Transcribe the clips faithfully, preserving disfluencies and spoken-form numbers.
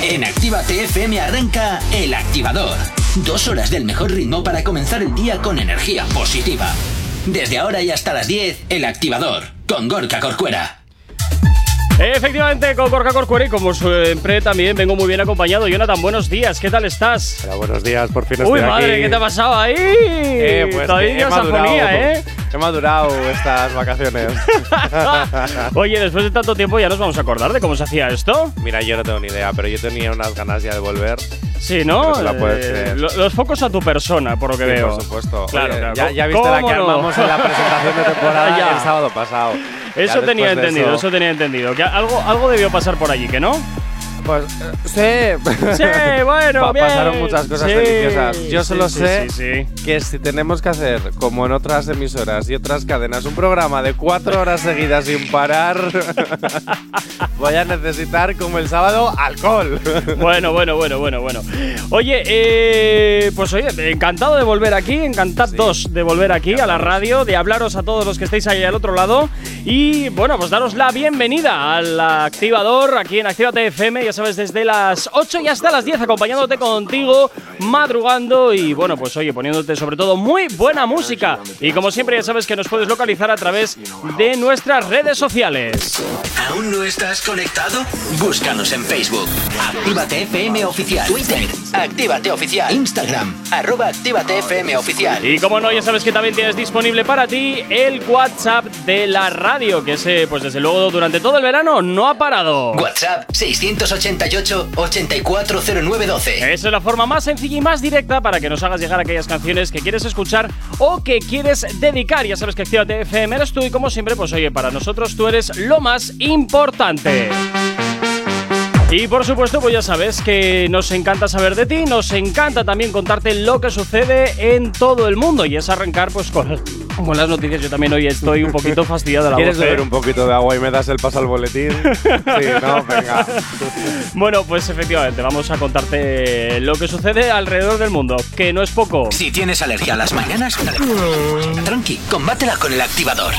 En Actívate F M arranca El Activador. Dos horas del mejor ritmo para comenzar el día con energía positiva. Desde ahora y hasta las diez, El Activador, con Gorka Corcuera. Efectivamente, con Gorka Corcuera y como siempre también vengo muy bien acompañado. Jonathan, buenos días, ¿qué tal estás? Hola, buenos días, por fin estoy Uy, aquí. madre, ¿qué te ha pasado ahí? Eh, pues Todavía he madurado, afonía, ¿eh? he madurado estas vacaciones. Oye, después de tanto tiempo ya nos vamos a acordar de cómo se hacía esto. Mira, yo no tengo ni idea, pero yo tenía unas ganas ya de volver. Sí, ¿no? No te la puedes Eh, creer. lo- los focos a tu persona, por lo que Sí, veo. por supuesto. Claro, Oye, claro. Ya, ya viste la ¿Cómo que no? armamos en la presentación de temporada Ya. el sábado pasado. Eso Ya tenía después de entendido, eso. eso, tenía entendido. Que algo, algo debió pasar por allí, ¿que no? Pues eh, sí. Sí, bueno, Pa- bien. Pasaron muchas cosas Sí, deliciosas. Yo sí, solo sí, sé sí, sí. que si tenemos que hacer, como en otras emisoras y otras cadenas, un programa de cuatro horas seguidas sin parar, voy a necesitar, como el sábado, alcohol. Bueno, bueno, bueno, bueno, bueno. Oye, eh, pues oye, encantado de volver aquí, encantados Sí. de volver aquí a la radio, de hablaros a todos los que estáis ahí al otro lado y bueno, pues daros la bienvenida al Activador aquí en Actívate F M, ya sabes, desde las ocho y hasta las diez, acompañándote contigo, madrugando y bueno, pues oye, poniéndote sobre todo muy buena música. Y como siempre ya sabes que nos puedes localizar a través de nuestras redes sociales. ¿Aún no estás conectado? Búscanos en Facebook. Actívate F M Oficial. Twitter. Actívate Oficial. Instagram. Arroba Actívate F M Oficial. Y como no, ya sabes que también tienes disponible para ti el WhatsApp de la radio, que ese, pues desde luego durante todo el verano no ha parado. WhatsApp seiscientos ochenta y ocho, ochenta y cuatro cero nueve doce. Esa es la forma más sencilla y más directa para que nos hagas llegar aquellas canciones que quieres escuchar o que quieres dedicar. Ya sabes que Actívate F M eres tú y como siempre, pues oye, para nosotros tú eres lo más importante. Y por supuesto, pues ya sabes que nos encanta saber de ti, nos encanta también contarte lo que sucede en todo el mundo y es arrancar pues con, con las noticias. Yo también hoy estoy un poquito fastidiada de la ¿Quieres voz, ¿eh? beber un poquito de agua y me das el paso al boletín? Sí, no, venga. Bueno, pues efectivamente, vamos a contarte lo que sucede alrededor del mundo, que no es poco. Si tienes alergia a las mañanas, tranqui, combátela con El Activador.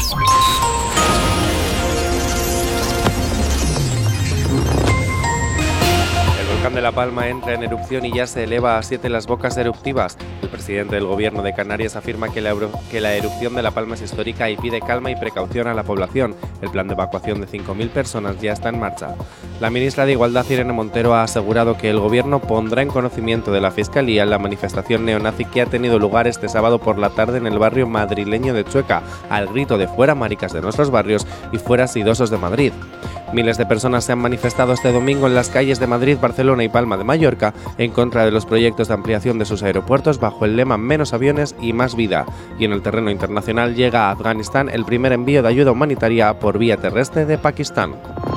El volcán de La Palma entra en erupción y ya se eleva a siete las bocas eruptivas. El presidente del gobierno de Canarias afirma que la, que la erupción de La Palma es histórica y pide calma y precaución a la población. El plan de evacuación de cinco mil personas ya está en marcha. La ministra de Igualdad, Irene Montero, ha asegurado que el gobierno pondrá en conocimiento de la Fiscalía la manifestación neonazi que ha tenido lugar este sábado por la tarde en el barrio madrileño de Chueca, al grito de "fuera maricas de nuestros barrios" y "fuera sidosos de Madrid". Miles de personas se han manifestado este domingo en las calles de Madrid, Barcelona y Palma de Mallorca en contra de los proyectos de ampliación de sus aeropuertos bajo el lema "menos aviones y más vida". Y en el terreno internacional llega a Afganistán el primer envío de ayuda humanitaria por vía terrestre de Pakistán.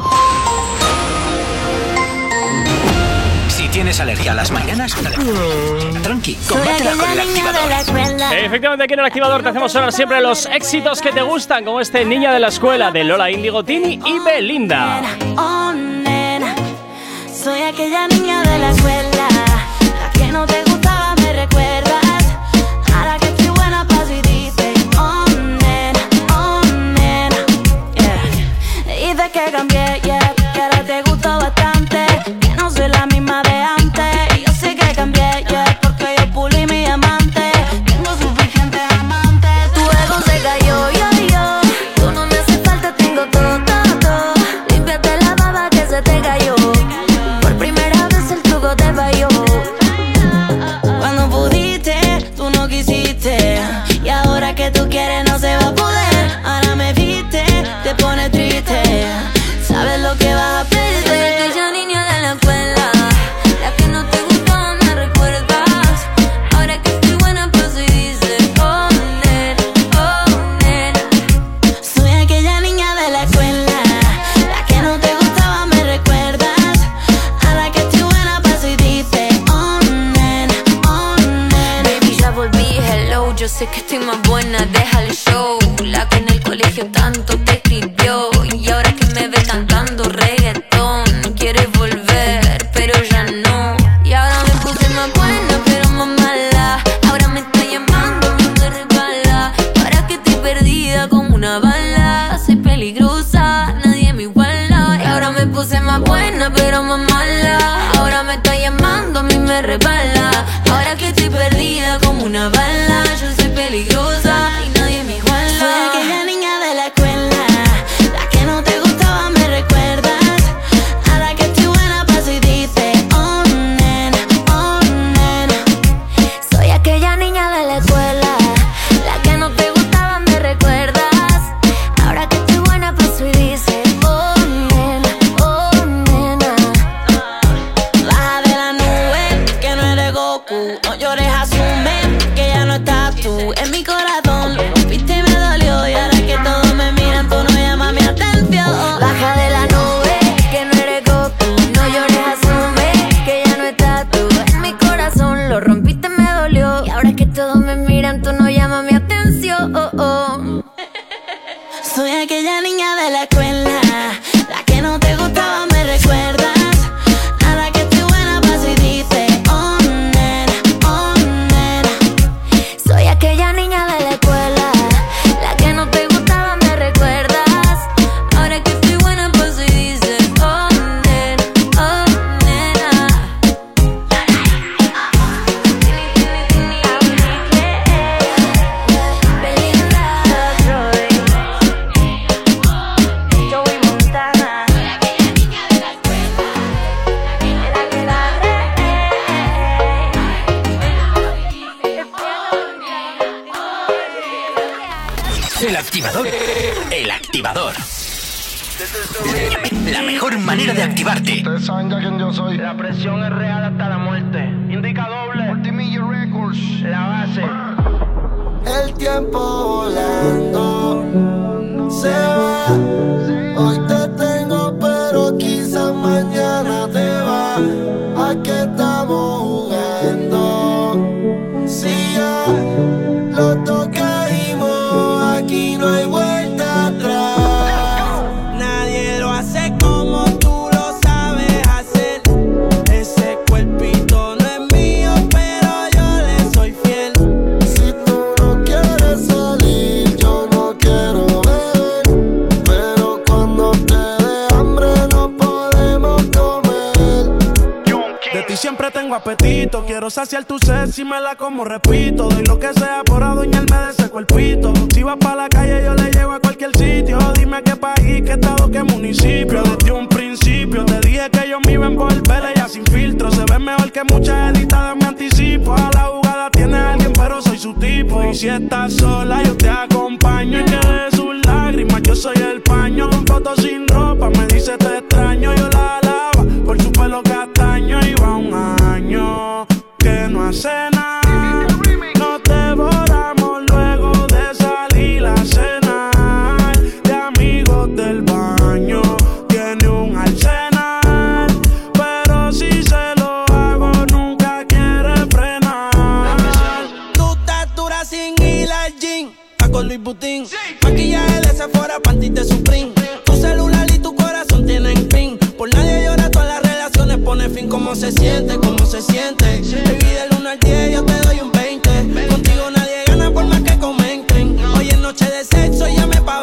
Si tienes alergia a las mañanas, tranqui, combátela con El Activador. Efectivamente, aquí en El Activador te hacemos sonar siempre los éxitos que te gustan, como este Niña de la Escuela de Lola Índigo, Tini y Belinda. Oh, nena, soy aquella niña de la escuela, la que no te gustaba, me recuerdas. Ahora que estoy buena pa' si dices, oh, nena, oh, nena, yeah. Dices que cambié, yeah, que ahora te gusto bastante, que no soy la misma de antes. Yo sé que cambié, yeah, porque yo pulí mi amante. Tengo suficiente amante, tu ego se cayó, yo, yo. Tú no me hace falta, tengo todo, todo, todo. Límpiate la baba que se te cayó. Por primera vez el truco te falló. Cuando pudiste, tú no quisiste. Y ahora que tú quieres no se va a poder. Ahora me viste, te pone triste. Sabes lo que vas a perder. Soy aquella niña de la escuela, la que no te gustaba, me recuerdas. Ahora que estoy buena pues y dices, oh, nena, oh, nena. Soy aquella niña de la escuela, la que no te gustaba, me recuerdas. Ahora que estoy buena pues y dices, oh, nena, oh, nena. Baby, ya volví, hello. Yo sé que estoy más buena, deja el show. La que en el colegio tanto te escribió y ahora que me ves cantando reggaetón quieres volver, pero ya no. Y ahora me puse más buena, pero más mala. Ahora me está llamando, me resbala. Ahora que estoy perdida como una bala. Soy peligrosa, nadie me iguala. Y ahora me puse más buena, pero más mala. Ahora me respalda. Ahora que estoy perdida como una bala, yo soy peligrosa y nadie me iguala. Soy aquella niña de la escuela, la que no te gustaba, me recuerdas. Ahora que estoy buena paso y dice oh nena, oh nena. Soy aquella niña de la escuela, la que no te gustaba, me recuerdas. Ahora que estoy buena paso y dice oh nena, oh nena. Baja de la nube, que no eres Goku. No llores, asume que ya no estás tú en mi corazón. Lo rompiste y me dolió, y ahora que todos me miran tú no llamas mi atención. Baja de la nube, que no eres Goku. No llores, asume que ya no estás tú en mi corazón. Lo rompiste, me dolió, y ahora que todos me miran tú no llamas mi atención. Oh, oh. Soy aquella niña de la escuela, la que no te gustaba, me recuerdas. Ahora que estoy buena paso y dice oh nena, oh nena. Soy aquella niña de la escuela, la que no te gustaba, me recuerdas. Ahora que estoy buena paso y dice oh nena, oh nena. Belinda, Troy, Joey Montana. El activador. El activador. La mejor manera de activarte. Ustedes saben ya quién yo soy. La presión es real hasta la muerte. Indica doble. Multimillia Records. La base. El tiempo volando se va. Hoy te tengo, pero quizás mañana te va. ¿A qué estamos jugando? Si ya los dos caímos, aquí no hay vuelta atrás. Nadie lo hace como tú lo sabes hacer. Ese cuerpito no es mío, pero yo le soy fiel. Si tú no quieres salir, yo no quiero beber. Pero cuando te dé hambre no podemos comer. De ti siempre tengo apetito. Quiero saciar tu sed si me la como, repito. Doy lo que sea por adueñarme de ese cuerpito. Si vas pa' la calle yo le llevo a cualquier sitio. Dime qué país, qué estado, qué municipio. Desde un principio te dije que yo me iba a envolver. Ella sin filtro se ve mejor que muchas editadas, me anticipo. A la jugada tiene a alguien pero soy su tipo. Y si estás sola yo te acompaño. Y que de sus lágrimas yo soy el paño. Con fotos sin ropa me dice te extraño. Yo la alaba por su pelo castaño. Y va un año que no hace nada. Nos devoramos luego de salir a cenar. De amigos del baño tiene un arsenal. Pero si se lo hago nunca quiere frenar. Tu estatura sin ir al gym, está con Louis Vuitton. Maquillaje de Sephora, panty de Supreme. Tu celular y tu corazón tienen pin. Por nadie llora, todas las relaciones pone fin. ¿Cómo se siente? ¿Cómo se siente? Baby, del uno al diez yo te doy un veinte. Contigo nadie gana por más que comenten. Hoy es noche de sexo, llame pa'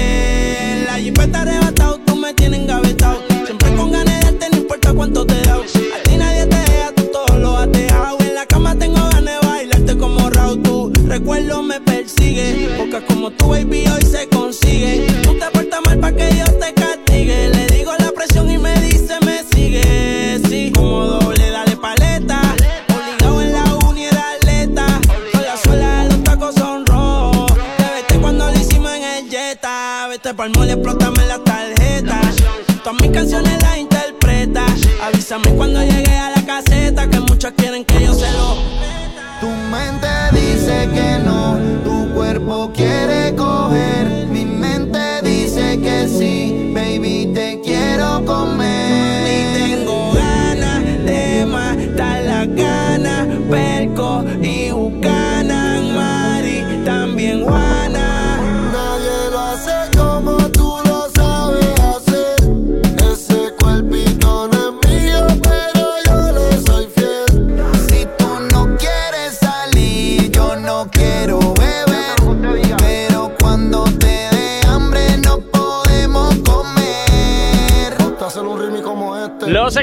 verte. La jipeta arrebatado, tú me tienes engavetado. Siempre con ganas de darte, no importa cuánto te da. A ti nadie te deja, tú todo lo has dejado. En la cama tengo ganas de bailarte como Raúl. Tu recuerdo me persigue. Pocas como tú, baby, hoy se consigue. Tú te portas mal pa' que Dios te castigue. Le digo la presión y me dice me sigue. Sí, como doble, dale paleta. Obligado en la uni era atleta. Con la suela de los tacos son rojos. Te vete cuando lo hicimos en el Jetta. Vete pa'l mall, explótame la tarjeta. Todas mis canciones las interpreta. Avísame cuando llegue a la caseta, que muchos quieren que yo se lo. Tu mente dice que no, tu cuerpo quiere coger. Mi mente dice que sí, baby, te quiero comer. Y tengo ganas de matar las ganas. Perco y Buchanan, Mari, también Juana. Nadie lo hace como tú lo sabes hacer. Ese cuerpito no es mío, pero yo le soy fiel. Si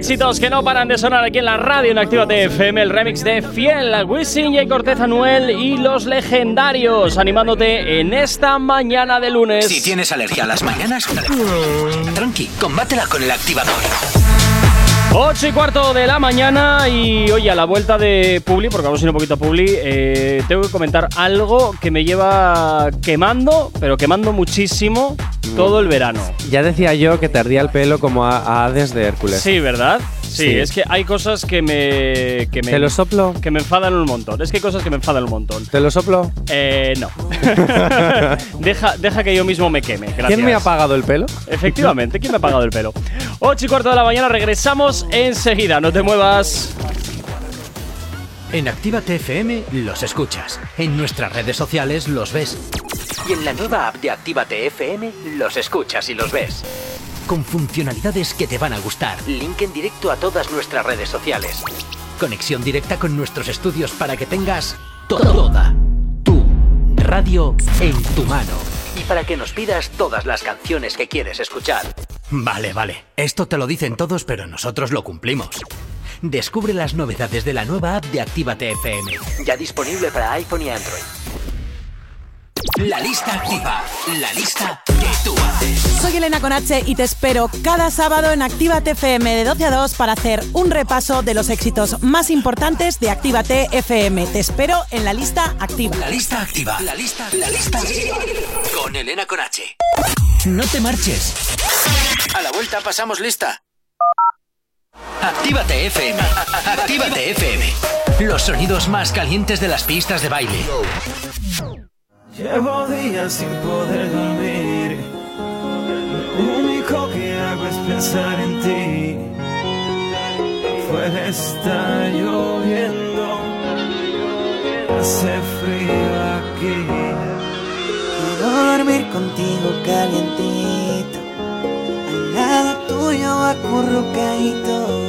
éxitos que no paran de sonar aquí en la radio en Actívate F M, el remix de Fiel, Wisin, Jay Cortez, Anuel y Los Legendarios, animándote en esta mañana de lunes. Si tienes alergia a las mañanas, tranqui, combátela con el activador. ocho y cuarto de la mañana y oye, a la vuelta de Publi, porque vamos a ir un poquito a Publi, eh, tengo que comentar algo que me lleva quemando, pero quemando muchísimo todo el verano. Ya decía yo que te ardía el pelo como a, a Hades de Hércules. Sí, ¿verdad? Sí, Sí. es que hay cosas que me, que me… ¿Te lo soplo? Que me enfadan un montón. Es que hay cosas que me enfadan un montón. ¿Te lo soplo? Eh, no. deja, deja que yo mismo me queme. Gracias. ¿Quién me ha pagado el pelo? Efectivamente, ¿quién me ha pagado el pelo? ocho y cuarto de la mañana, regresamos enseguida. No te muevas. En Actívate F M los escuchas. En nuestras redes sociales los ves. Y en la nueva app de Actívate F M, los escuchas y los ves. Con funcionalidades que te van a gustar. Link en directo a todas nuestras redes sociales. Conexión directa con nuestros estudios para que tengas toda tu radio en tu mano. Y para que nos pidas todas las canciones que quieres escuchar. Vale, vale. Esto te lo dicen todos, pero nosotros lo cumplimos. Descubre las novedades de la nueva app de Actívate F M. Ya disponible para iPhone y Android. La lista activa. La lista que tú haces. Soy Elena con H y te espero cada sábado en Actívate F M de doce a dos para hacer un repaso de los éxitos más importantes de Actívate F M. Te espero en la lista activa. La lista activa. La lista, la lista activa. Con Elena con H. No te marches. A la vuelta pasamos lista. Actívate F M. Actívate F M. Los sonidos más calientes de las pistas de baile. Llevo días sin poder dormir. Lo único que hago es pensar en ti. Fuera está lloviendo, hace frío aquí. Quiero dormir contigo calientito, al lado tuyo acurrucadito.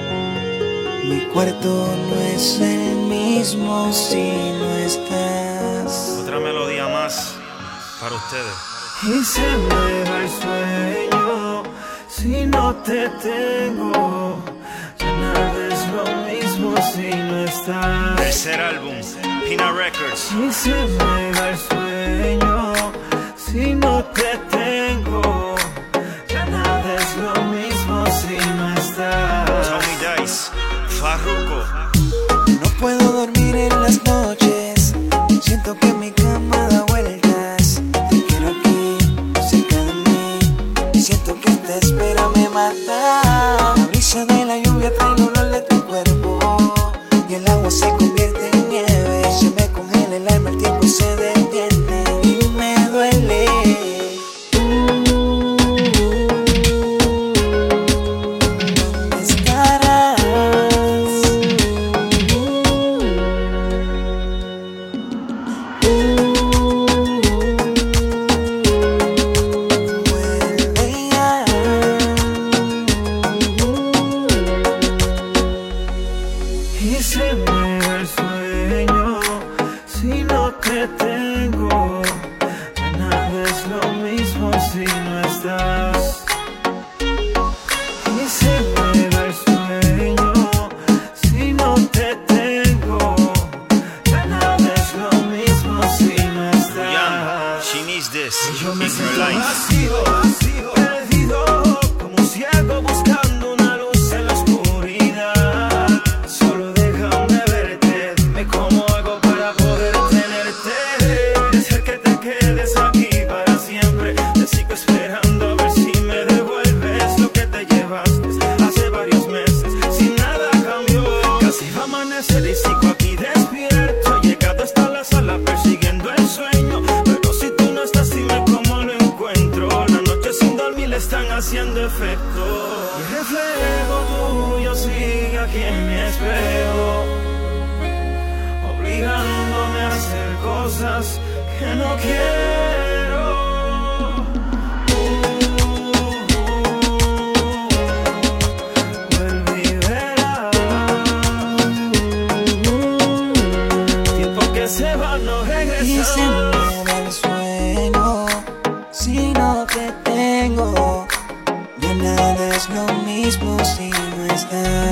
Mi cuarto no es el mismo si no estás. Otra melodía más para ustedes. Y se me va el sueño si no te tengo. Ya nada es lo mismo si no estás. Tercer álbum, Pina Records. Y se me va el sueño si no te tengo. Ya nada es lo mismo si no estás. Tommy Dice, Farruko. No puedo dormir en las noches, siento que mi cama da vueltas. Te quiero aquí, cerca de mí, siento que esta espera me mata. La brisa de la lluvia trae el olor de tu cuerpo, y el agua se convierte en nieve. Se me congela el alma, el tiempo se detiene y me duele.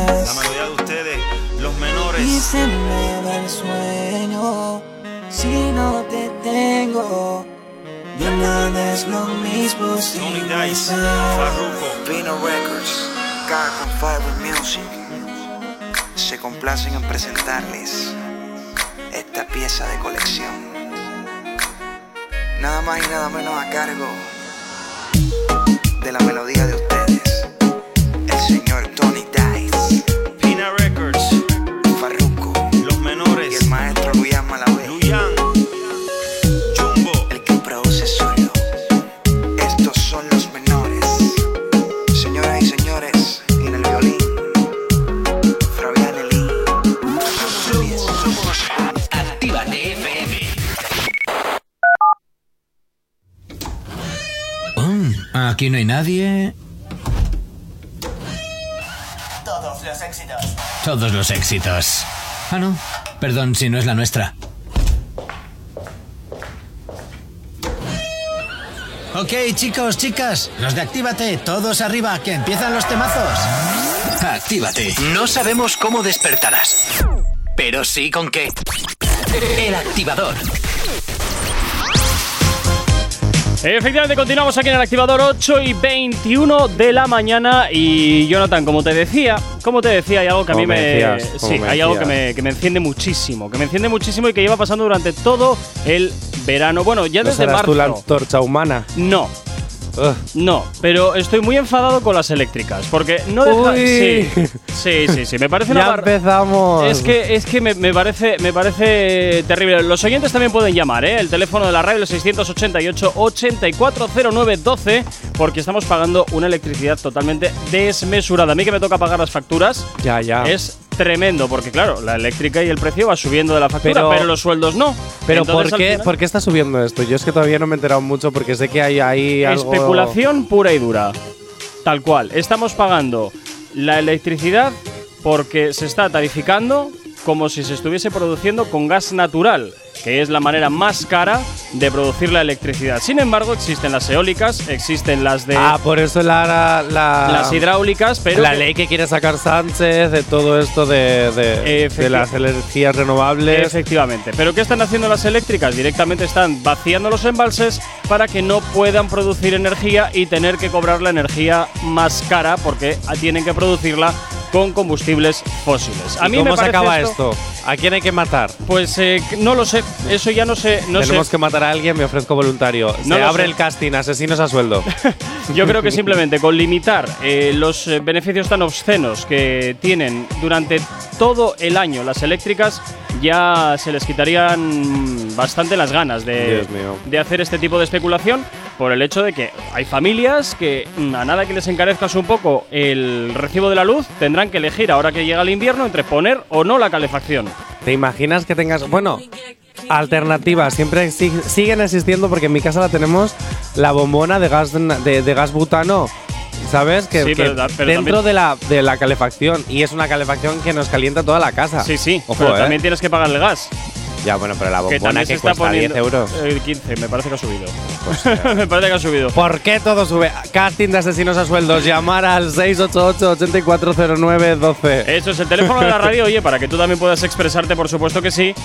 La melodía de ustedes, los menores. Y se me va el sueño si no te tengo. Ya nada es lo mismo sin Tony no Dice, estar. Farruko. Pino Records, Carbon Fiber Music se complacen en presentarles esta pieza de colección. Nada más y nada menos a cargo de la melodía de ustedes, el señor Tony Dice, Pina Records, Farruko los menores. y el maestro Luyan Malavé. Luyan, Jumbo. El que produce solo. Estos son los menores. Señoras y señores, y en el violín, Fabián Elí. Actívate F M. Oh, aquí no hay nadie. Todos los éxitos. Todos los éxitos. Ah, no. Perdón si no es la nuestra. Ok, chicos, chicas, los de Actívate, todos arriba, que empiezan los temazos. Actívate. No sabemos cómo despertarás, pero sí con qué. El activador. Efectivamente, continuamos aquí en el activador, ocho y veintiuno de la mañana. Y Jonathan, como te decía, como te decía, hay algo que a mí me me. decías, sí, me hay algo que decías. me, que me enciende muchísimo. Que me enciende muchísimo y que lleva pasando durante todo el verano. Bueno, ya ¿No desde serás marzo. tú la antorcha humana? No. Ugh. No, pero estoy muy enfadado con las eléctricas. Porque no deja. Uy. Sí, sí, sí, sí. Me parece una Ya bar- empezamos. Es que, es que me, me parece, me parece terrible. Los oyentes también pueden llamar, ¿eh? El teléfono de la radio es seiscientos ochenta y ocho, ochenta y cuatro cero nueve doce, porque estamos pagando una electricidad totalmente desmesurada. A mí que me toca pagar las facturas Ya, ya. es tremendo, porque claro, la eléctrica y el precio va subiendo de la factura, pero, Pero- los sueldos no. Pero Entonces, ¿por al qué, final, ¿por qué está subiendo esto? Yo es que todavía no me he enterado mucho porque sé que hay ahí algo… especulación pura y dura. Tal cual. Estamos pagando la electricidad porque se está tarificando como si se estuviese produciendo con gas natural, que es la manera más cara de producir la electricidad. Sin embargo, existen las eólicas, existen las de Ah, por eso la… la las hidráulicas, pero la que- ley que quiere sacar Sánchez de todo esto de, de, Efecti- de las energías renovables. Efectivamente. ¿Pero qué están haciendo las eléctricas? Directamente están vaciando los embalses para que no puedan producir energía y tener que cobrar la energía más cara porque tienen que producirla con combustibles fósiles. A ¿Y mí ¿Cómo me se parece acaba esto, esto? ¿A quién hay que matar? Pues eh, no lo sé. Eso ya no sé. No Tenemos sé. que matar a alguien, me ofrezco voluntario. No Se lo abre sé. el casting, asesinos a sueldo. Yo creo que simplemente con limitar eh, los eh, beneficios tan obscenos que tienen durante todo el año las eléctricas, ya se les quitarían bastante las ganas de, Dios mío. de hacer este tipo de especulación, por el hecho de que hay familias que mm, a nada que les encarezcas un poco el recibo de la luz, tendrán que elegir ahora que llega el invierno entre poner o no la calefacción. ¿Te imaginas que tengas… Bueno, alternativas siempre sig- siguen existiendo porque en mi casa la tenemos la bombona de gas, de, de gas butano. ¿Sabes? Que, Sí, que pero da- pero dentro también- de la, de la calefacción. Y es una calefacción que nos calienta toda la casa. Sí, sí, Ojo, pero ¿eh? también tienes que pagar el gas. Ya, bueno, pero la Que bombona también que, se está cuesta poniendo diez euros. eh, quince, me parece que ha subido. me parece que ha subido. ¿Por qué todo sube? Casting de asesinos a sueldos. Llamar al seis ocho ocho, ochenta y cuatro cero nueve doce. Eso es el teléfono de la radio, oye, para que tú también puedas expresarte, por supuesto que sí.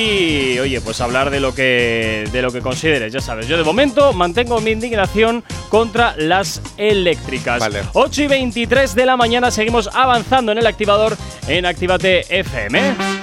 Y, oye, pues hablar de lo que de lo que consideres, ya sabes. Yo de momento mantengo mi indignación contra las eléctricas. Vale. ocho y veintitrés de la mañana, seguimos avanzando en el activador en Actívate F M.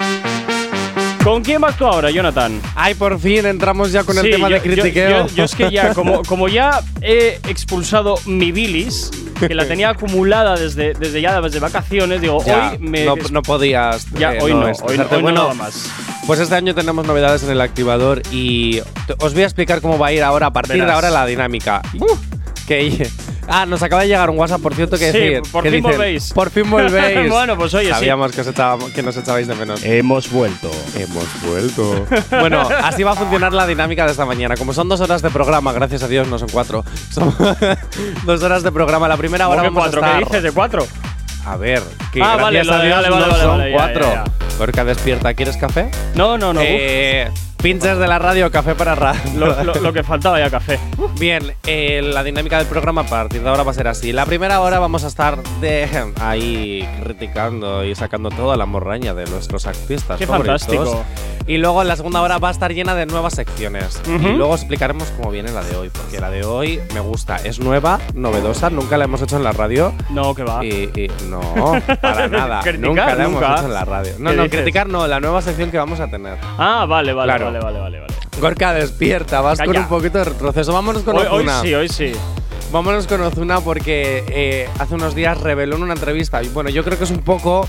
¿Con quién vas tú ahora, Jonathan? Ay, por fin entramos ya con el Sí, tema yo, de critiqueo. Yo, yo- yo es que ya, como, como ya he expulsado mi bilis, que la tenía acumulada desde, desde ya desde vacaciones, digo, Ya, hoy me. no, no podías. Ya, eh, hoy no, hoy, estresarte. hoy no Bueno, nada más. pues este año tenemos novedades en el activador y te- os voy a explicar cómo va a ir ahora, a partir Verás. de ahora, la dinámica. Uf, que Ah, nos acaba de llegar un WhatsApp, por cierto, que Sí, decir. por que fin dicen, volvéis. Por fin volvéis. Bueno, pues oye, sí. Sabíamos que, os echábamos- que nos echabais de menos. Hemos vuelto. Hemos vuelto. Bueno, así va a funcionar la dinámica de esta mañana. Como son dos horas de programa, gracias a Dios no son cuatro. Son dos horas de programa. La primera hora ¿Cómo que vamos cuatro? a estar… ¿Qué dices? ¿De cuatro? A ver, que Ah, gracias vale, a lo de- Dios vale, no vale, vale, son vale, ya, cuatro. ya, ya. Porque despierta, ¿quieres café? No, no, no. Eh, Pinches de la radio, café para radio. Lo, lo, lo que faltaba ya, café. Bien, eh, la dinámica del programa a partir de ahora va a ser así. La primera hora vamos a estar de ahí criticando y sacando toda la morraña de nuestros artistas Qué favoritos. fantástico. Y luego en la segunda hora va a estar llena de nuevas secciones. Uh-huh. Y luego explicaremos cómo viene la de hoy, porque la de hoy me gusta. Es nueva, novedosa, nunca la hemos hecho en la radio. No, que va. Y, y no, para nada. Criticar, nunca la nunca. hemos hecho en la radio. No, ¿Qué no, dices? criticar no, la nueva sección que vamos a tener. Ah, vale, vale, Claro. vale, vale, vale, vale. Gorka, despierta, vas Calla. con un poquito de retroceso. Vámonos con Hoy, hoy Ozuna. sí, hoy sí. Vámonos con Ozuna porque eh, hace unos días reveló en una entrevista. Y bueno, yo creo que es un poco.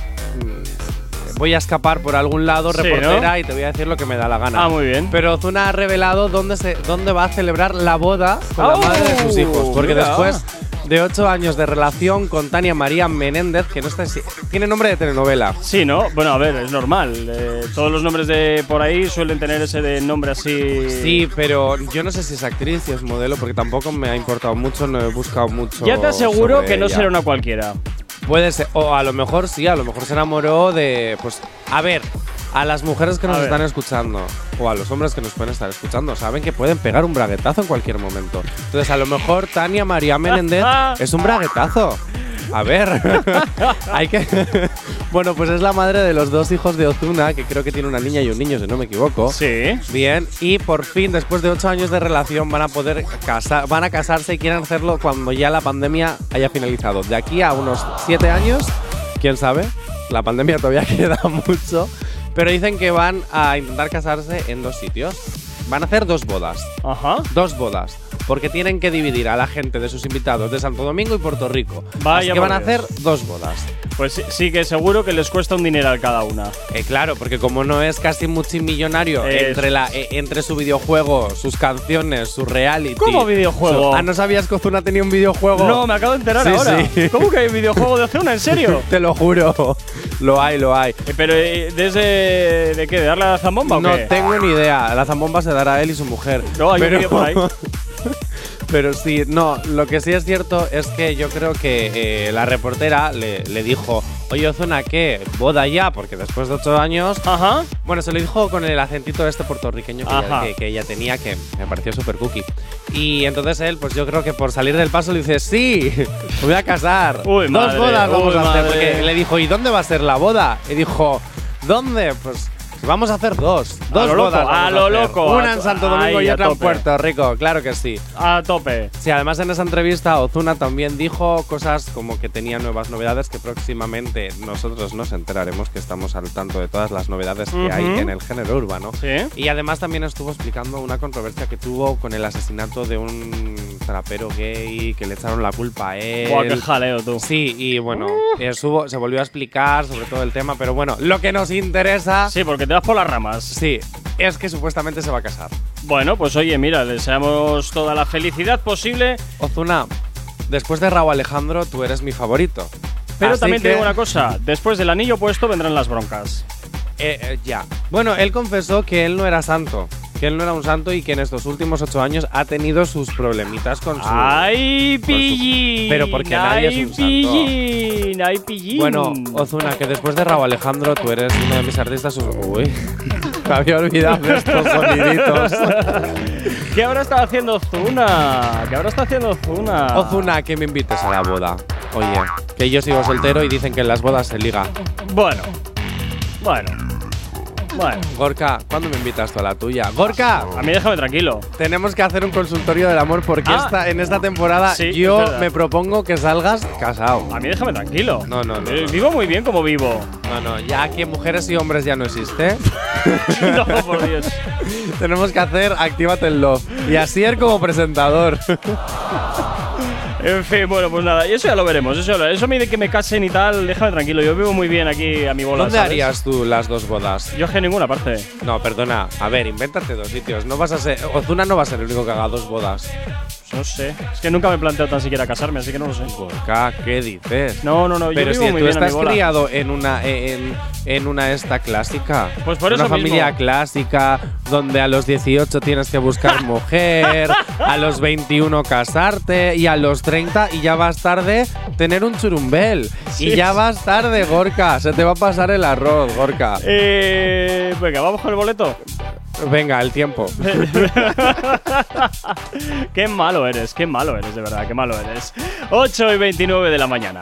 mm, Voy a escapar por algún lado, Sí, reportera, ¿no? y te voy a decir lo que me da la gana. Ah, muy bien. Pero Ozuna ha revelado dónde, se, dónde va a celebrar la boda con ¡Oh! la madre de sus hijos. Porque Mira. después de ocho años de relación con Tania María Menéndez, que no está, tiene nombre de telenovela. Sí, ¿no? Bueno, a ver, es normal. Eh, todos los nombres de por ahí suelen tener ese de nombre así. Sí, pero yo no sé si es actriz, si es modelo, porque tampoco me ha importado mucho, no he buscado mucho. Ya te aseguro sobre que no ella. será una cualquiera. Puede ser, o a lo mejor sí, a lo mejor se enamoró de. Pues, a ver, a las mujeres que nos A ver. están escuchando, o a los hombres que nos pueden estar escuchando, saben que pueden pegar un braguetazo en cualquier momento. Entonces, a lo mejor Tania María Menéndez es un braguetazo. A ver, hay que. Bueno, pues es la madre de los dos hijos de Ozuna, que creo que tiene una niña y un niño, si no me equivoco. Sí. Bien, y por fin, después de ocho años de relación, van a poder casar, van a casarse y quieren hacerlo cuando ya la pandemia haya finalizado. De aquí a unos siete años, quién sabe, la pandemia todavía queda mucho, pero dicen que van a intentar casarse en dos sitios. Van a hacer dos bodas. Ajá. Dos bodas. Porque tienen que dividir a la gente de sus invitados de Santo Domingo y Puerto Rico. Vaya Así que van a por Dios. hacer dos bodas. Pues sí, sí que seguro que les cuesta un dineral cada una. Eh, claro, porque como no es casi multimillonario Es- entre, la, eh, entre su videojuego, sus canciones, su reality. ¿Cómo videojuego? Su- ah, ¿no sabías que Ozuna tenía un videojuego? No, me acabo de enterar Sí, ahora. sí. ¿Cómo que hay videojuego de Ozuna? ¿En serio? Te lo juro. Lo hay, lo hay. Eh, Pero eh, ¿desde de qué? ¿De darle a la zambomba o No qué? tengo ni idea. La zambomba se dará a él y su mujer. No, hay un pero, vídeo por ahí. Pero sí, no, lo que sí es cierto es que yo creo que eh, la reportera le, le dijo, oye Ozuna, ¿qué? ¿Boda ya? Porque después de ocho años… Ajá. Bueno, se lo dijo con el acentito este puertorriqueño que, ella, Ajá. que, que ella tenía, que me pareció súper cookie. Y entonces él, pues yo creo que por salir del paso le dice, sí, me voy a casar. Uy, Dos madre, bodas vamos uy, a hacer. madre. Porque le dijo, ¿y dónde va a ser la boda? Y dijo, ¿dónde? Pues… Vamos a hacer dos. Dos lo loco, bodas. vamos a lo hacer. loco, Una a en to- Santo Domingo ahí, y a otra en tope. Puerto Rico. Claro que sí. A tope. Sí, además en esa entrevista Ozuna también dijo cosas como que tenía nuevas novedades que próximamente nosotros nos enteraremos, que estamos al tanto de todas las novedades que Ujú. hay en el género urbano. Sí. Y además también estuvo explicando una controversia que tuvo con el asesinato de un trapero gay, que le echaron la culpa a él. Buah, qué jaleo, tú. Sí, y bueno, estuvo- se volvió a explicar sobre todo el tema, pero bueno, lo que nos interesa… Sí, porque te vas por las ramas. Sí, es que supuestamente se va a casar. Bueno, pues oye, mira, le deseamos toda la felicidad posible. Ozuna, después de Raúl Alejandro, tú eres mi favorito. Pero Así también te que- digo una cosa, después del anillo puesto vendrán las broncas. Eh, eh, ya. Bueno, él confesó que él no era santo. Que él no era un santo y que en estos últimos ocho años ha tenido sus problemitas con su… ¡Ay, con su- pillín! Pero porque nadie es ¡Ay, un santo. pillín! ¡Ay, pillín! Bueno, Ozuna, que después de Raúl Alejandro tú eres uno de mis artistas… sus- Uy, me había olvidado de estos soniditos. ¿Qué habrá estado haciendo Ozuna? ¿Qué habrá estado haciendo Ozuna? Ozuna, que me invites a la boda. Oye, que yo sigo soltero y dicen que en las bodas se liga. Bueno, bueno, bueno. Gorka, ¿cuándo me invitas tú a la tuya? ¡Gorka! A mí déjame tranquilo. Tenemos que hacer un consultorio del amor porque Ah. esta, en esta temporada Sí, yo es verdad. me propongo que salgas casado. A mí déjame tranquilo. No, no, no, Eh, no. Vivo muy bien como vivo. No, no, ya que mujeres y hombres ya no existe, No, por Dios. tenemos que hacer Actívate el Love. Y Asier como presentador. En fin, bueno, pues nada, y eso ya lo veremos. Eso, ya lo- eso me de que me casen y tal, déjame tranquilo. Yo vivo muy bien aquí a mi bola. ¿Dónde ¿sabes? harías tú las dos bodas? Yo es que en ninguna parte. No, perdona. A ver, invéntate dos sitios. No vas a ser… Ozuna no va a ser el único que haga dos bodas. No sé. Es que nunca me he planteado tan siquiera casarme, así que no lo sé. Gorka, ¿qué dices? No, no, no. Yo Pero vivo si muy tú bien a mi estás bola. criado en una en, en una esta clásica, Pues por una eso familia mismo. clásica donde a los dieciocho tienes que buscar mujer, a los veintiuno casarte y a los treinta y ya vas tarde tener un churumbel. Sí. Y ya vas tarde, Gorka, se te va a pasar el arroz, Gorka. Eh, venga, vamos con el boleto. Venga, el tiempo. Qué malo eres, qué malo eres, de verdad, qué malo eres. ocho y veintinueve de la mañana.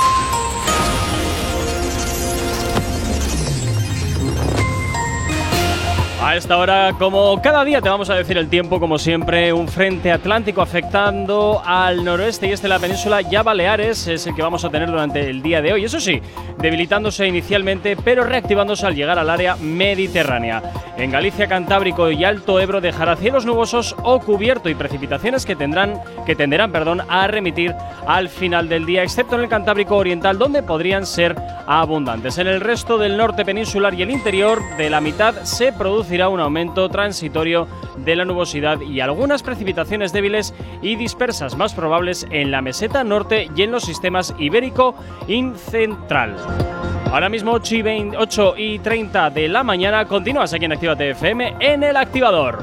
A esta hora, como cada día, te vamos a decir el tiempo, como siempre. Un frente atlántico afectando al noroeste y este de la península ya Baleares es el que vamos a tener durante el día de hoy. Eso sí, debilitándose inicialmente, pero reactivándose al llegar al área mediterránea. En Galicia, Cantábrico y Alto Ebro dejará cielos nubosos o cubierto y precipitaciones que tendrán que tenderán, perdón, a remitir al final del día, excepto en el Cantábrico Oriental, donde podrían ser abundantes. En el resto del norte peninsular y el interior de la mitad se producirá un aumento transitorio de la nubosidad y algunas precipitaciones débiles y dispersas más probables en la meseta norte y en los sistemas ibérico y central. Ahora mismo ocho y treinta de la mañana, continúas aquí en Actívate F M en El Activador.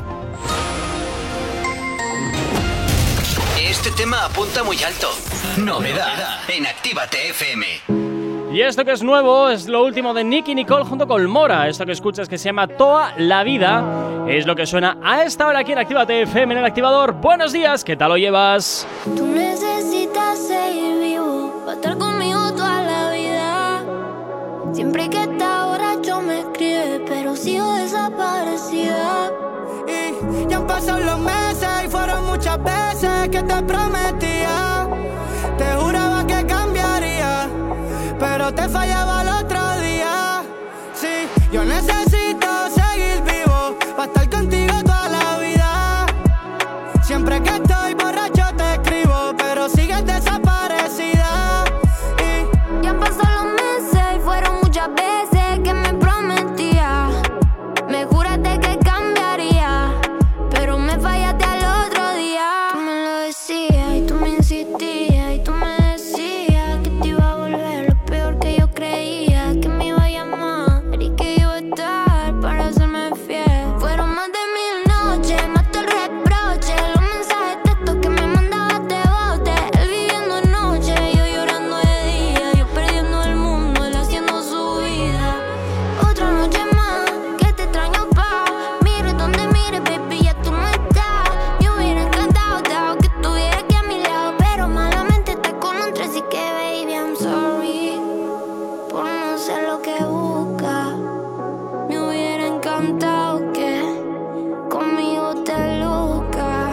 Este tema apunta muy alto. Novedad en Actívate F M. Y esto que es nuevo es lo último de Nicky Nicole junto con Mora. Esto que escuchas que se llama Toda la Vida es lo que suena a esta hora aquí en Actívate F M en El Activador. Buenos días, ¿qué tal lo llevas? Tú necesitas seguir vivo para estar conmigo toda la vida. Siempre que está borracho me escribe, pero sigo desaparecida. Y ya han pasado los meses y fueron muchas veces que te prometía. Te juraba que cambiaría, pero te fallaba el otro día. Sí, yo necesito seguir vivo para estar contigo toda la vida. Siempre que estoy borracho te escribo, pero sigues desaparecida. Y ya han pasado los meses y fueron muchas veces que me prometía. Me juraste que cambiaría, pero me fallaste al otro día. Tú me lo decías y tú me insistías y tú me decías que te iba a volver lo peor que yo creía, que me iba a llamar y que iba a estar para hacerme fiel. Fueron más de mil noches, más todo el reproche, los mensajes textos que me mandabas de bote. Él viviendo de noche, yo llorando de día, yo perdiendo el mundo, él haciendo su vida. Otra noche más, que te extraño pa', mire donde mire, baby, ya tú no estás. Me hubiera encantado, dado que estuviera aquí a mi lado, pero malamente estás con otro, así que baby, I'm sorry por no ser lo que busca. Me hubiera encantado que conmigo te luzcas.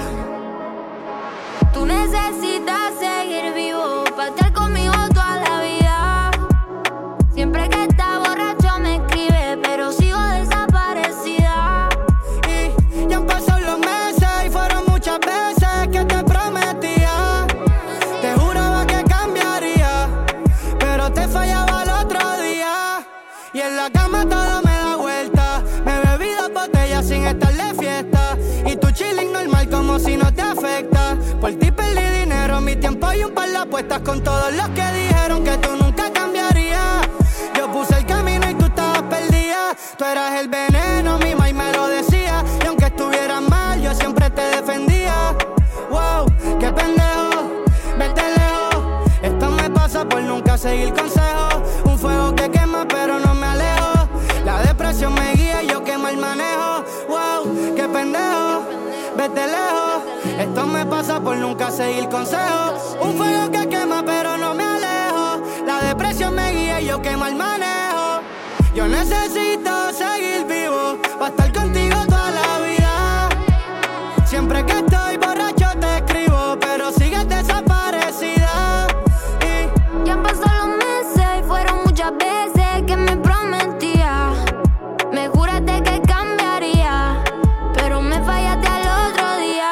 Tú necesitas seguir vivo para estar conmigo toda la vida. Siempre que está borracho me escribe, pero sigo desaparecida. Y ya han pasado los meses y fueron muchas veces que te prometía. Te juraba que cambiaría, pero te fallaba el otro día. Y en la cama todo me da vuelta. Me bebí dos botellas sin estar de fiesta. Y tu chilling normal como si no te afecta. Por ti perdí dinero, mi tiempo y un par de apuestas con todos los que dijeron que tú nunca cambiarías. Yo puse el camino y tú estabas perdida. Tú eras el veneno, mi mai me lo decía. Y aunque estuvieras mal, yo siempre te defendía. Wow, qué pendejo, vete lejos. Esto me pasa por nunca seguir consejos. Un fuego que quema pero no me alejo. La depresión me guía y yo quemo el manejo. Wow, qué pendejo, vete lejos. Esto me pasa por nunca seguir consejos. Un fuego que quema pero no me alejo. La depresión me guía y yo quemo el manejo. Yo necesito seguir vivo para estar contigo toda la vida. Siempre que estoy borracho te escribo, pero sigues desaparecida. Ya han pasado los meses y fueron muchas veces que me prometía. Me juraste que cambiaría, pero me fallaste al otro día.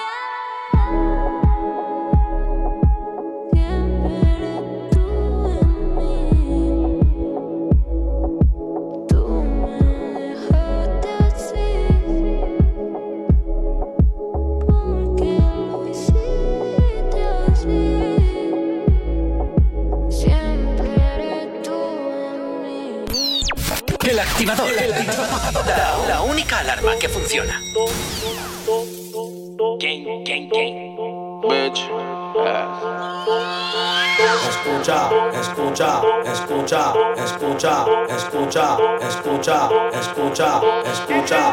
Siempre eres tú en mí. Tú me dejaste así, porque lo hiciste así. Siempre eres tú en mí. El activador. El activador. La, la única alarma que funciona. Gang, gang, gang. Bitch. Escucha, escucha, escucha, escucha. escucha, escucha, escucha, escucha, escucha.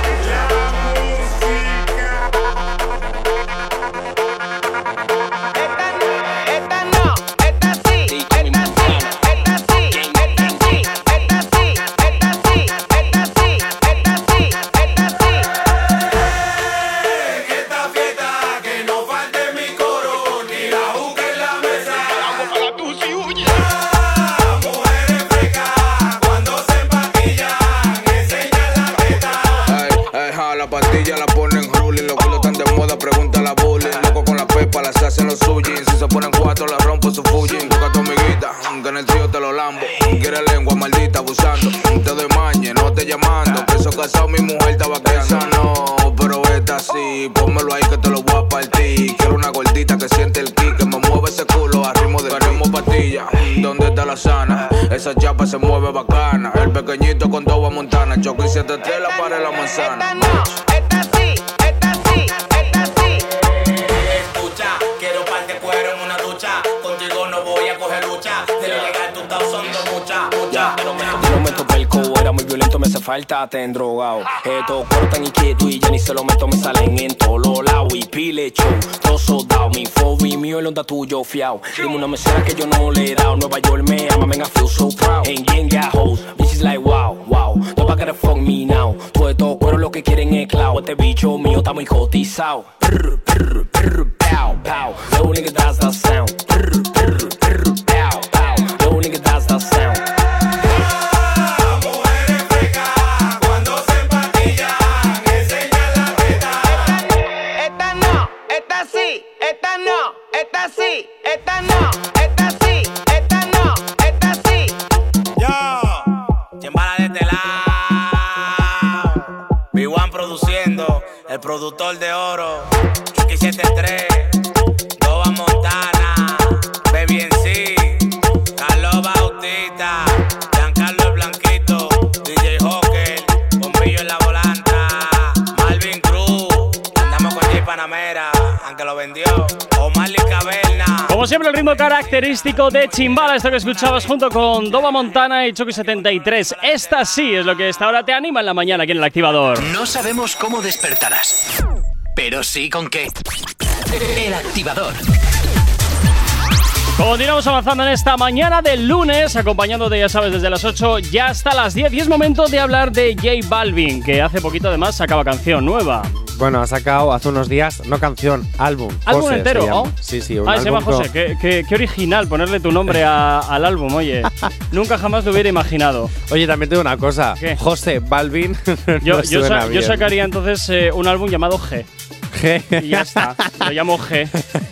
Hacen los suyos, si se ponen cuatro la rompo su Fuji. Busca a tu amiguita, que en el trío te lo lambo. Quiere lengua maldita abusando, te doy mañe, no te llamando. Que eso casado mi mujer estaba esa no, pero esta sí. Pónmelo ahí que te lo voy a partir. Quiero una gordita que siente el kick, que me mueve ese culo a ritmo de queremos patilla. ¿Dónde está la sana? Esa chapa se mueve bacana. El pequeñito con Doba Montana, choco y siete tela para la manzana. Esta no, esta sí, esta sí, esta sí. Escucha, quiero par de cuero en una ducha. Contigo no voy a coger lucha. De lo legal tú estás usando mucha, mucha. Yo no meto pelco, era muy violento, me hace falta, te han drogado. Estos cueros tan inquietos y ya ni se lo meto, me salen en todos los lados. Y pile show, todo soldado, mi fobi mío, el onda tuyo fiao. Dime una mesera que yo no le he dado. Nueva York me ama, man, I feel so proud. En gang ya hoes, bitches like wow, wow. Nobody gotta fuck me now. Todo estos cueros lo que quieren es clout. Este bicho mío está muy cotizado. Prr, prr, prr, pow, pow. Little nigga, that's the sound. Prr, prr, prr, pow, pow. Little nigga, that's the sound. Esta no, esta sí, esta no, esta sí, esta no, esta sí. Yo, ¿quién va de este lado? B uno produciendo, el productor de oro, Chucky setenta y tres, Doba Montana, Baby en sí, Carlos Bautista, Giancarlo el Blanquito, D J Hawker, Bombillo en la volanta, Malvin Cruz, andamos con J Panamera, aunque lo vendió. Como siempre, el ritmo característico de Chimbala, esto que escuchabas junto con Doba Montana y Chucky setenta y tres. Esta sí es lo que esta hora te anima en la mañana aquí en El Activador. No sabemos cómo despertarás, pero sí con qué. El Activador. Continuamos avanzando en esta mañana del lunes, acompañándote, ya sabes, desde las ocho ya hasta las diez. Y es momento de hablar de J Balvin, que hace poquito además sacaba canción nueva. Bueno, ha sacado hace unos días, no canción, álbum. ¿Álbum José, entero? se ¿Oh? Sí, sí, un ah, álbum. se llama José. Con... Qué, qué, qué original ponerle tu nombre a, al álbum, oye. Nunca jamás lo hubiera imaginado. Oye, también te digo una cosa. ¿Qué? José Balvin. yo, no yo, sa bien. yo sacaría entonces eh, un álbum llamado G. G. Y ya está. Lo llamo G.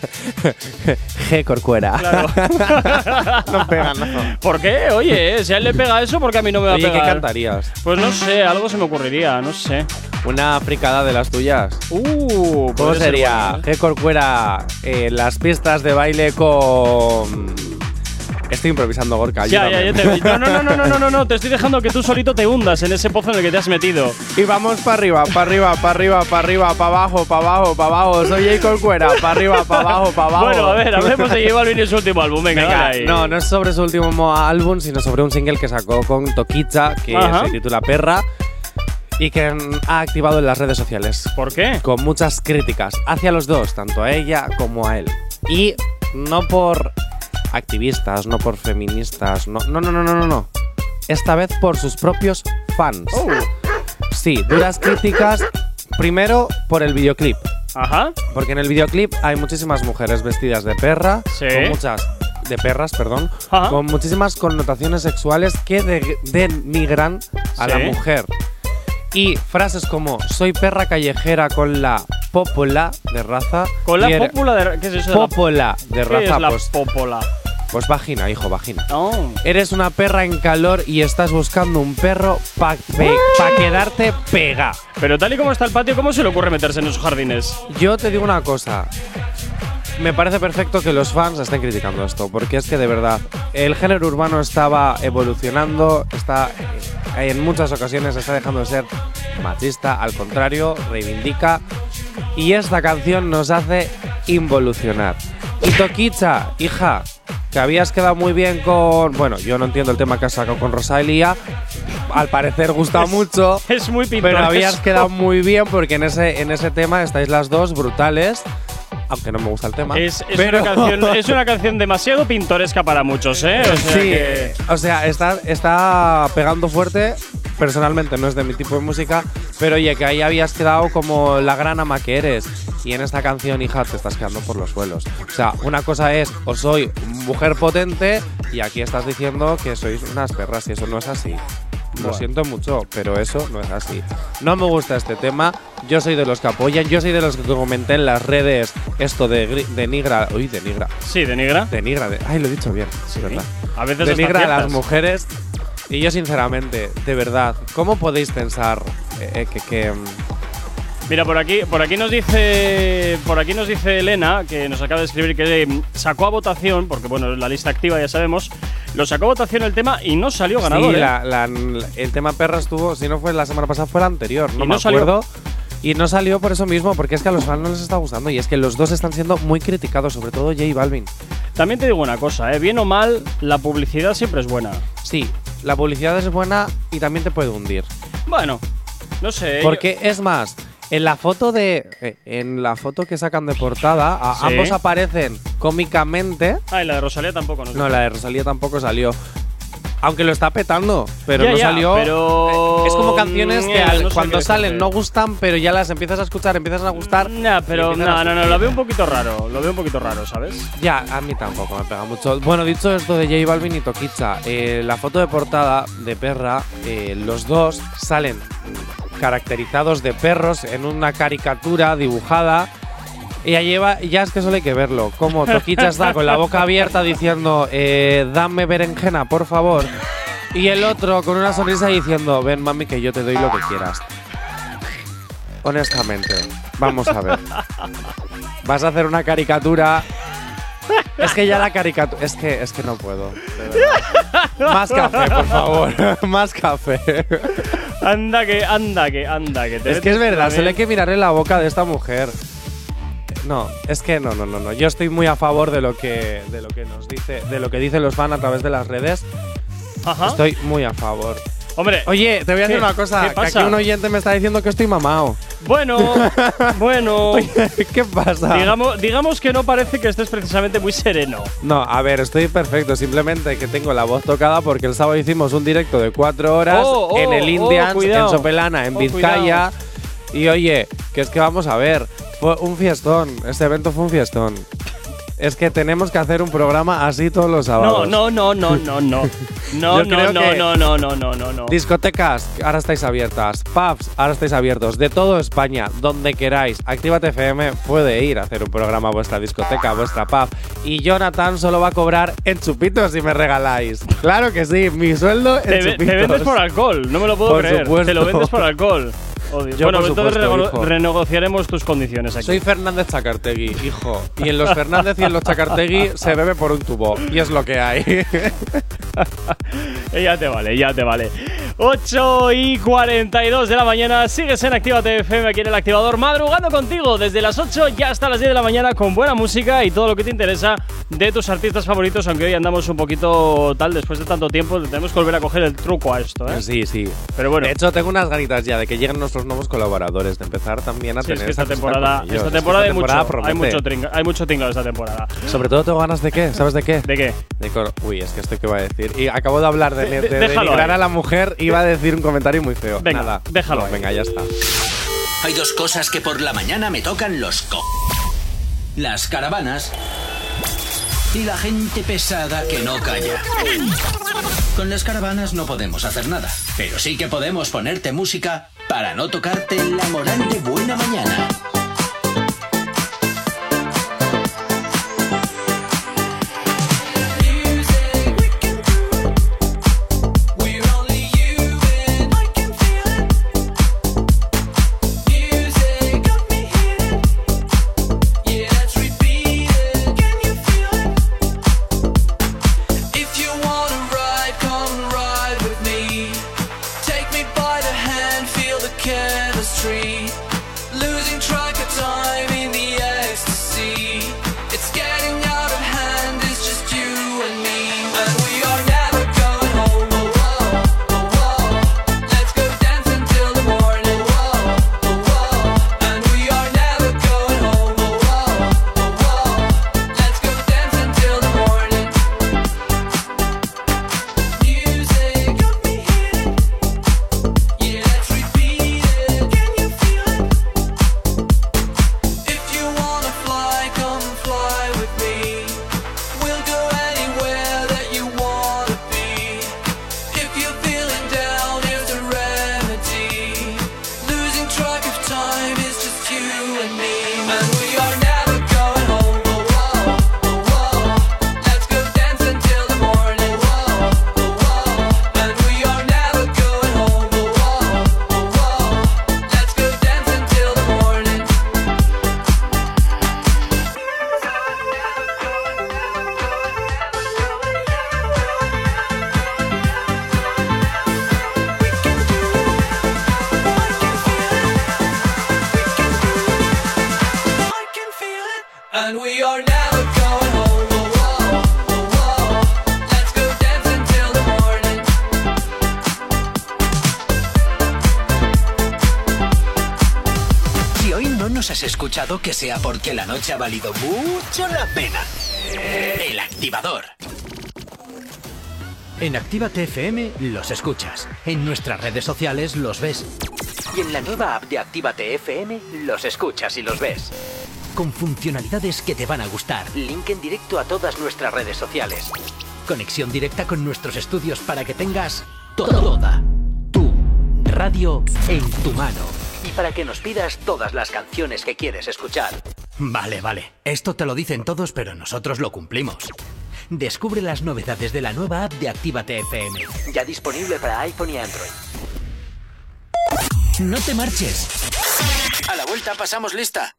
G Corcuera. Claro. No pega, no. ¿Por qué? Oye, eh, si a él le pega eso, ¿por qué a mí no me va Oye, a pegar? ¿qué cantarías? Pues no sé, algo se me ocurriría, no sé. Una fricada de las tuyas. Uh, ¿Cómo sería? Bueno, ¿eh? G Corcuera en las pistas de baile con... Estoy improvisando, Gorka. Ya, ya, ya te no, no, no, no, no, no, no, no, te estoy dejando que tú solito te hundas en ese pozo en el que te has metido. Y vamos para arriba, para arriba, para arriba, para arriba, para abajo, para abajo, para abajo. Soy J Corcuera, para arriba, para abajo, para abajo. Bueno, a ver, hablemos de J Balvin y su último álbum. Venga, Venga, dale ahí. No, no es sobre su último álbum, sino sobre un single que sacó con Toquicha, que Ajá. se titula Perra, y que ha activado en las redes sociales. ¿Por qué? Con muchas críticas hacia los dos, tanto a ella como a él. Y no por activistas, no por feministas, no, no, no, no, no, no. Esta vez por sus propios fans. Oh. Sí, duras críticas. Primero por el videoclip. Ajá. Porque en el videoclip hay muchísimas mujeres vestidas de perra, sí. con muchas de perras, perdón, Ajá. con muchísimas connotaciones sexuales que de, denigran a sí. la mujer. Y frases como soy perra callejera con la popola de raza. Con la Quiere, pópula de ¿qué es eso? Popola de ¿Qué raza, es la pues, pópola? pues vagina, hijo, vagina. Oh. Eres una perra en calor y estás buscando un perro para pa quedarte pega. Pero tal y como está el patio, ¿cómo se le ocurre meterse en esos jardines? Yo te digo una cosa. Me parece perfecto que los fans estén criticando esto, porque es que de verdad el género urbano estaba evolucionando, está en muchas ocasiones está dejando de ser machista, al contrario, reivindica, y esta canción nos hace involucionar. Y Toquicha, hija, que habías quedado muy bien con… Bueno, yo no entiendo el tema que has sacado con Rosalía. Al parecer gusta es, mucho. Es muy pintoresco. Pero habías quedado muy bien porque en ese, en ese tema estáis las dos brutales. Aunque no me gusta el tema. Es, es, pero… una, canción, es una canción demasiado pintoresca para muchos, ¿eh? O sea sí, que… o sea, está, está pegando fuerte. Personalmente no es de mi tipo de música, pero oye, que ahí habías quedado como la gran ama que eres. Y en esta canción, hija, te estás quedando por los suelos. O sea, una cosa es, o soy mujer potente, y aquí estás diciendo que sois unas perras, y eso no es así. Lo Bueno. siento mucho, pero eso no es así. No me gusta este tema. Yo soy de los que apoyan. Yo soy de los que comenté en las redes esto de, de Nigra. Uy, de Nigra. Sí, de Nigra. De Nigra. De, ay, lo he dicho bien. Sí, ¿verdad? A veces de hasta Nigra a las aciertas. mujeres. Y yo, sinceramente, de verdad, ¿cómo podéis pensar eh, que… que Mira, por aquí, por aquí nos dice, por aquí nos dice Elena, que nos acaba de escribir que eh, sacó a votación, porque bueno, la lista activa ya sabemos, lo sacó a votación el tema y no salió ganador. Sí, ¿eh? la, la, el tema perra estuvo, si no fue la semana pasada, fue la anterior, no Y me no salió. acuerdo. Y no salió por eso mismo, porque es que a los fans no les está gustando y es que los dos están siendo muy criticados, sobre todo J Balvin. También te digo una cosa, ¿eh? Bien o mal, la publicidad siempre es buena. Sí, la publicidad es buena y también te puede hundir. Bueno, no sé. Porque es más, en la foto de eh, en la foto que sacan de portada, a, ¿Sí? ambos aparecen cómicamente. Ah, y la de Rosalía tampoco nos No, dice. la de Rosalía tampoco salió. Aunque lo está petando, pero Ya, no ya, salió. pero… Eh, Es como canciones que Eh, al- no sé cuando qué salen decirte. no gustan, pero ya las empiezas a escuchar, empiezan a gustar. Nah, pero y empiezan no, a no, no, surgir. lo veo un poquito raro, lo veo un poquito raro, ¿sabes? Ya, a mí tampoco me pega mucho. Bueno, dicho esto de J Balvin y Toquicha, eh, la foto de portada de Perra, eh, los dos salen caracterizados de perros en una caricatura dibujada. Y ya lleva, ya es que solo hay que verlo. Como Toquicha está con la boca abierta diciendo, eh, dame berenjena, por favor. Y el otro con una sonrisa diciendo, ven mami que yo te doy lo que quieras. Honestamente, vamos a ver. Vas a hacer una caricatura. Es que ya la caricatura. Es que, es que no puedo. De verdad. Más café, por favor. Más café. Anda que, anda que, anda que. Te Es que es verdad, también. solo hay que mirarle la boca de esta mujer. No, es que no, no, no, no. Yo estoy muy a favor de lo que, de lo que nos dice, de lo que dicen los fans a través de las redes. Ajá. Estoy muy a favor. Hombre, Oye, te voy a decir ¿qué? una cosa. ¿Qué Que pasa? aquí un oyente me está diciendo que estoy mamao. Bueno, bueno. Oye, ¿qué pasa? Digamos, digamos que no parece que estés precisamente muy sereno. No, a ver, estoy perfecto. Simplemente que tengo la voz tocada porque el sábado hicimos un directo de cuatro horas Oh, oh, en el oh, Indians, cuidado. en Sopelana, en Oh, Vizcaya. Y oye, que es que vamos a ver, fue un fiestón. Este evento fue un fiestón. Es que tenemos que hacer un programa así todos los No, sábados. no, no, no, no, no. No, Yo no, creo no, que- no, no, no, no, no, no. Discotecas, ahora estáis abiertas. Pubs, ahora estáis abiertos. De todo España, donde queráis. Actívate F M puede ir a hacer un programa a vuestra discoteca, a vuestra pub. Y Jonathan solo va a cobrar en chupitos si me regaláis. Claro que sí, mi sueldo en Te, ve- chupitos. te vendes por alcohol, no me lo puedo Por creer. supuesto. Te lo vendes por alcohol. Odio. Yo, bueno, por entonces supuesto, reno- hijo. renegociaremos tus condiciones aquí. Soy Fernández Chacartegui, hijo. Y en los Fernández y en los Chacartegui se bebe por un tubo. Y es lo que hay. Eh, ya te vale, ya te vale. ocho y cuarenta y dos de la mañana, sigues en Actívate F M aquí en el activador, madrugando contigo desde las ocho ya hasta las diez de la mañana con buena música y todo lo que te interesa de tus artistas favoritos, aunque hoy andamos un poquito tal, después de tanto tiempo, le tenemos que volver a coger el truco a esto, ¿eh? Sí, sí. Pero bueno. De hecho, tengo unas ganitas ya de que lleguen nuestros nuevos colaboradores, de empezar también a Sí, es tener que esta esta cosita temporada, con ellos. esta Es que temporada, hay, temporada mucho, hay promete. mucho tringa- hay mucho tinglado esta temporada. Sobre todo tengo ganas de qué, ¿sabes de qué? ¿De qué? De cor- Uy, es que esto que iba a decir. Y acabo de hablar de, de, De- de déjalo denigrar ahí. a la mujer, iba a decir un comentario muy feo. Venga, Nada. déjalo No, ahí. venga, ya está. Hay dos cosas que por la mañana me tocan los co... Las caravanas y la gente pesada que no calla. Con las caravanas no podemos hacer nada, pero sí que podemos ponerte música para no tocarte la moral de buena mañana. If you wanna ride, come ride with me. Take me by the hand, feel the chemistry. Losing track. momentos has escuchado que sea porque la noche ha valido mucho la pena. El Activador. En Actívate F M los escuchas. En nuestras redes sociales los ves. Y en la nueva app de Actívate F M los escuchas y los ves. Con funcionalidades que te van a gustar. Link en directo a todas nuestras redes sociales. Conexión directa con nuestros estudios para que tengas toda tu radio en tu mano. Y para que nos pidas todas las canciones que quieres escuchar. Vale, vale. Esto te lo dicen todos, pero nosotros lo cumplimos. Descubre las novedades de la nueva app de Actívate F M. Ya disponible para iPhone y Android. No te marches. A la vuelta pasamos lista.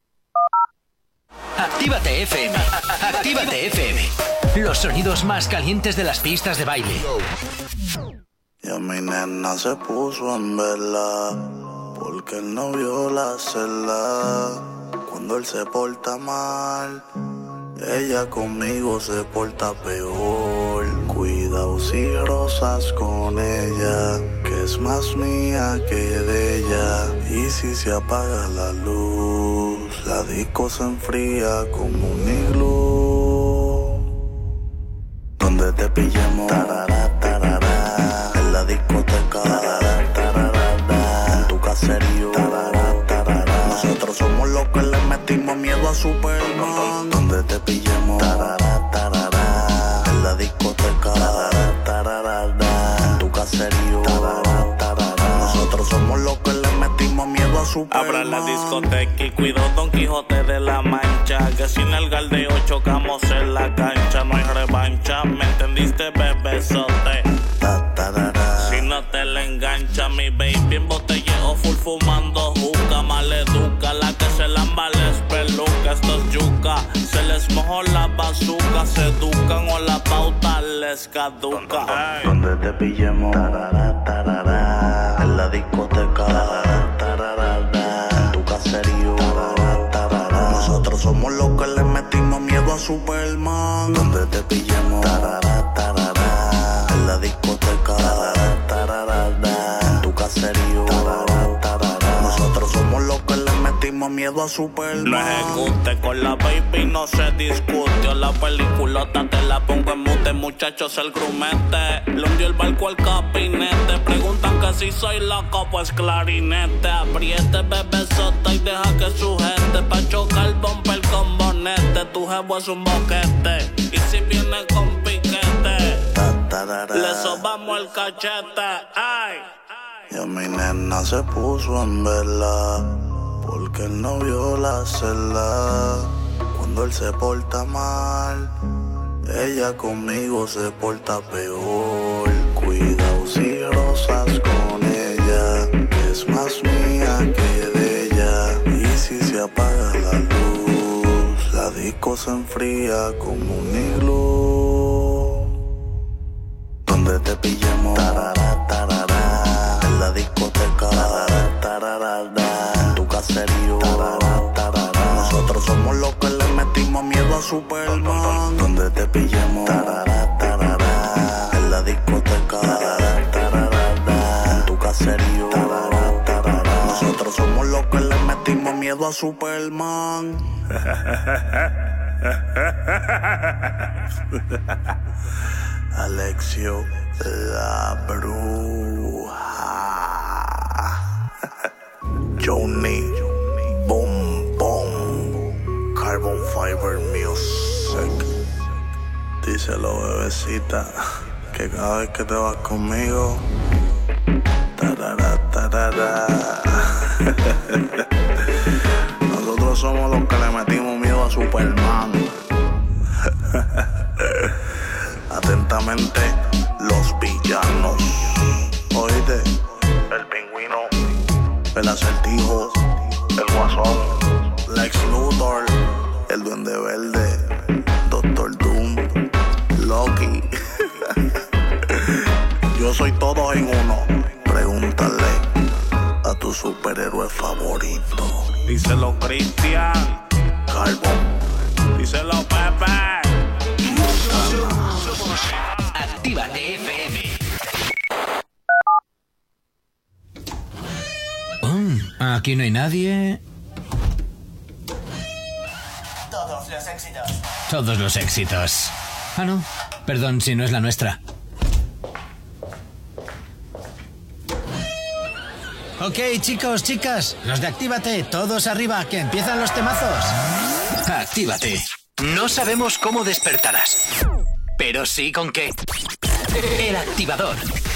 Actívate F M. Actívate F M. Los sonidos más calientes de las pistas de baile. Ya mi nena se puso en vela porque él no vio la celda. Cuando él se porta mal, ella conmigo se porta peor. Cuidado si rozas con ella, que es más mía que de ella. Y si se apaga la luz, la disco se enfría como un iglú. Donde te pillemos, tarara, tarara, en la discoteca, tarara, tarara, en tu caserío, tarara, tarara. Nosotros somos los que le metimos miedo a Superman. Donde te pillemos, tarara, tarara, en la discoteca, tarara, tarara, en tu caserío, tarara, tarara. Nosotros somos los que le metimos miedo a Superman. Abra la discoteca y cuido Don Quijote de la Mancha, que sin el galdeo chocamos en la cancha. No hay revancha, ¿me entendiste, bebesote? Si no te le engancha mi baby en botelleo full fumando juca, maleduca, la que se lamba les peluca. Estos yuca, se les mojó la bazuca, se educan o la pauta les caduca. Donde te pillemos, tarara, tarara, en la discoteca, tarara, tarara, en tu caserío, tarara, tarara. Nosotros somos los que le metimos miedo a Superman. Donde te pillemos, tarara, tarara, en la discoteca, tarara, tarara, en tu caserío, tarara, tarara. Nosotros somos los que le metimos miedo a Superman. No ejecute con la baby, no se discute. La peliculota te la pongo en mute, muchachos, el grumete. Le hundió el barco al capinete. Preguntan que si soy loco, pues clarinete. Apriete, bebesota, y deja que sujete. Pa' chocar bumper con bonete. Tu jevo es un boquete. Y si viene con piquete, le sobamos el cachete. Ay. Ya mi nena se puso en vela porque él no vio la celda. Cuando él se porta mal, ella conmigo se porta peor. Cuidado si rozas con ella, que es más mía que de ella. Y si se apaga la luz, la disco se enfría como un iglú. Donde te pillemos, tarara, tarara, en la discoteca, tarara, tarara, en tu caserío, tarara, tarara. Nosotros somos los que le metimos miedo a Superman. Donde te pillemos, tarara, tarara, en la discoteca, tarara, tarara, en tu caserío, tarara, tarara. Nosotros somos los que le metimos miedo a Superman. Alexio la bruja. Johnny Boom Boom Carbon Fiber Music. Díselo, bebecita, que cada vez que te vas conmigo, tarara, tarara. Nosotros somos los que le metimos miedo a Superman. Atentamente, los villanos. Oíste, el pingüino, el acertijo, el guasón, Lex Luthor, el duende verde, Doctor Doom, Loki. Yo soy todo en uno. Pregúntale a tu superhéroe favorito. Díselo Cristian, Carbon. Díselo Pepe. Actívate F M. Oh, aquí no hay nadie. los éxitos. Todos los éxitos. Ah, no. Perdón si no es la nuestra. Ok, chicos, chicas, los de Actívate, todos arriba, que empiezan los temazos. Actívate. No sabemos cómo despertarás, pero sí con qué. El Activador.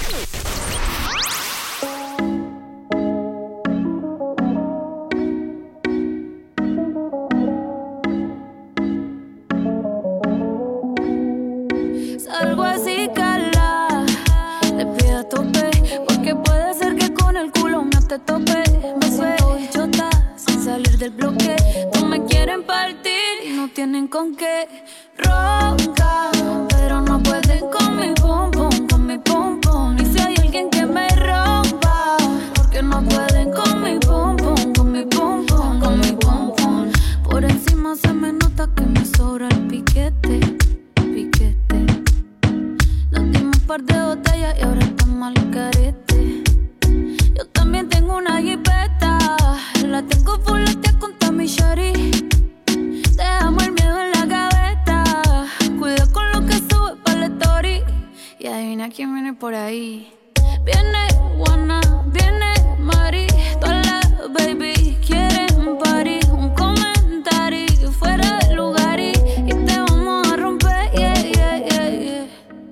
Salgo así, cala, le pido a tope, porque puede ser que con el culo no te tope. Me suelto y chota, sin salir del bloque. No me quieren partir y no tienen con qué. Ronca, pero no pueden con mi pum pum, con mi pum pum. Y si hay alguien que me rompa, porque no pueden con mi pum pum, con mi pum pum, con mi pum pum. Por encima se me nota que me sobra el piquete, piquete. Nos dimos un par de botellas y ahora estamos al carete. Yo también tengo una jipeta, la tengo fuletea con Tommy Shari. Dejamos el miedo en la gaveta, cuida con lo que sube para la story. Y adivina quién viene por ahí. Viene Juana, viene Mari, todas las baby quieren party. Un comentario fuera del lugar y, y te vamos a romper, yeah, yeah, yeah, yeah.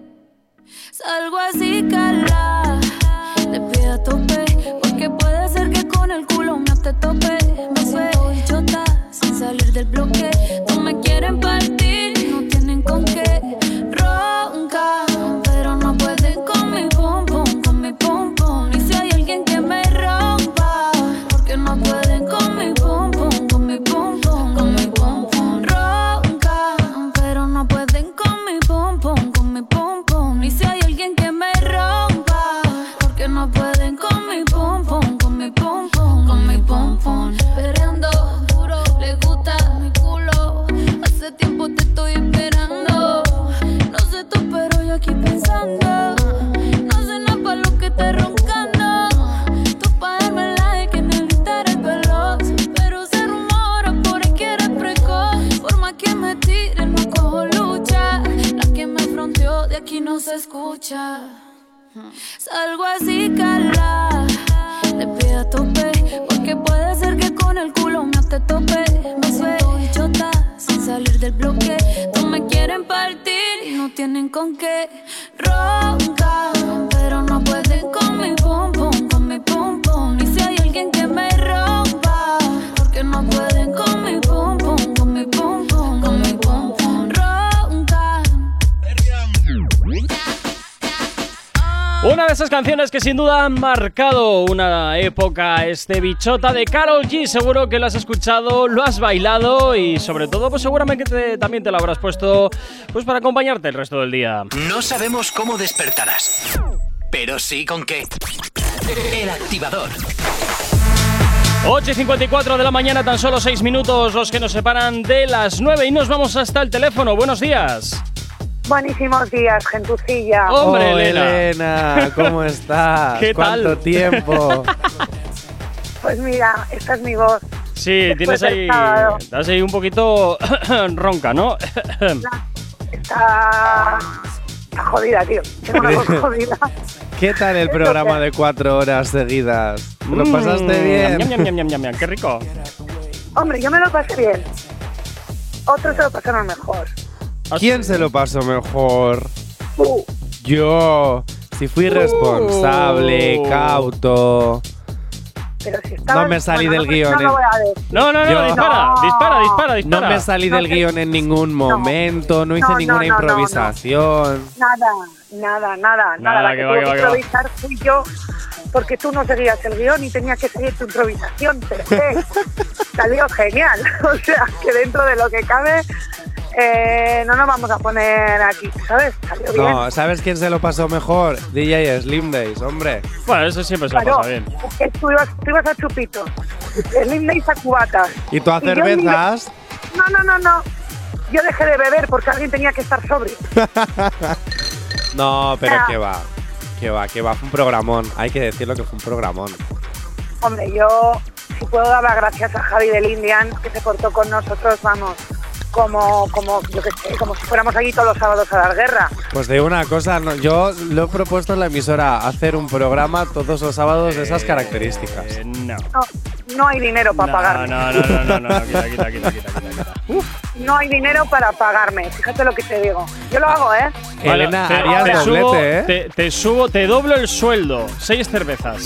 Salgo así, cala, le pido a tope, porque puede ser que con el culo no te tope. Me suelto y chota, sin salir del bloque. No me quieren partir y no tienen con qué. Ronca, pero no pueden con mi pum pum, con mi pum pum. Y si hay alguien que me rompa, porque no pueden con mi pum pum, con mi pum pum, con mi pum pum. Ronca, pero no pueden con mi pum pum, con mi pum pum. Y si hay alguien que me rompa, porque no pueden con mi pum pum, con mi pum pum, con mi pum pum. Perreando duro, le gusta mi culo. Hace tiempo te estoy esperando. No sé tú, pero yo aquí pensando. No sé nada pa' lo que estés roncando. Tú pa' darme like que en el Twitter es veloz, pero se rumora por ahí que eres precoz. Por más que me tiren no cojo lucha. La que me fronteó de aquí no se escucha. Salgo así, cala, le pido a tope, porque puede ser que con el culo no te tope. Me suelto y chota, sin salir del bloque. No me quieren partir y no tienen con qué. Ronca, pero no pueden con mi pum pum, con mi pum pum. Y si hay alguien que me rompa, porque no pueden con mi pum pum, con mi pum pum, con mi pum pum. Ronca. Una de esas canciones que sin duda han marcado una época, este Bichota de Karol G. Seguro que lo has escuchado, lo has bailado y sobre todo pues seguramente te, también te lo habrás puesto pues para acompañarte el resto del día. No sabemos cómo despertarás, pero sí con qué. El Activador. ocho y cincuenta y cuatro de la mañana, tan solo seis minutos los que nos separan de las nueve y nos vamos hasta el teléfono. Buenos días. Buenísimos días, gentucilla. Hombre, oh, Elena. Elena, ¿cómo estás? ¿Qué tal? ¿Cuánto tiempo? Pues mira, esta es mi voz. Sí, tienes ahí, estás ahí un poquito ronca, ¿no? Está, está jodida, tío. Tengo una voz jodida. ¿Qué tal el programa de cuatro horas seguidas? ¿Lo pasaste bien? Ñam, ñam, ñam, ñam, ñam, qué rico. Hombre, yo me lo pasé bien. Otros se lo pasaron mejor. ¿Quién se lo pasó mejor? Uh. Yo. Si fui uh. responsable, cauto. Pero si estaba, no me salí bueno, del no, guión. No, lo voy a decir. no, no, no, Yo, dispara, no, dispara, dispara, dispara. No me salí no, del que, guión en ningún momento, no hice no, ninguna no, no, improvisación. No, no. Nada, nada, nada, nada. Nada, La que que va, tuvo que que va, que va. improvisar fui yo, porque tú no seguías el guión y tenías que seguir tu improvisación. Perfecto. Salió genial. O sea, que dentro de lo que cabe, eh, no nos vamos a poner aquí, ¿sabes? Salió bien. No, ¿sabes quién se lo pasó mejor? D J Slim Days, hombre. Bueno, eso siempre se lo Claro, pasa bien. es que tú ibas, tú ibas a chupitos, Slim Days a cubatas. ¿Y tú a Y yo cervezas? ni- No, no, no, no. Yo dejé de beber porque alguien tenía que estar sobrio. No, pero Nah. que va. Que va, que va. Fue un programón. Hay que decirlo que fue un programón. Hombre, yo si puedo dar las gracias a Javi del Indian, que se portó con nosotros, vamos, como, como, yo qué sé, como si fuéramos allí todos los sábados a dar guerra. Pues de una cosa, no, yo lo he propuesto en la emisora, hacer un programa todos los sábados de esas características. Eh, no. No, no hay dinero para No, pagarme. no, no, no, no, no, no, quita, quita, quita, quita, quita, quita. Uf. No hay dinero para pagarme, fíjate lo que te digo. Yo lo hago, ¿eh? Elena, te, harías te doblete, subo, ¿eh? Te, te subo, te doblo el sueldo. Seis cervezas.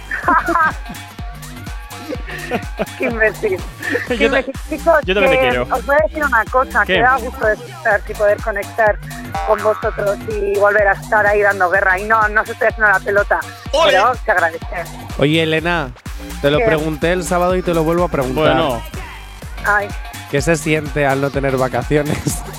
Qué imbécil. Qué Yo, imbécil. Chicos, yo también te que quiero. os voy a decir una cosa, ¿Qué? que da gusto de escuchar y poder conectar con vosotros y volver a estar ahí dando guerra. Y no, no se estoy haciendo la pelota, ¡Ole! pero se agradece. Oye, Elena, te lo ¿Qué? pregunté el sábado y te lo vuelvo a preguntar. Bueno, Ay, ¿Qué se siente al no tener vacaciones?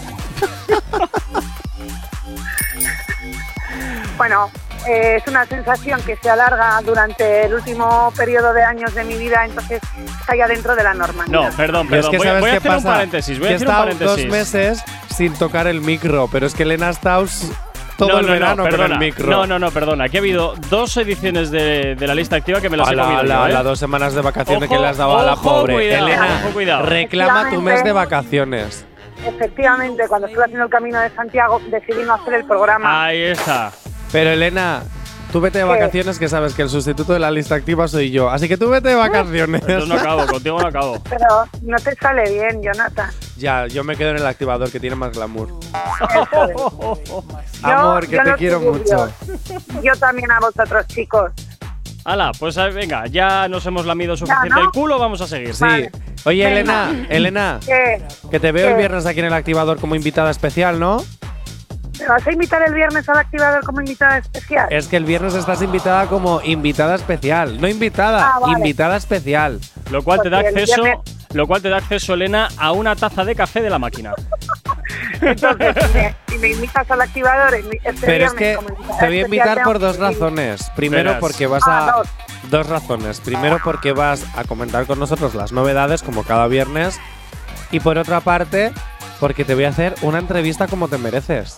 bueno, eh, es una sensación que se alarga durante el último periodo de años de mi vida, entonces está ya dentro de la normalidad. no, perdón, Y es perdón. que voy, ¿sabes voy a qué hacer un pasa? paréntesis. Voy que a hacer he un estado paréntesis. dos meses sin tocar el micro, pero es que Elena ha estado s- todo no, el no, verano no, con perdona. el micro. No, no, no, perdona. Aquí ha habido dos ediciones de, de la lista activa que me las he Ala, comido ala, yo, ¿eh? las dos semanas de vacaciones Ojo, que le has dado a la ojo, pobre. cuidado, Elena, ojo, cuidado. reclama tu mes de vacaciones. Efectivamente, cuando estuve haciendo el Camino de Santiago decidí no hacer el programa. Ahí está. Pero Elena, tú vete de ¿Qué? vacaciones, que sabes que el sustituto de la lista activa soy yo. Así que tú vete de vacaciones. Entonces no acabo, contigo no acabo. Pero no te sale bien, Jonathan. Ya, yo me quedo en el activador, que tiene más glamour. Yo- Amor, que yo te los quiero suburbios. mucho. Yo también a vosotros, chicos. Hala, pues eh, venga, ya nos hemos lamido suficiente ¿no? el culo, vamos a seguir. Sí. Vale. Oye, Venga. Elena, Elena, ¿Qué? que te veo el ¿Qué? viernes aquí en el activador como invitada especial, ¿no? ¿Me vas a invitar el viernes al activador como invitada especial? Es que el viernes estás invitada como invitada especial. No invitada, Ah, vale. invitada especial. Lo cual te da Porque el acceso, viernes- lo cual te da acceso, Elena, a una taza de café de la máquina. Entonces, si me, si me invitas al activador este Pero es viernes que como invitada te voy a especial, invitar tengo por dos que ir. razones. Primero Verás. porque vas Ah, a… dos. Dos razones. Primero porque vas a comentar con nosotros las novedades como cada viernes. Y por otra parte, porque te voy a hacer una entrevista como te mereces.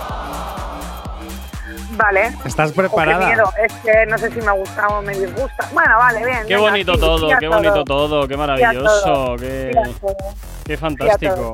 Vale. ¿Estás Oh, qué preparada? miedo. Es que no sé si me gusta o me disgusta. Bueno, vale, bien. Qué venga, bonito sí, todo, sí a qué bonito todo, qué maravilloso, todo, qué, sí a todo. qué fantástico.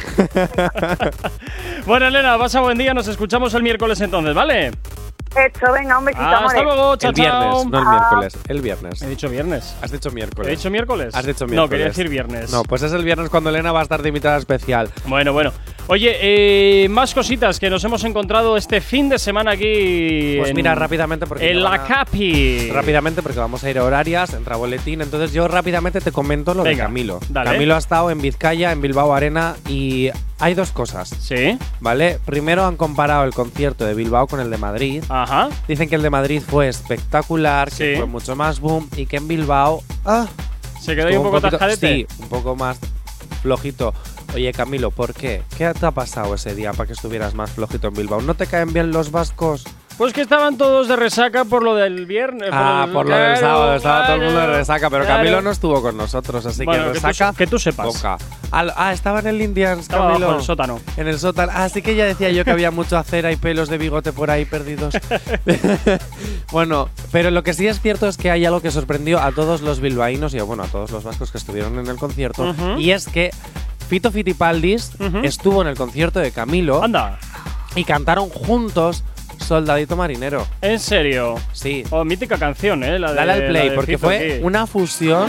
Bueno, Elena, pasa buen día, nos escuchamos el miércoles entonces, ¿vale? Hecho, venga, un besito, Hasta amores. luego, chao, El viernes, chao. no el Ah. miércoles. El viernes. He dicho viernes. Has dicho miércoles. ¿He dicho miércoles? Has dicho No, miércoles. quería decir viernes. No, pues es el viernes cuando Elena va a estar de invitada especial. Bueno, bueno. Oye, eh, más cositas que nos hemos encontrado este fin de semana aquí. Pues en, mira, rápidamente porque En te la van a- Capi. Rápidamente porque vamos a ir a horarias, entra boletín. Entonces yo rápidamente te comento lo Venga, de Camilo. dale. Camilo ha estado en Vizcaya, en Bilbao Arena, y hay dos cosas. Sí. ¿Vale? Primero han comparado el concierto de Bilbao con el de Madrid. Ajá. Dicen que el de Madrid fue espectacular, que Sí. fue mucho más boom y que en Bilbao… Ah, Se quedó ahí un estuvo poco poquito- tajadete. Sí, un poco más flojito. Oye, Camilo, ¿por qué? ¿Qué te ha pasado ese día para que estuvieras más flojito en Bilbao? ¿No te caen bien los vascos? Pues que estaban todos de resaca por lo del viernes. Ah, por lo del claro, sábado, estaba todo el mundo de claro, resaca, pero claro. Camilo no estuvo con nosotros, así Bueno, que que tú resaca. se- que tú sepas. Poca. Al- ah, estaba en el Indians, Estaba Camilo. abajo en el sótano. En el sótano. Ah, sí que ya decía yo que había mucha cera y pelos de bigote por ahí perdidos. Bueno, pero lo que sí es cierto es que hay algo que sorprendió a todos los bilbaínos y bueno, a todos los vascos que estuvieron en el concierto. Ujú. Y es que Fito Fitipaldis Ujú. estuvo en el concierto de Camilo Anda. y cantaron juntos Soldadito Marinero. ¿En serio? Sí. Oh, mítica canción, ¿eh? La de, Dale al play, la de porque Fito fue aquí. una fusión.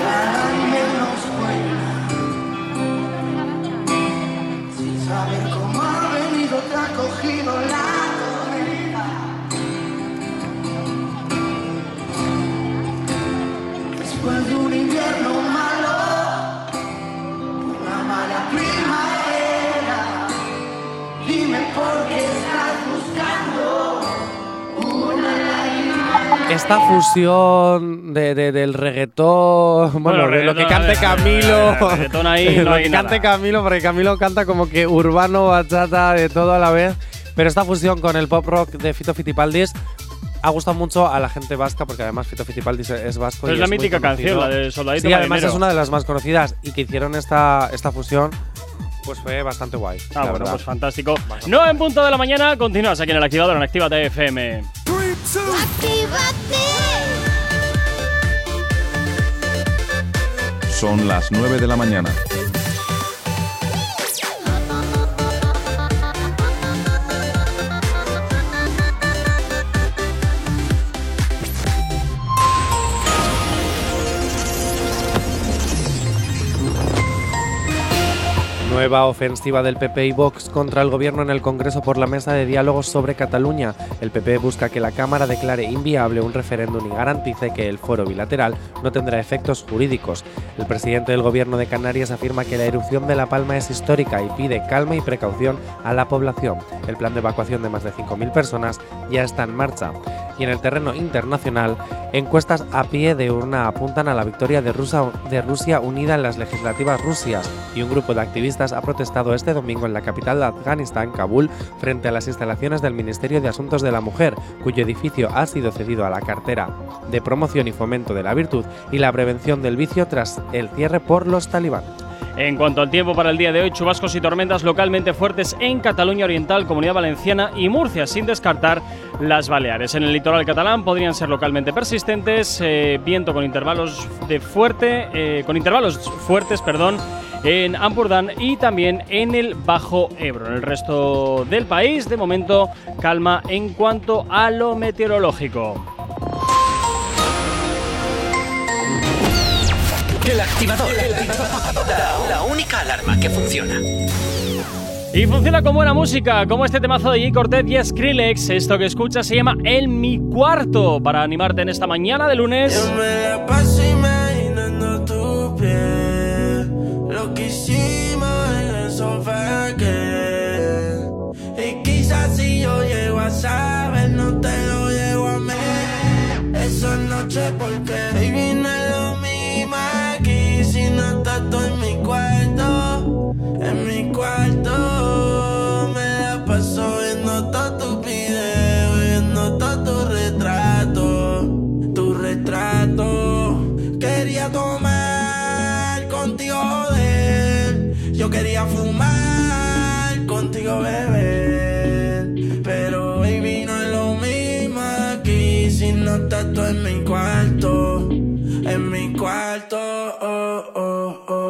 Sin saber cómo ha venido, te ha cogido la tormenta. Después de un invierno malo, una mala primavera, dime por qué estás buscando una lágrima. Esta fusión de, de- del reggaetón, bueno, Bueno, de lo que reggaetón, cante a ver, a ver, Camilo, a ver, reggaetón ahí de no lo hay que nada. cante Camilo, porque Camilo canta como que urbano, bachata, de todo a la vez. Pero esta fusión con el pop rock de Fito Fitipaldis ha gustado mucho a la gente vasca, porque además Fito Fitipaldis es vasco. Pero y es la muy mítica conocido. canción, la de Soldadito Sí, además Marinero. es una de las más conocidas y que hicieron esta, esta fusión, pues fue bastante guay. Ah, la bueno, verdad. pues fantástico. No en punto de la mañana, continúas aquí en el activador en Actívate F M. Son las nueve de la mañana. Nueva ofensiva del P P y Vox contra el Gobierno en el Congreso por la mesa de diálogos sobre Cataluña. El P P busca que la Cámara declare inviable un referéndum y garantice que el foro bilateral no tendrá efectos jurídicos. El presidente del Gobierno de Canarias afirma que la erupción de La Palma es histórica y pide calma y precaución a la población. El plan de evacuación de más de cinco mil personas ya está en marcha. Y en el terreno internacional, encuestas a pie de urna apuntan a la victoria de Rusia, de Rusia unida en las legislativas rusias, y un grupo de activistas ha protestado este domingo en la capital de Afganistán, Kabul, frente a las instalaciones del Ministerio de Asuntos de la Mujer, cuyo edificio ha sido cedido a la cartera de promoción y fomento de la virtud y la prevención del vicio tras el cierre por los talibán. En cuanto al tiempo para el día de hoy, chubascos y tormentas localmente fuertes en Cataluña Oriental, Comunidad Valenciana y Murcia, sin descartar las Baleares. En el litoral catalán podrían ser localmente persistentes, eh, viento con intervalos de fuerte, eh, con intervalos fuertes, perdón, en Ampurdán y también en el Bajo Ebro. En el resto del país, de momento, calma en cuanto a lo meteorológico. El activador. El activador. La, la única alarma que funciona. Y funciona con buena música, como este temazo de Jay Cortez y Skrillex. Esto que escuchas se llama En mi cuarto, para animarte en esta mañana de lunes. Yo me la paso imaginando tu piel, lo que hicimos en el sofá aquel. Y quizás si yo llego a saber, no te lo llego a mí. Esa noche porque baby no es lo mismo aquí, si no estás tú en mi cuarto, en mi cuarto. Me la paso viendo todos tus videos, viendo todo tu retrato, tu retrato. Quería tomar contigo, joder, yo quería fumar contigo, beber, pero baby no es lo mismo aquí, si no estás tú en mi cuarto, en mi cuarto, oh, oh, oh.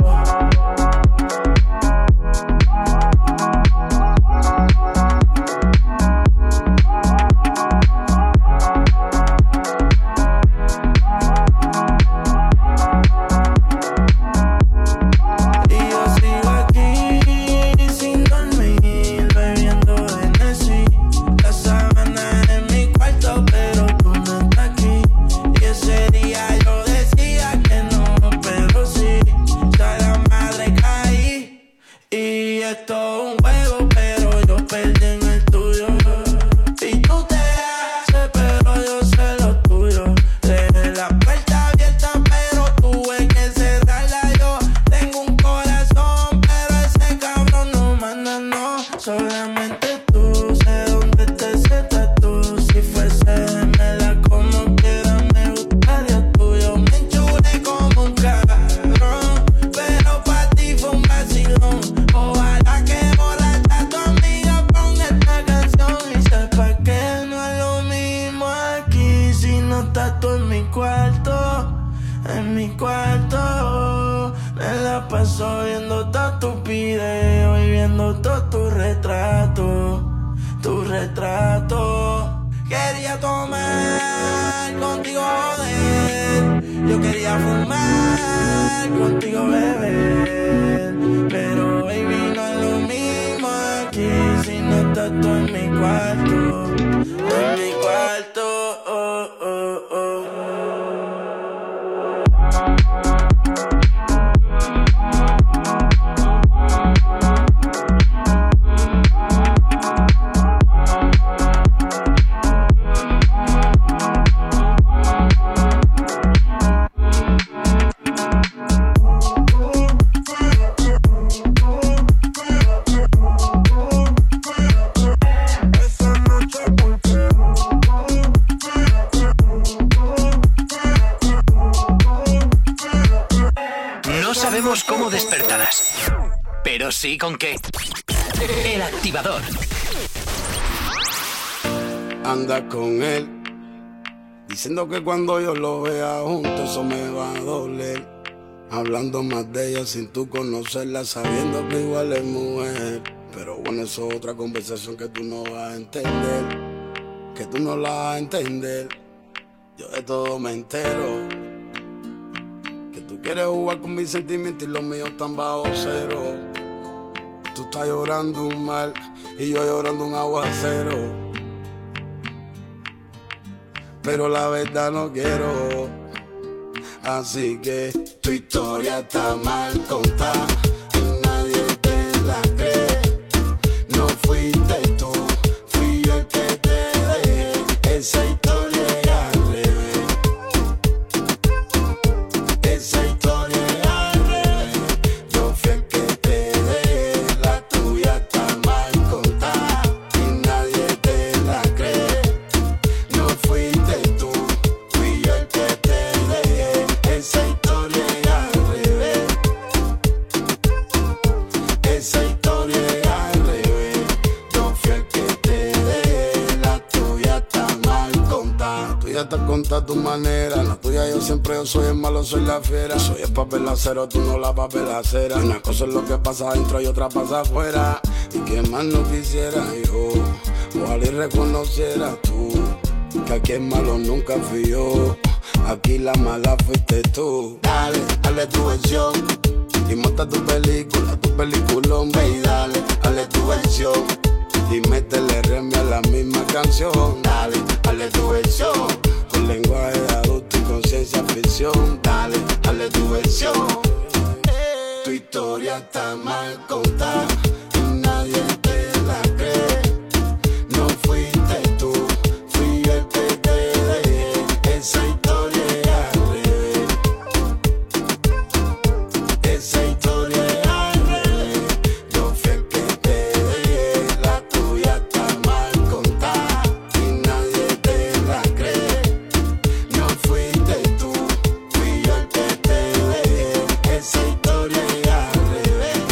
Sí, ¿con qué? El activador. Anda con él, diciendo que cuando yo lo vea juntos eso me va a doler. Hablando más de ella sin tú conocerla, sabiendo que igual es mujer. Pero bueno, eso es otra conversación que tú no vas a entender, que tú no la vas a entender. Yo de todo me entero, que tú quieres jugar con mis sentimientos y los míos están bajo cero. Tú estás llorando un mal y yo llorando un aguacero. Pero la verdad no quiero. Así que tu historia está mal contada. Nadie te la cree. No fuiste tú, fui yo el que te dejé. Esa historia es al revés. Esa historia es al revés. Yo fui el que te dejé. La tuya está mal contada y nadie te la cree. No fuiste tú, fui yo el que te dejé. Esa historia es al revés. Esa historia es al revés. Yo fui el que te dejé. La tuya está mal contada. La tuya está contada a tu manera. La tuya yo siempre yo soy el malo, soy la fiera. Soy el papel acero, tú no la papelacera. Una cosa es lo que pasa adentro y otra pasa afuera. Y que más no quisiera yo. Ojalá y reconociera tú que aquí el malo nunca fui yo. Aquí la mala fuiste tú. Dale, dale tu versión y monta tu película, tu peliculón, ve y dale, dale tu versión y métele remi a la misma canción. Dale, dale tu versión con lenguaje de adulto y conciencia ficción. Dale, dale tu versión. Tu historia está mal contada y nadie te la cree. No fuiste tú, fui yo el que te dejé. Esa historia es al revés. Esa historia es al revés. Yo fui el que te dejé. La tuya está mal contada y nadie te la cree. No fuiste tú, fui yo el que te dejé. Esa historia es al revés.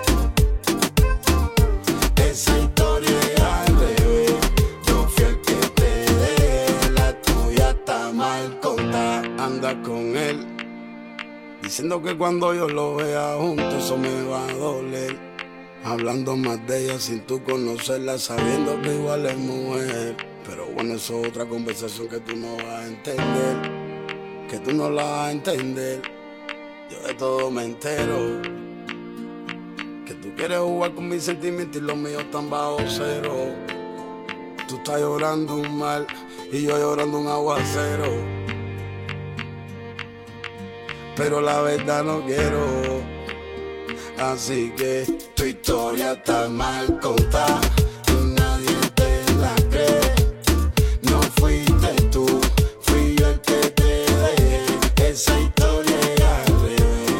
Esa historia es al revés. Yo fui el que te dejé. La tuya está mal contada. Anda con él diciendo que cuando yo lo vea juntos eso me va a doler. Hablando más de ella sin tú conocerla, sabiendo que igual es mujer. Pero bueno, eso es otra conversación que tú no vas a entender. Que tú no la vas a entender. Yo de todo me entero. Que tú quieres jugar con mis sentimientos y los míos están bajo cero. Tú estás llorando un mal y yo llorando un aguacero. Pero la verdad no quiero. Así que tu historia está mal contada y nadie te la cree. No fuiste tú, fui yo el que te dejé. Esa historia es al revés.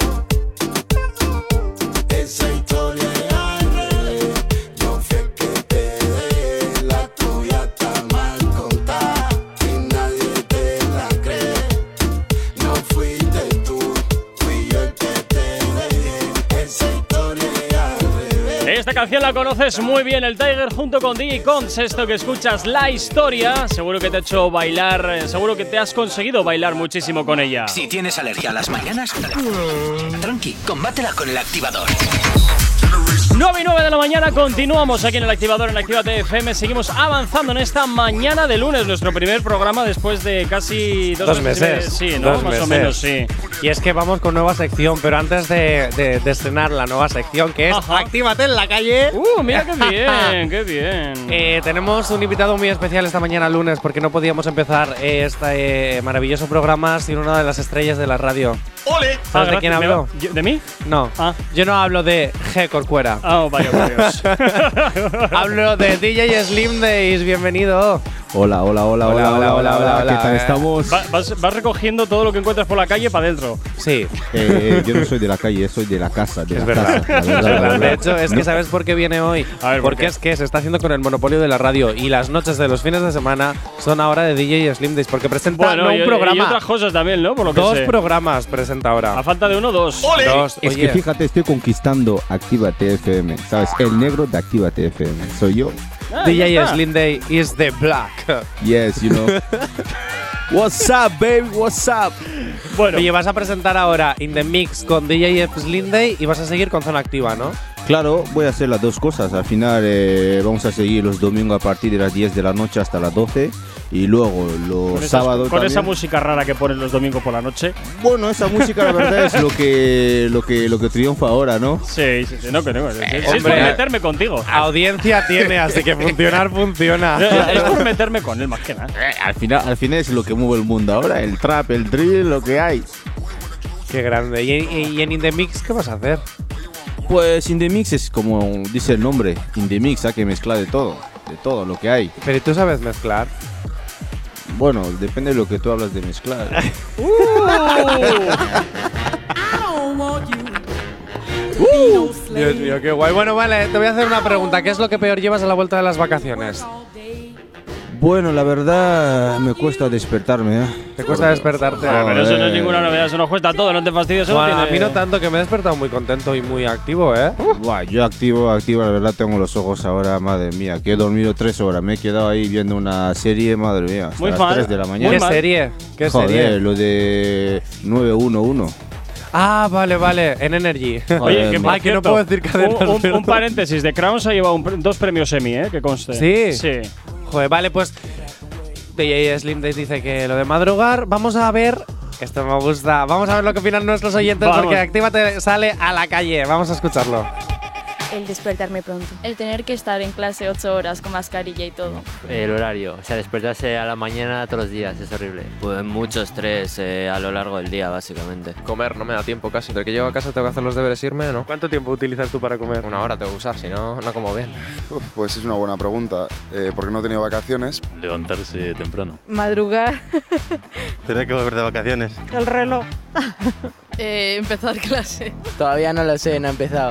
Esa historia es al revés. Yo fui el que te dejé. La tuya está mal contada y nadie te la cree. No fuiste tú, fui yo el que te dejé. Esa historia es al revés. Esta canción la conoces muy bien, el Tiger junto con D J Cons. Esto que escuchas, La Historia, seguro que te ha hecho bailar, eh, seguro que te has conseguido bailar muchísimo con ella. Si tienes alergia a las mañanas, tranqui, combátela con el activador. nueve y nueve de la mañana, continuamos aquí en el activador en Actívate F M. Seguimos avanzando en esta mañana de lunes, nuestro primer programa después de casi dos, Dos meses. meses. Sí, ¿no? Dos Más meses. o menos, sí. Y es que vamos con nueva sección, pero antes de, de, de estrenar la nueva sección, que es Ajá. Actívate en la calle. Uh, mira qué bien, qué bien. Eh, tenemos un invitado muy especial esta mañana lunes porque no podíamos empezar eh, este eh, maravilloso programa sin una de las estrellas de la radio. ¡Ole! ¿Sabes Ah, de quién gracias. hablo? ¿Yo- ¿De mí? No, Ah. yo no hablo de G. Corcuera. Ah, oh, vaya, por Dios. Hablo de D J Slim Days, bienvenido. Hola, hola, hola, hola, hola, hola, hola, ¿qué tal eh. estamos? Va- vas, vas recogiendo todo lo que encuentras por la calle para adentro. Sí. Eh, yo no soy de la calle, soy de la casa, de Es la verdad. casa. La Es verdad, la verdad. De verdad. hecho, es No. que ¿sabes por qué viene hoy? A ver, ¿por Porque qué? es que se está haciendo con el monopolio de la radio y las noches de los fines de semana son ahora de D J Slim Days porque presenta Bueno, no y, un programa, y otras cosas también, ¿no? Por lo que dos sé. programas presenta ahora. A falta de uno, dos. Dos. Es Oye, que fíjate, estoy conquistando Actívate F M, ¿sabes? El negro de Actívate F M, soy yo. Ah, ya D J está. Slim Day is the black. Yes, you know. What's up, baby? What's up? Bueno, Oye, vas a presentar ahora In The Mix con D J Slim Day y vas a seguir con Zona Activa, ¿no? Claro, voy a hacer las dos cosas. Al final eh, vamos a seguir los domingos a partir de las diez de la noche hasta las doce. Y luego los con esas, sábados Con también. esa música rara que ponen los domingos por la noche. Bueno, esa música la verdad es lo que lo que lo que triunfa ahora, ¿no? Sí, sí, sí, no, que no. Es, es por hombre, meterme contigo. Audiencia tiene, así que funcionar funciona. Es por meterme con él más que nada. Al final, al final es lo que mueve el mundo ahora, el trap, el drill, lo que hay. Qué grande. ¿Y, y, y en In The Mix qué vas a hacer? Pues In The Mix es como dice el nombre, In The Mix, hay que mezclar de todo, de todo lo que hay. Pero ¿tú sabes mezclar? Bueno, depende de lo que tú hablas de mezclar. Uh, Dios mío, qué guay. Bueno, vale, te voy a hacer una pregunta. ¿Qué es lo que peor llevas a la vuelta de las vacaciones? Bueno, la verdad me cuesta despertarme, ¿eh? ¿Te cuesta despertarte? Ah, pero eso no es ninguna novedad, eso nos cuesta todo, no te fastidies. Bueno, tiene... a mí no tanto, que me he despertado muy contento y muy activo, ¿eh? Buah, yo activo, activo, la verdad tengo los ojos ahora, madre mía, que he dormido tres horas, me he quedado ahí viendo una serie, madre mía, hasta Muy las mal. tres de la mañana. ¿Qué serie? ¿Qué Joder, serie? lo de nueve uno uno. Ah, vale, vale, en Energy. Oye, que, Ay, que no puedo decir cadenas. un, un, un paréntesis, The Crown se ha llevado un, dos premios Emmy, ¿eh? Que conste. ¿Sí? Sí. Joder, vale, pues D J Slim Days dice que lo de madrugar, vamos a ver. Esto me gusta. Vamos a ver lo que opinan nuestros oyentes Vamos. porque Actívate sale a la calle. Vamos a escucharlo. El despertarme pronto. El tener que estar en clase ocho horas con mascarilla y todo. El horario, o sea, despertarse a la mañana todos los días, es horrible. Pues mucho estrés eh, a lo largo del día, básicamente. Comer, no me da tiempo casi. Entre que llego a casa tengo que hacer los deberes y irme, ¿no? ¿Cuánto tiempo utilizas tú para comer? Una hora tengo que usar, si no, no como bien. Uf, pues es una buena pregunta, eh, porque no he tenido vacaciones. Levantarse temprano. Madrugar. Tener que volver de vacaciones. El reloj. eh, empezar clase. Todavía no lo sé, no he empezado.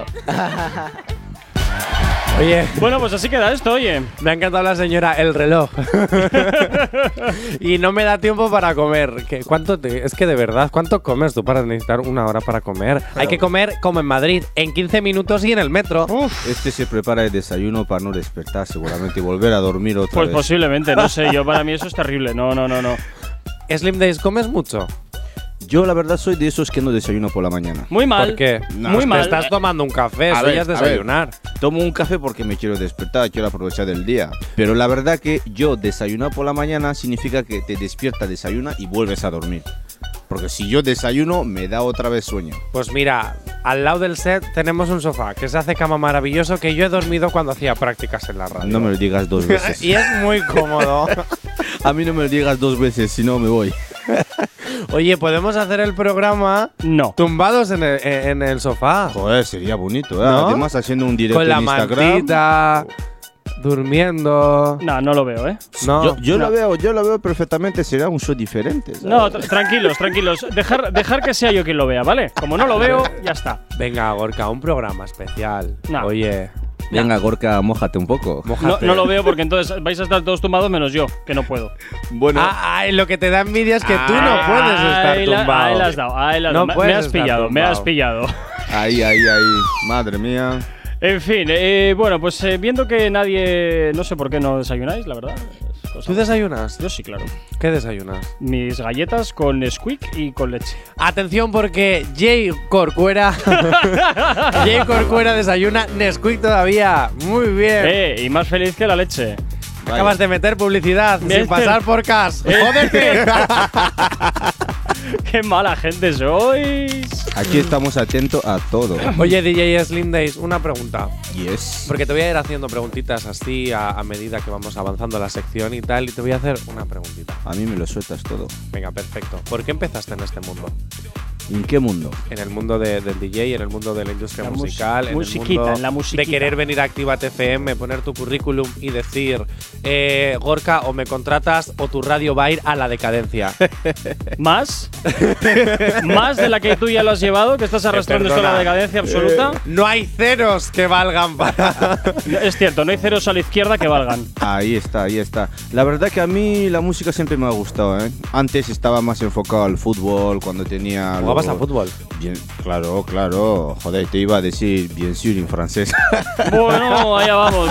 Oye, bueno, pues así queda esto, oye. Me ha encantado la señora, el reloj. Y no me da tiempo para comer. ¿Qué, ¿Cuánto te, es que de verdad, ¿cuánto comes tú para necesitar una hora para comer? Claro. Hay que comer como en Madrid, en quince minutos y en el metro. Uf. Este se prepara el desayuno para no despertar seguramente y volver a dormir otra pues vez. Pues posiblemente, no sé, yo para mí eso es terrible. No, no, no, no. Slim Days, ¿comes mucho? Yo la verdad soy de esos que no desayuno por la mañana. Muy mal. ¿Por qué? No, Muy mal. Te estás tomando un café, a eso ver, ya es desayunar. Ver, tomo un café porque me quiero despertar, quiero aprovechar del día. Pero la verdad que yo desayunar por la mañana significa que te despiertas, desayunas y vuelves a dormir. Porque si yo desayuno, me da otra vez sueño. Pues mira, al lado del set tenemos un sofá que se hace cama maravilloso que yo he dormido cuando hacía prácticas en la radio. No me lo digas dos veces. Y es muy cómodo. A mí no me lo digas dos veces, si no me voy. Oye, ¿podemos hacer el programa no. tumbados en el, en el sofá? Joder, sería bonito, ¿eh? ¿No? Además haciendo un directo con la en Instagram. mantita, durmiendo. No, no lo veo, ¿eh? No, yo yo no. lo veo, yo lo veo perfectamente, será un show diferente. ¿sabes? No, tra tranquilos, tranquilos. Dejar, dejar que sea yo quien lo vea, ¿vale? Como no lo veo, ya está. Venga, Gorka, un programa especial. No. Oye. Venga, Gorka, mójate un poco. No, no lo veo porque entonces vais a estar todos tumbados menos yo, que no puedo. Bueno. Ah, ah, lo que te da envidia es que tú no puedes estar ahí la, tumbado. Ahí la has dado, ahí la has no dado. Me, me has pillado, tumbado. me has pillado. Ahí, ahí, ahí. Madre mía. En fin, eh, bueno, pues eh, viendo que nadie… No sé por qué no desayunáis, la verdad. ¿Tú desayunas? Yo sí, claro. ¿Qué desayunas? Mis galletas con Nesquik y con leche. Atención porque Jay Corcuera Jay Corcuera desayuna Nesquik todavía. Muy bien. Eh, y más feliz que la leche. Vaya. Acabas de meter publicidad Mister. sin pasar por cas. Eh. ¡Jódete! ¡Qué mala gente sois! Aquí estamos atentos a todo. Oye, D J Slim Days, una pregunta. Yes. Porque te voy a ir haciendo preguntitas así a, a medida que vamos avanzando la sección y tal. Y te voy a hacer una preguntita. A mí me lo sueltas todo. Venga, perfecto. ¿Por qué empezaste en este mundo? ¿En qué mundo? En el mundo de, del D J, en el mundo de la industria la musical, mus en musiquita, el mundo en la musiquita. de querer venir a Actívate F M, poner tu currículum y decir, eh, Gorka, o me contratas o tu radio va a ir a la decadencia. ¿Más? ¿Más de la que tú ya lo has llevado? ¿Que estás arrastrando esto a la decadencia absoluta? Eh, no hay ceros que valgan para… Es cierto, no hay ceros a la izquierda que valgan. Ahí está, ahí está. La verdad que a mí la música siempre me ha gustado, ¿eh? Antes estaba más enfocado al fútbol, cuando tenía… ¿Jugabas a fútbol? Bien, claro, claro. Joder, te iba a decir bien sûr en francés. Bueno, allá vamos.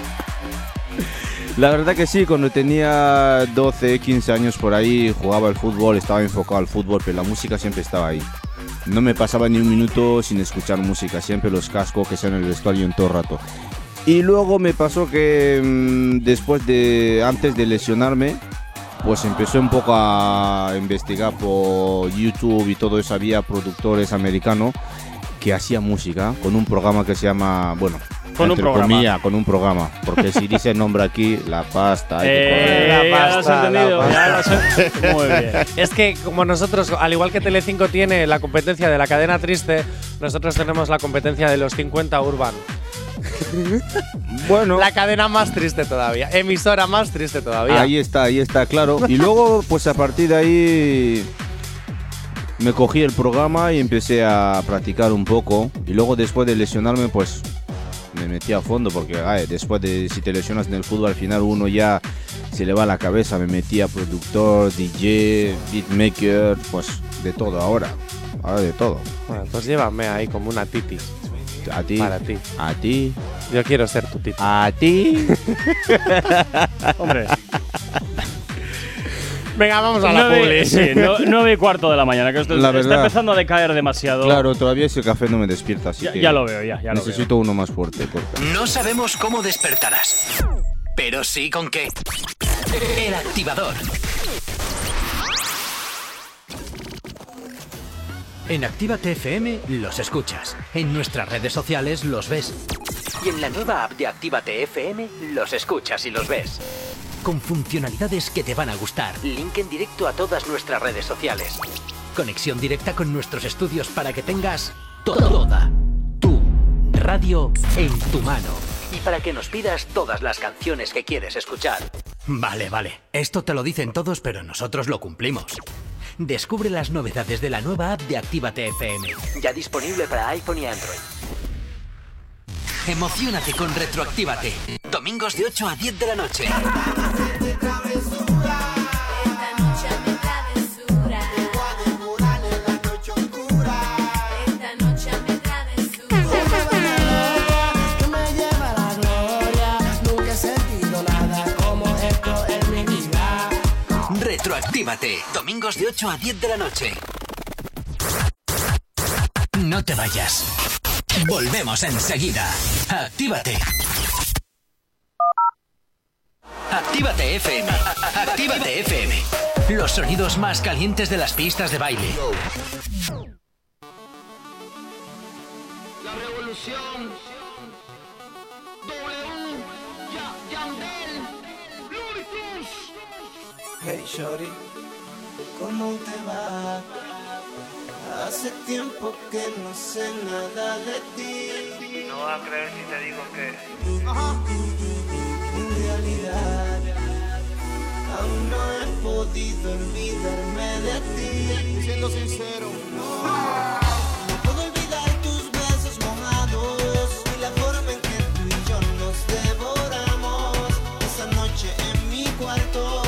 La verdad que sí, cuando tenía doce, quince años por ahí, jugaba al fútbol, estaba enfocado al fútbol, pero la música siempre estaba ahí. no me pasaba ni un minuto sin escuchar música, siempre los cascos que sean en el vestuario en todo el rato. Y luego me pasó que mmm, después de, antes de lesionarme, pues empecé un poco a investigar por YouTube y todo eso. Había productores americanos que hacían música con un programa que se llama, bueno, con un programa. Comillas, con un programa, porque si dice el nombre aquí, la pasta. Hay eh, que la pasta, la la pasta. Muy bien. Es que como nosotros, al igual que Telecinco tiene la competencia de la cadena triste, nosotros tenemos la competencia de los cincuenta Urban. Bueno, la cadena más triste todavía, emisora más triste todavía. Ahí está, ahí está, claro. Y luego, pues a partir de ahí me cogí el programa y empecé a practicar un poco. Y luego después de lesionarme, pues me metí a fondo porque ay, después de si te lesionas en el fútbol, al final uno ya se le va la cabeza. Me metí a productor, D J, beatmaker, pues de todo ahora. Ahora de todo. Bueno, pues llévame ahí como una titi. A ti. Para ti. A ti. Yo quiero ser tu titi. A ti. Hombre. Venga, vamos a la publi. Sí, no, nueve y cuarto de la mañana, que esto la está verdad, empezando a decaer demasiado. Claro, todavía ese café no me despierta, así ya, que ya lo veo, ya, ya necesito lo veo. uno más fuerte. Porque... No sabemos cómo despertarás, pero sí con qué. El Activador. En Actívate F M los escuchas, en nuestras redes sociales los ves y en la nueva app de Actívate F M los escuchas y los ves. Con funcionalidades que te van a gustar. Link en directo a todas nuestras redes sociales. Conexión directa con nuestros estudios para que tengas toda tu radio en tu mano. Y para que nos pidas todas las canciones que quieres escuchar. Vale, vale. Esto te lo dicen todos, pero nosotros lo cumplimos. Descubre las novedades de la nueva app de Actívate F M. Ya disponible para iPhone y Android. Emociónate con Retroactívate. Domingos de ocho a diez de la noche. Retroactívate. Domingos de ocho a diez de la noche. No te vayas. Volvemos enseguida. Actívate. Actívate F M. Actívate F M. Los sonidos más calientes de las pistas de baile. La revolución. W. Yandel. Luritus. Hey shorty, ¿cómo te va? Hace tiempo que no sé nada de ti. No vas a creer si te digo que En realidad, aún no he podido olvidarme de ti. Siendo sincero, no. No puedo olvidar tus besos mojados y la forma en que tú y yo nos devoramos esa noche en mi cuarto.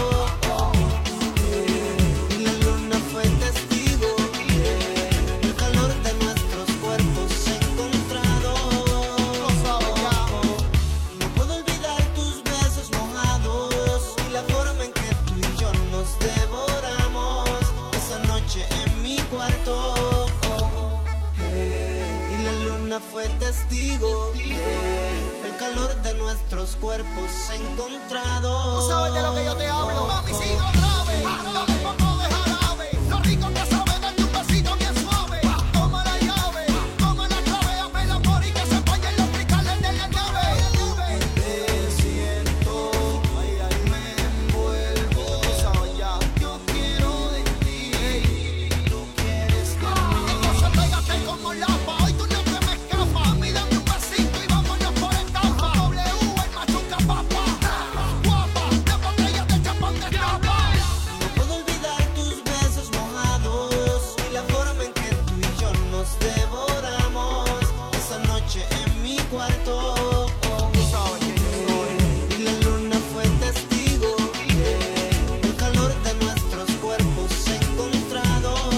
Fue testigo, el calor de nuestros cuerpos encontrados. ¿Tú sabes de lo que yo te hablo? Mami, sigo grave, dame un poco de jarabe. Lo rico que sabe, darte un besito bien suave. Toma la llave, toma la clave, hazme el amor y que se vayan los cristales de la nave. Te siento, me envuelvo. Yo quiero de ti, tú quieres de mí. Entonces pégate como lapa, hoy tú no te me escapas. Mírame un besito y vámonos por etapa. W, el machuca papa. Guapa, de botella de champán de tapa. No puedo olvidar tus besos mojados y la forma en que tú y yo nos devoramos esa noche en mi cuarto. Y la luna fue testigo, el calor de nuestros cuerpos encontrados.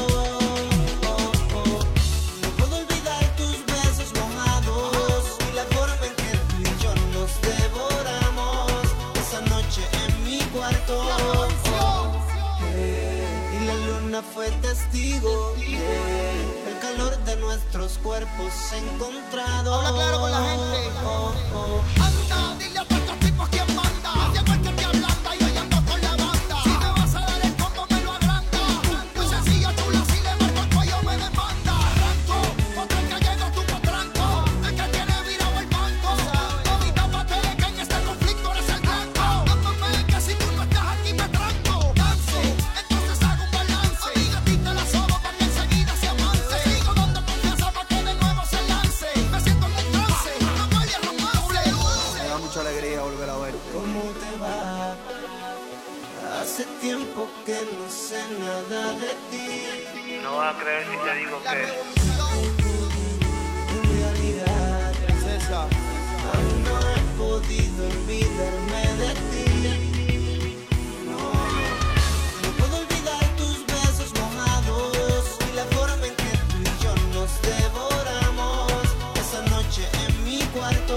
No puedo olvidar tus besos mojados y la forma en que tú y yo nos devoramos esa noche en mi cuarto. Y la luna fue testigo, calor de nuestros cuerpos encontrados. Habla claro con la gente. Oh, oh. Anda, dile a todos estos tipos quién manda. Llegó el que te ablanda y hoy ando con la banda. Si me vas a dar el combo me lo agranda. Muy sencillo, chula, si le marco el cuello me demanda. Arranco, contra el que llega tu potranco. El que tiene virado el banco. Todita pa' que le caña este conflicto eres el blanco. Dándome que si tú no estás aquí me tranco. Danzo, entonces hago un balance. Amiga, a ti te la sobo pa' que enseguida se avance. Sigo dando confianza pa' que de nuevo se lance. Me siento en el trance, no huele a romance. Me da mucha alegría volver a verte. ¿Cómo te va? Hace tiempo que no sé nada de ti. No vas a creer si te digo que En realidad, César, aún no he podido olvidarme de ti. No, no puedo olvidar tus besos mojados y la forma en que tú y yo nos devoramos esa noche en mi cuarto.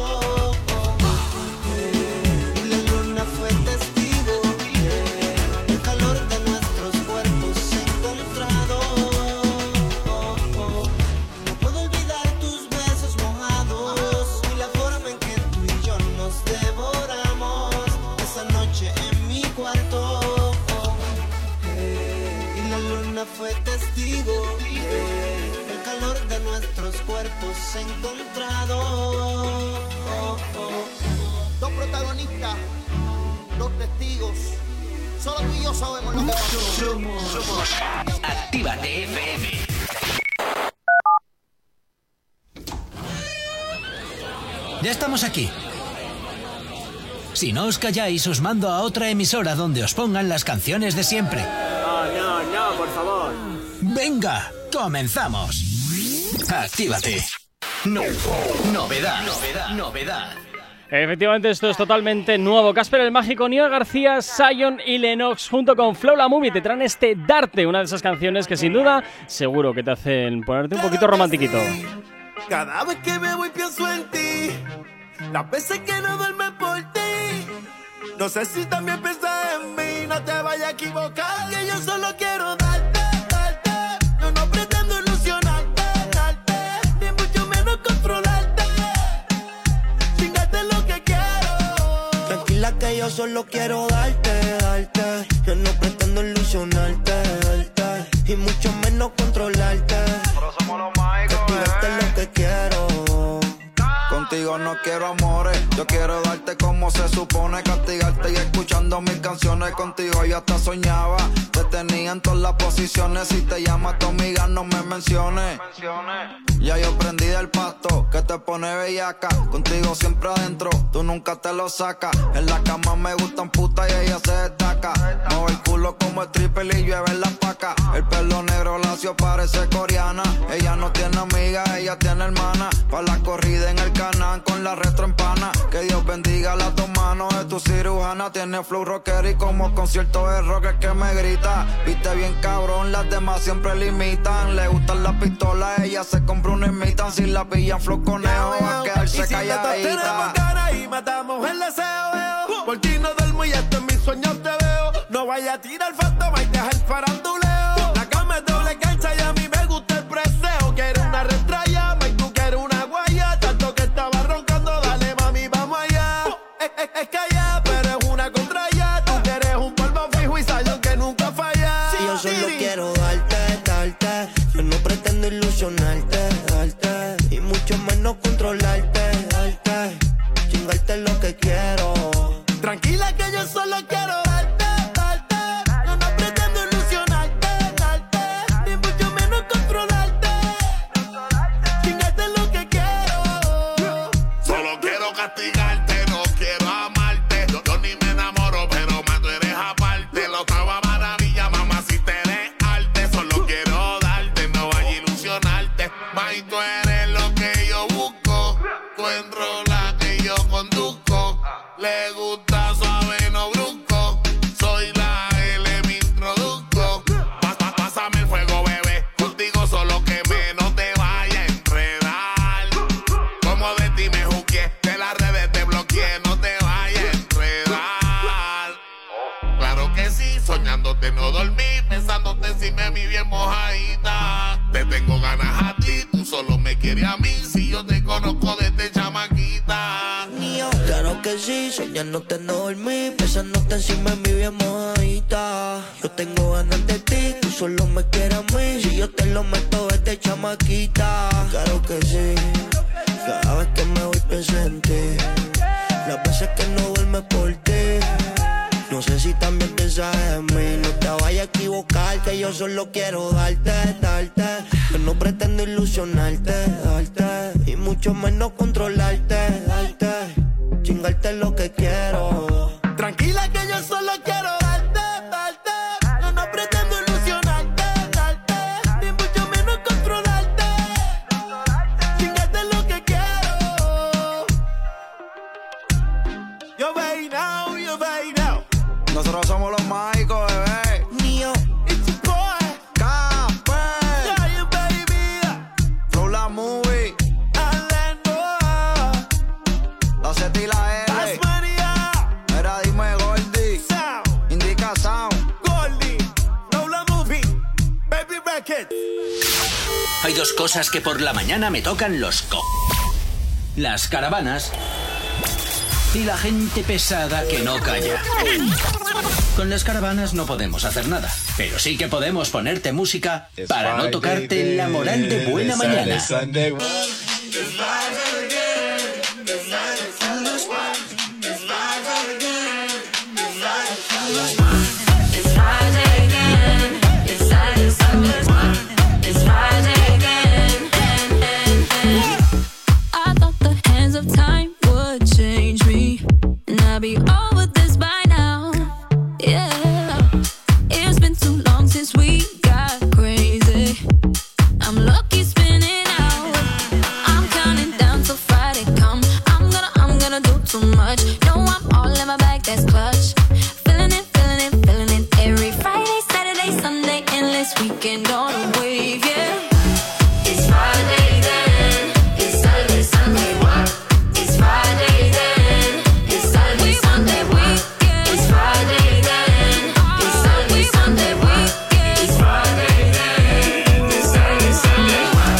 Y la luna fue testigo del calor de nuestros cuerpos encontrados. No puedo olvidar tus besos mojados y la forma en que tú y yo nos devoramos esa noche en mi cuarto. Y la luna fue testigo del calor de nuestros cuerpos encontrados. dos protagonistas, dos testigos. Solo tú y yo sabemos lo que pasó. Somos Actívate F M. Ya estamos aquí. Si no os calláis, os mando a otra emisora donde os pongan las canciones de siempre. No, no, no, por favor. Venga, comenzamos. Actívate. No. Novedad. Novedad. Novedad. Efectivamente, esto es totalmente nuevo. Casper el Mágico, Niall García, Sion y Lennox junto con Flow La Movie te traen este Darte, una de esas canciones que sin duda seguro que te hacen ponerte un poquito romantiquito. Cada vez que me voy pienso en ti, las veces que no duerme por ti. No sé si también piensas en mí, no te vayas a equivocar, que yo solo quiero darte, darte. Yo no pretendo ilusionarte, darte, ni mucho menos controlarte. Chingarte lo que quiero. Tranquila que yo solo quiero darte, darte. Yo no pretendo ilusionarte, darte, y mucho menos controlarte. Pero somos los mágicos, Castigarte lo que quiero. Contigo no quiero amores, yo quiero darte como se supone, castigarte y escuchando mis canciones. Contigo yo hasta soñaba, te tenía en todas las posiciones. Si te llama tu amiga no me menciones. Ya yo prendí del pasto, que te pone bellaca. Contigo siempre adentro, tú nunca te lo sacas. En la cama me gustan putas y ella se destaca. Mueve el culo como el triple y llueve en la paca. El pelo negro lacio parece coreana. Ella no tiene amiga, ella tiene hermana. Pa' la corrida en el canal con la retro empana. Que Dios bendiga las dos manos de tu cirujana. Tiene flow rocker y como concierto de rock que me grita. Viste bien cabrón, las demás siempre limitan. Le gustan las pistolas, ella se compra una imitan. Si la pillan flow conejo va a quedarse y si calladita. tenemos cara y matamos el deseo, veo. Por ti no duermo y esto en mis sueños te veo. No vaya a tirar fantoma y deja el faranduleo. La cama es doble cancha y a mí me gusta el preseo. Quiero una retrayama y tú quieres una guaya. Tanto que estaba roncando, dale mami, vamos allá. Es, es, es que allá, pero es una contra allá. Tú quieres un polvo fijo y salón que nunca falla. Si yo solo quiero darte, darte. Yo no pretendo ilusionarte, darte, y mucho menos controlarte, darte. Chingarte lo que quiero. Tranquila que yo solo quiero darte, darte. Yo no pretendo ilusionarte, darte, ni mucho menos controlarte. Chingarte lo que quiero. Solo quiero castigarte, no quiero amarte. Yo, yo ni me enamoro, pero más tú eres aparte. Lo estaba maravilla, mamá, si te eres arte. Solo quiero darte, no vaya a ilusionarte. Más tú eres lo que yo busco. mojadita. Te tengo ganas a ti, tú solo me quieres a mí. Si yo te conozco desde chamaquita. Mío, claro que sí, soñándote no dormí, besándote encima de mi bien mojadita. Yo tengo ganas de ti, tú solo me quieres a mí. Si yo te lo meto desde chamaquita. Claro que sí, cada vez que me voy pienso en ti. Las veces que no duermes por ti. No sé si también piensas en mí. No te vayas a equivocar, que yo solo quiero darte, darte. Yo no pretendo ilusionarte, darte. Y mucho menos controlarte, darte. Chingarte lo que quiero. Tranquila que yo solo quiero darte, darte. Yo no pretendo ilusionarte, darte. Ni mucho menos controlarte. Chingarte lo que quiero. Yo ve now, yo ve now. Nosotros somos los mágicos, bebé. Mío, it's your boy. Café. Yeah, baby. Flow la movie. Alendo. La Z y la L. Tasmania. Era dime Goldie. Sound. Indica Sound. Goldie. Flow la movie. Baby Records. Hay dos cosas que por la mañana me tocan los co... Las caravanas y la gente pesada que no calla. Con las caravanas no podemos hacer nada, pero sí que podemos ponerte música para no tocarte la moral de buena mañana. I thought the hands of time would change me, and I'll be over this by now. Yeah, it's been too long since we got crazy. I'm lucky spinning out. I'm counting down till Friday come. I'm gonna, I'm gonna do too much. No, I'm all in my bag, that's clutch. Feeling it, feeling it, feeling it. Every Friday, Saturday, Sunday, endless weekend on a wave, yeah. It's Friday then. It's Saturday, Sunday, what? It's Friday then. It's Saturday, Sunday, weekend. It's Friday then. It's Saturday, Sunday, weekend. It's Friday then. It's Saturday, Sunday, what?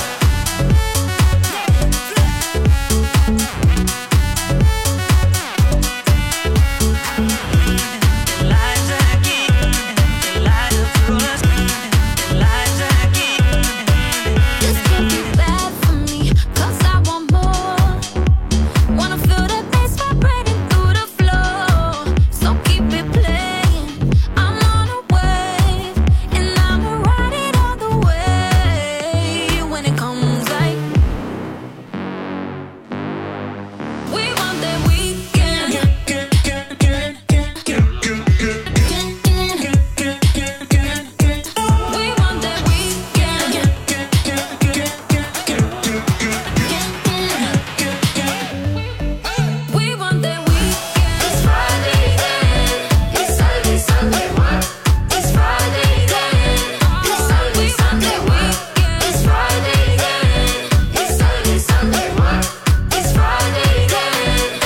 This can't be bad for me, 'cause I want more. Wanna feel the bass vibrating through the floor. So keep it playing. I'm on a wave, and I'ma ride it all the way. When it comes like we want that weekend. We want that weekend. We want that weekend. It's Friday then. It's Saturday, Sunday, what? It's Friday then. It's Saturday, Sunday, weekend. It's Friday then. It's Saturday, Sunday, what? It's Friday then.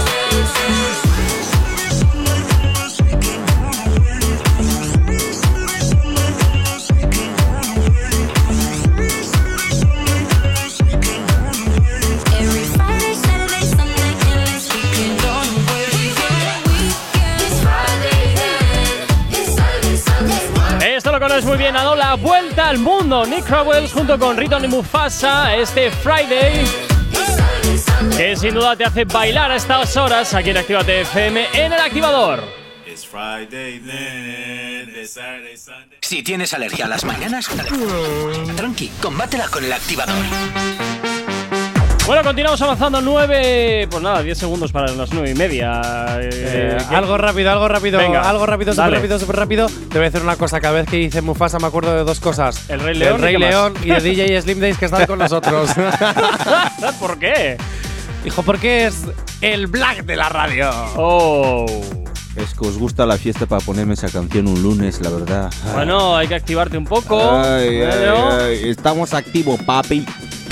Every Friday, Saturday, Sunday, endless weekend on the way. It's Friday then. It's Saturday, Sunday, what? Esto lo conoces muy bien, ha dado la vuelta al mundo. Nick Crowells junto con Riton y Mufasa, este Friday, que sin duda te hace bailar a estas horas aquí en Actívate F M en el activador. It's Friday then. It's Saturday, Sunday. Si tienes alergia a las mañanas, tranqui, combátela con el activador. Bueno, continuamos avanzando. Nueve, pues nada, diez segundos para las nueve y media. Eh, ¿qué? algo rápido, algo rápido, Venga, algo rápido, súper dale. rápido, súper rápido. Te voy a decir una cosa, cada vez que dice Mufasa me acuerdo de dos cosas. El Rey León. El Rey ¿y qué más? León y de D J Slim Days que están con nosotros. ¿Por qué? Hijo, porque es el Black de la radio. Oh. Es que os gusta la fiesta para ponerme esa canción un lunes, la verdad. Bueno, hay que activarte un poco. Ay, ay, Bueno. ay, estamos activos, papi.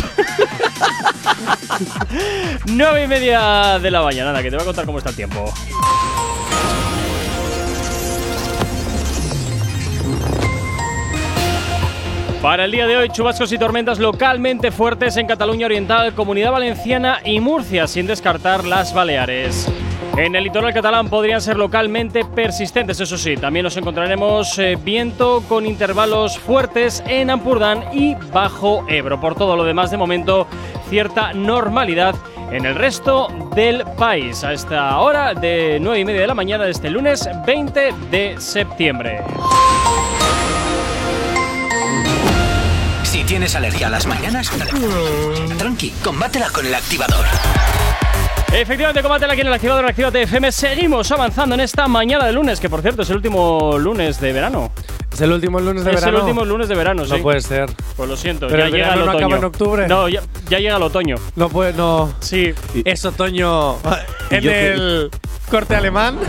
Nueve y media de la mañana, nada, que te voy a contar cómo está el tiempo. Para el día de hoy, chubascos y tormentas localmente fuertes en Cataluña Oriental, Comunidad Valenciana y Murcia, sin descartar las Baleares. En el litoral catalán podrían ser localmente persistentes, eso sí. También nos encontraremos eh, viento con intervalos fuertes en Ampurdán y Bajo Ebro. Por todo lo demás, de momento, cierta normalidad en el resto del país. A esta hora de nueve y media de la mañana de este lunes veinte de septiembre. Si tienes alergia a las mañanas, tranqui, combátela con el activador. Efectivamente, combátela aquí en el activador de Actívate F M. Seguimos avanzando en esta mañana de lunes, que por cierto es el último lunes de verano. ¿Es el último lunes de es verano? Es el último lunes de verano, sí. No puede ser. Pues lo siento, Pero ya el llega el verano no otoño. acaba en octubre. No, ya, ya llega el otoño. No puede, no. Sí. Es otoño en el corte alemán.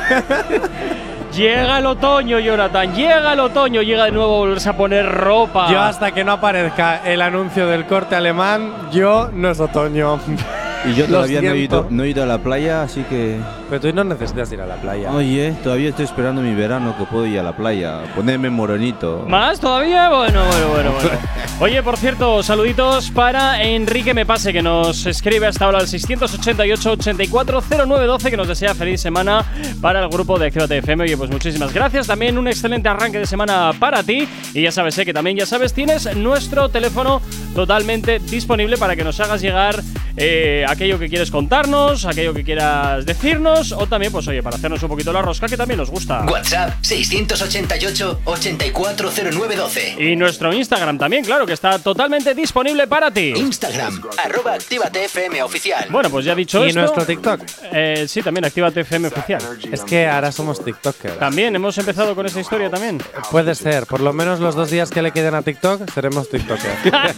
Llega el otoño, Jonathan, llega el otoño, llega de nuevo a volverse a poner ropa. Yo hasta que no aparezca el anuncio del corte alemán, yo no es otoño. Y yo todavía no he, ido, no he ido a la playa, así que… Pero tú no necesitas ir a la playa. Oye, todavía estoy esperando mi verano que puedo ir a la playa, ponerme moronito. ¿Más todavía? Bueno, bueno, bueno, bueno. Oye, por cierto, saluditos para Enrique Mepase, que nos escribe hasta ahora al seiscientos ochenta y ocho, ochenta y cuatro, cero nueve doce, que nos desea feliz semana para el grupo de Actívate F M. Oye, pues muchísimas gracias. También un excelente arranque de semana para ti. Y ya sabes, eh, que también, ya sabes, tienes nuestro teléfono totalmente disponible para que nos hagas llegar eh, aquello que quieres contarnos, aquello que quieras decirnos, o también, pues oye, para hacernos un poquito la rosca, que también nos gusta. WhatsApp seiscientos ochenta y ocho, ochenta y cuatro, cero nueve doce. Y nuestro Instagram también, claro, que está totalmente disponible para ti. Instagram, arroba Actívate F M oficial. Bueno, pues ya dicho ¿Y esto… ¿Y nuestro TikTok? Eh, sí, también, Actívate F M oficial. Es que ahora somos TikTokers. También, hemos empezado con esa historia también. Puede ser, por lo menos los dos días que le queden a TikTok, seremos TikTokers.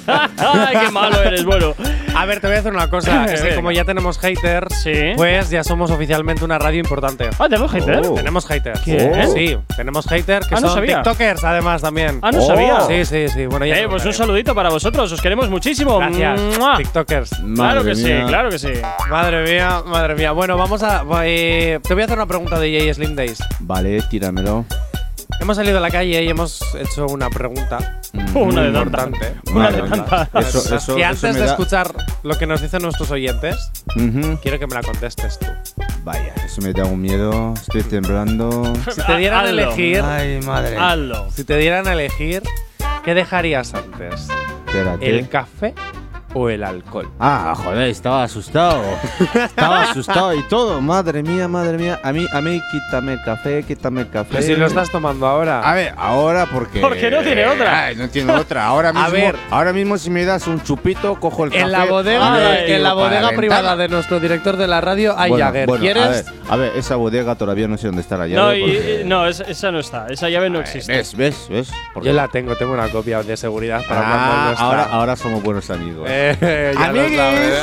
¡Ay, qué malo eres, bueno! A ver, te voy a decir una cosa. Es que como ya tenemos haters, ¿sí? Pues ya somos oficialmente una radio importante. Ah, ¿tenemos haters? Oh. Tenemos haters. ¿Qué? Sí, tenemos haters que ah, no son sabía. TikTokers además también. Ah, no oh. sabía. Sí, sí, sí. Bueno, ya eh, pues un saludito para vosotros, os queremos muchísimo. Gracias, ¡Mua! TikTokers. Claro Madre que mía. sí, claro que sí. Madre mía, madre mía. Bueno, vamos a… Eh, te voy a hacer una pregunta de J Slim Days. Vale, tíramelo. Hemos salido a la calle y hemos hecho una pregunta mm, una de importante. Una de tantas. Eso, eso, y antes eso de da… escuchar lo que nos dicen nuestros oyentes, uh-huh. quiero que me la contestes tú. Vaya, eso me da un miedo. Estoy temblando. Si te dieran a elegir… Ay, madre. Hazlo. Si te dieran a elegir, ¿qué dejarías antes? Espérate. ¿El café o el alcohol? Ah, joder, estaba asustado. Estaba asustado y todo. Madre mía, madre mía. A mí, a mí, quítame el café, quítame el café. Pero si lo estás tomando ahora. A ver, ahora porque… Porque no tiene otra. Ay, no tiene otra. Ahora mismo, A ver. ahora mismo si me das un chupito, cojo el café. En la bodega, y me en tiro la para bodega ventana. privada de nuestro director de la radio hay Bueno, Jagger. bueno, ¿Quieres? A ver, a ver, esa bodega todavía no sé dónde está la llave. No, y, porque… no esa, esa no está. Esa llave no existe. ¿Ves? ¿Ves? ¿Ves? Porque… Yo la tengo, tengo una copia de seguridad para cuando Ah, no está. ahora, ahora somos buenos amigos. Eh, ya lo Amiguis. sabes.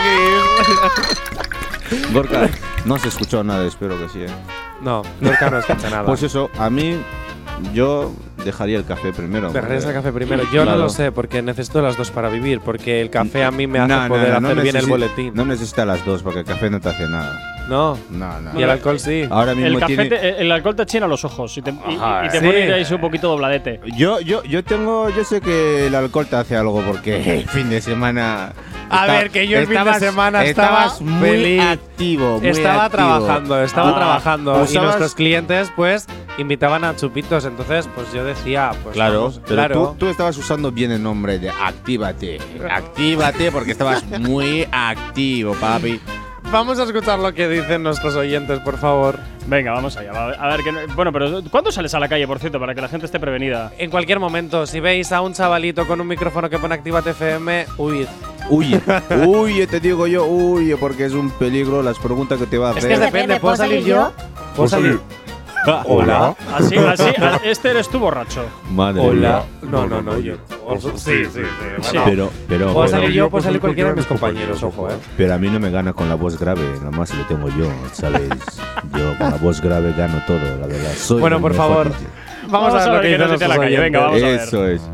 Amiguis. Gorka, no se escuchó nada, espero que sí. ¿eh? No, Gorka no escucha nada. Pues eso, a mí, yo dejaría el café primero. Dejarías el café primero. Yo Claro. no lo sé, porque necesito las dos para vivir. Porque el café a mí me hace No, no, poder no, no hacer bien el necesi- boletín. No necesitas las dos, porque el café no te hace nada. No. No, no. Y el alcohol sí. Ahora mismo El, café tiene… te- el alcohol te achina los ojos y te, y, Ajá, y te sí. pone ahí un poquito dobladete. Yo, yo, yo tengo… Yo sé que el alcohol te hace algo, porque el fin de semana… A esta- ver, que yo el fin de estabas- semana estaba estabas muy feliz. activo, muy Estaba activo. trabajando, estaba Ah, trabajando. Y usabas- nuestros clientes, pues, invitaban a chupitos. Entonces, pues yo decía, pues. Claro, vamos, pero claro. Tú, tú estabas usando bien el nombre de Actívate. Actívate porque estabas muy activo, papi. Vamos a escuchar lo que dicen nuestros oyentes, por favor. Venga, vamos allá. A ver, a ver que no- bueno, pero ¿cuándo sales a la calle, por cierto, para que la gente esté prevenida? En cualquier momento, si veis a un chavalito con un micrófono que pone Actívate F M, huid. Huye, huye, te digo yo, huye, porque es un peligro las preguntas que te va a Es hacer. que depende, ¿puedo salir yo? ¿Puedo salir? Hola. Así, así, a- este eres tú borracho. Madre Hola. mía. No, no, no, yo. Sí, sí, sí. Sí. Pero, pero, Puedo pero, salir yo, puedo salir cualquiera de mis compañeros, ojo, eh. pero a mí no me gana con la voz grave, nada más lo tengo yo, ¿sabes? Yo con la voz grave gano todo, la verdad. Soy Bueno, el por mejor favor, D J. Vamos, a ver lo que dicen nos dice la nuestros calle. Venga, vamos a ver. Eso es.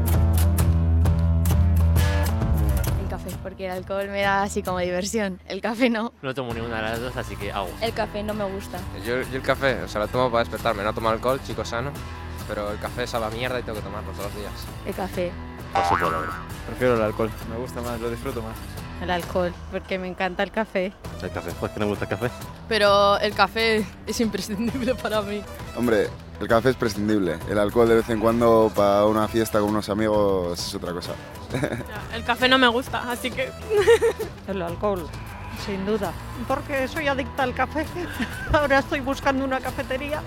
El café, porque el alcohol me da así como diversión. El café no. No tomo ninguna de las dos, así que hago. El café no me gusta. Yo, yo el café, o sea, lo tomo para despertarme. No tomo alcohol, chico sano. pero el café sabe a mierda y tengo que tomarlo todos los días. El café. Paso por ahora. Prefiero el alcohol, me gusta más, lo disfruto más. El alcohol, porque me encanta el café. El café, pues que no me gusta el café. Pero el café es imprescindible para mí. Hombre, el café es prescindible. El alcohol de vez en cuando para una fiesta con unos amigos es otra cosa. El café no me gusta, así que... El alcohol, sin duda. Porque soy adicta al café. Ahora estoy buscando una cafetería.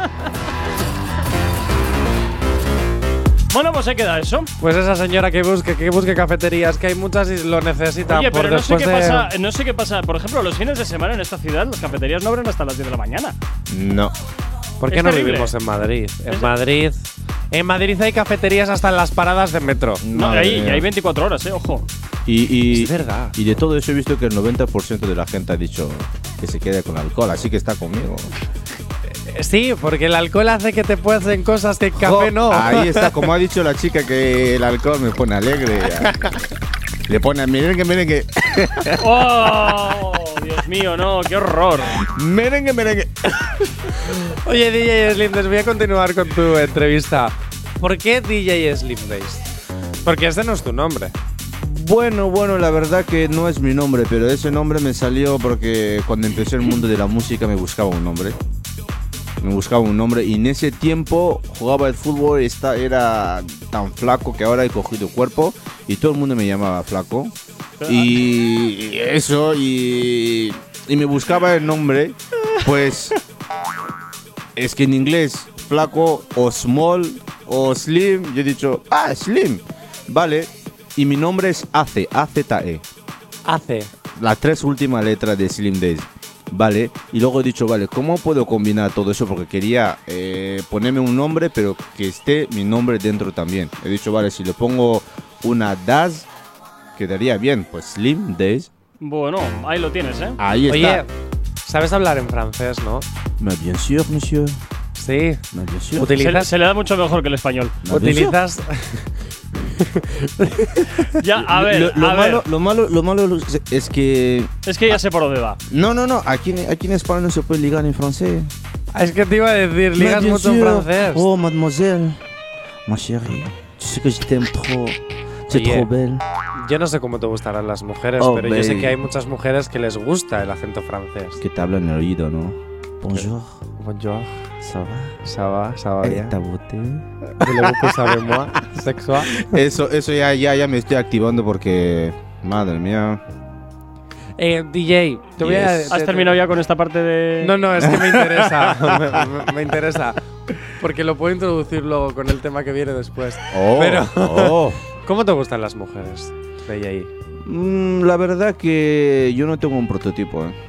Bueno, pues ahí queda eso. Pues esa señora que busque, que busque cafeterías, que hay muchas y lo necesita. Oye, por pero no sé, después qué de... pasa, no sé qué pasa. Por ejemplo, los fines de semana en esta ciudad las cafeterías no abren hasta las diez de la mañana. No. ¿Por qué Es no terrible. vivimos en Madrid? En Es- Madrid. En Madrid hay cafeterías hasta en las paradas de metro. No, Madre ahí, y mía. hay veinticuatro horas, eh, ojo. Y, y, Es verdad. y de todo eso he visto que el noventa por ciento de la gente ha dicho que se quede con alcohol, así que está conmigo. Sí, porque el alcohol hace que te pasen cosas que el café Jo, no. Ahí está, como ha dicho la chica, que el alcohol me pone alegre. Le pone merengue, merengue. ¡Oh! Dios mío, no, qué horror. Merengue, merengue. Oye, D J Slim Days, voy a continuar con tu entrevista. ¿Por qué D J Slim Days? Porque ese no es tu nombre. Bueno, bueno, la verdad que no es mi nombre, pero ese nombre me salió porque cuando empecé el mundo de la música me buscaba un nombre. Me buscaba un nombre y en ese tiempo jugaba el fútbol, esta, era tan flaco que ahora he cogido cuerpo y todo el mundo me llamaba flaco. Y eso, y, y me buscaba el nombre, pues es que en inglés flaco o small o slim, yo he dicho, ah, slim, vale. Y mi nombre es Ace, A Z E. Ace. Las tres últimas letras de Slim Days. Vale, y luego he dicho, vale, ¿cómo puedo combinar todo eso? Porque quería eh, ponerme un nombre, pero que esté mi nombre dentro también. He dicho, vale, si le pongo una Daz, quedaría bien. Pues Slim Days. Bueno, ahí lo tienes, ¿eh? Ahí está. Oye, ¿sabes hablar en francés, no? Mais bien sûr, monsieur. Sí. Mais bien sûr. Se, ¿Utilizas? se le da mucho mejor que el español. Mais bien sûr. ¿Utilizas? Ya, a ver, lo, lo a malo, ver. lo malo, lo malo es que Es que ya sé por dónde va. no, no, no. Aquí, en- aquí en España no se puede ligar en francés. Es que te iba a decir, ligas Mais bien mucho en sûr. francés. Oh, mademoiselle, ma chérie, tu sais que je t'aime trop. C'est Oye, trop belle. Yo no sé cómo te gustarán las mujeres, Oh, pero yo sé babe. que hay muchas mujeres que les gusta el acento francés. Que te habla en el oído, ¿no? Bonjour. Bonjour. Ça va? Ça va, ça va Eh, bien. ta beauté. Voulez-vous coucher avec moi? Sexual. Eso, eso ya, ya, ya me estoy activando porque, madre mía. Eh, D J, te voy a... Yes. te- ¿Has terminado ya con esta parte de...? No, no, es que me interesa. me, me- me interesa. Porque lo puedo introducir luego con el tema que viene después. Oh, Pero, oh. ¿cómo te gustan las mujeres? De ahí. Mm, la verdad que yo no tengo un prototipo, ¿eh?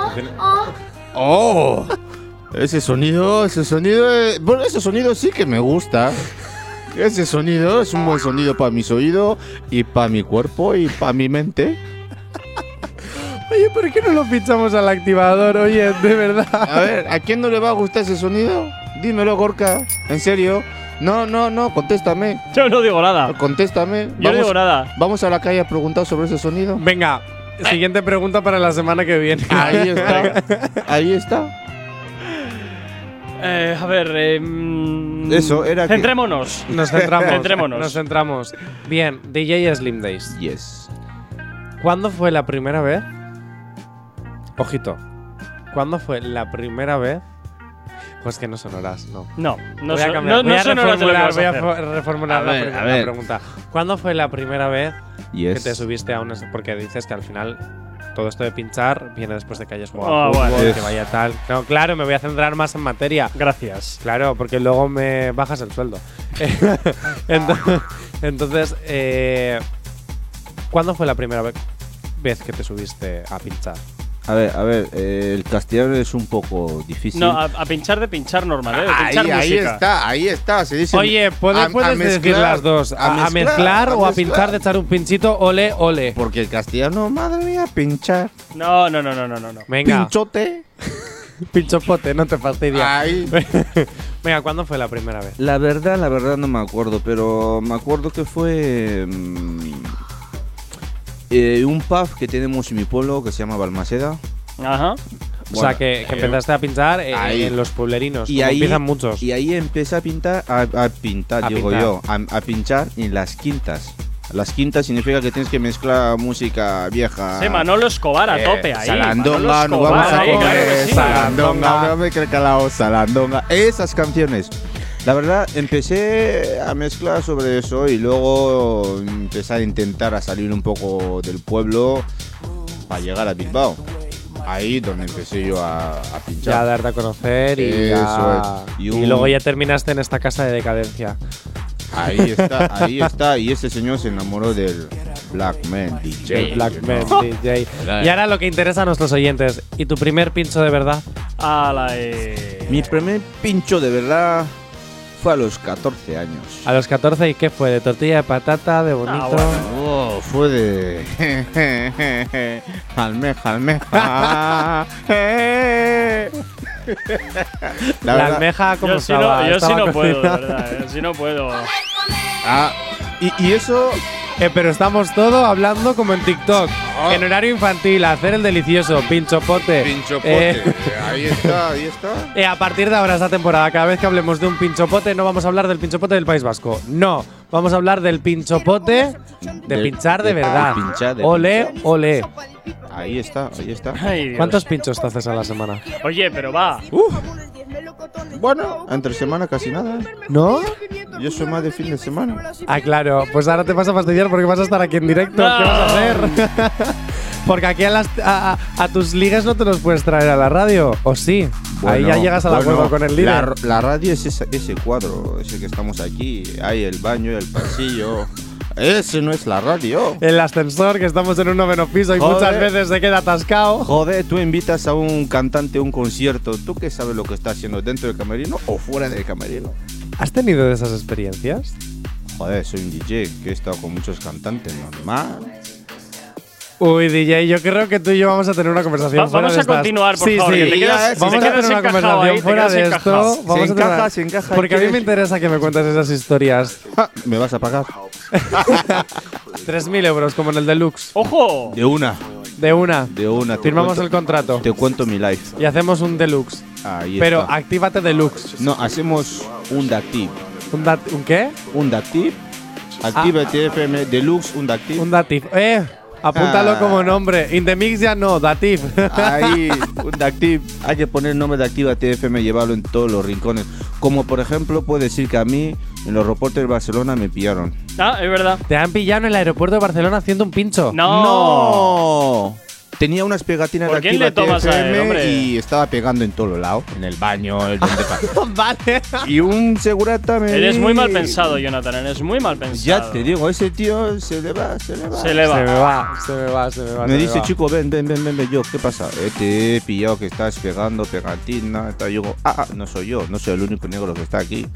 ¡Oh! Ese sonido, ese sonido, eh, bueno, ese sonido sí que me gusta. Ese sonido es un buen sonido para mis oídos y para mi cuerpo y para mi mente. Oye, ¿por qué no lo pinchamos al activador? Oye, de verdad. A ver, ¿a quién no le va a gustar ese sonido? Dímelo, Gorka. ¿En serio? No, no, no, contéstame. Yo no digo nada. Contéstame. Yo no digo nada. Vamos a la calle a preguntar sobre ese sonido. Venga, siguiente pregunta para la semana que viene. Ahí está. Ahí está. Eh, a ver, eh, mm, Eso, era que- Centrémonos. Nos centramos. Centrémonos. Nos centramos. Bien, D J Slim Days. Yes. ¿Cuándo fue la primera vez? Ojito. ¿Cuándo fue la primera vez? Pues que no sonorás, no. No, no, voy a so- cambiar. no, voy no a sonoras de lo que reformular, vas a voy a hacer. fo- reformular A la, ver, pre- a la ver. pregunta. ¿Cuándo fue la primera vez Yes. que te subiste a una... Porque dices que al final todo esto de pinchar viene después de que hayas jugado Ah, al fútbol, bueno. que vaya tal. No, claro, me voy a centrar más en materia. Gracias. Claro, porque luego me bajas el sueldo. entonces, entonces eh, ¿cuándo fue la primera vez, vez que te subiste a pinchar? A ver, a ver, eh, el castellano es un poco difícil. No, a, a pinchar de pinchar normal, ¿eh? De pinchar ahí, ahí música. está, ahí está. Se dice Oye, puedes, a- a puedes decir mezclar, las dos. A, a mezclar, o a pinchar, de echar un pinchito, ole, ole. Porque el castellano, madre mía, pinchar. No, no, no, no, no, no. no. Venga. Pinchote. Pinchopote, no te fastidia. Ahí. Venga, ¿cuándo fue la primera vez? La verdad, la verdad no me acuerdo, pero me acuerdo que fue mm, eh, un pub que tenemos en mi pueblo que se llama Balmaceda. Ajá. O sea, Bueno, que, que eh, empezaste a pintar eh, ahí. en los pueblerinos, Y como ahí, empiezan muchos. y ahí empecé a pintar, a, a pintar, A digo pintar. yo, a, a pinchar en las quintas. Las quintas significa que tienes que mezclar música vieja. Sí, Manolo Escobar a Eh, tope ahí. Salandonga, Manolo nos vamos Escobar a ahí, comer claro que sí. Salandonga, no me cree calao, Salandonga. Esas canciones. La verdad, empecé a mezclar sobre eso y luego empecé a intentar a salir un poco del pueblo para llegar a Bilbao. Ahí donde empecé yo a, a pinchar. Ya darte a conocer y, Eso ya- es. y, Y un- luego ya terminaste en esta casa de decadencia. Ahí está, ahí está. Y ese señor se enamoró del Black Man D J. El Black Man ¿no? D J. Y ahora lo que interesa a nuestros oyentes. ¿Y tu primer pincho de verdad? Ala, eh. Mi primer pincho de verdad fue a los catorce años. A los catorce, ¿y qué fue? ¿De tortilla de patata? ¿De bonito? Oh, fue de. almeja, almeja. La, verdad- almeja, ¿cómo Yo sí estaba? no, yo sí Estaba no puedo, de cocinada. verdad. eh, Sí no puedo. Ah, y, y eso. Eh, pero estamos todos hablando como en TikTok. En horario infantil, hacer el delicioso, pinchopote. Pinchopote. Eh, Ahí está, ahí está. eh, a partir de ahora, esta temporada, cada vez que hablemos de un pinchopote, no vamos a hablar del pinchopote del País Vasco. No, vamos a hablar del pinchopote de De- pinchar de, de- de verdad. pinchar, de ole, ole. Ahí está, ahí está. Ay, Dios. ¿Cuántos pinchos te haces a la semana? Oye, pero va. Bueno, entre semana casi nada. ¿No? Yo soy más de fin de semana. Ah, claro. Pues ahora te vas a fastidiar porque vas a estar aquí en directo. No. ¿Qué vas a hacer? Porque aquí a, las, a, a- a tus ligues no te los puedes traer a la radio. ¿O sí? Ahí ya Bueno, llegas al bueno, acuerdo con el líder. La, la radio es esa- ese cuadro, ese que estamos aquí. Hay el baño, el pasillo. Ese no es la radio. El ascensor, que estamos en un noveno piso y Joder. muchas veces se queda atascado. Joder, tú invitas a un cantante a un concierto. ¿Tú qué sabes lo que está haciendo dentro del camerino o fuera del camerino? ¿Has tenido de esas experiencias? Joder, soy un D J que he estado con muchos cantantes, normal. Uy, D J, yo creo que tú y yo vamos a tener una conversación Va- fuera vamos de a estas. continuar, por sí, favor, Sí, que te quedas- si vamos te a quedas tener una encajado conversación ahí, te fuera quedas de encajado. esto. Vamos Se a tener- encaja, se encaja, Porque a mí ¿quieres? me interesa que me cuentes esas historias. Ja, ¿me vas a pagar? tres mil euros, como en el deluxe. ¡Ojo! De una, De una. de una. te Firmamos cuento- el contrato. Te cuento mi life. Y hacemos un deluxe. Ahí Pero está. actívate deluxe. No, hacemos un Dactiv. ¿Un, dat- ¿Un qué? Un Dactiv. Actívate F M Deluxe, un Dactiv. Un datif. ¡Eh! Apúntalo Ah. como nombre. In the mix ya no, datif. Ahí, un Dactiv. Hay que poner el nombre de Actívate F M y llevarlo en todos los rincones. Como por ejemplo, puedo decir que a mí en los aeropuertos de Barcelona me pillaron. Ah, es verdad. Te han pillado en el aeropuerto de Barcelona haciendo un pincho. No. ¡No! Tenía unas pegatinas de ¿Por quién le Actívate tomas a él, F M hombre? y estaba pegando en todos lados. En el baño, en donde pa- Vale. Y un segurata me Eres muy di- mal pensado, Jonathan. Eres muy mal pensado. Ya te digo, ese tío se le va, se le va. Se le va. Se me va, se me va, se me va. Me se dice, va. chico, ven, ven, ven, ven, ven. Yo, ¿qué pasa? Eh, te he pillado que estás pegando pegatina. Tal. Yo digo, ah, ah, no soy yo, no soy el único negro que está aquí.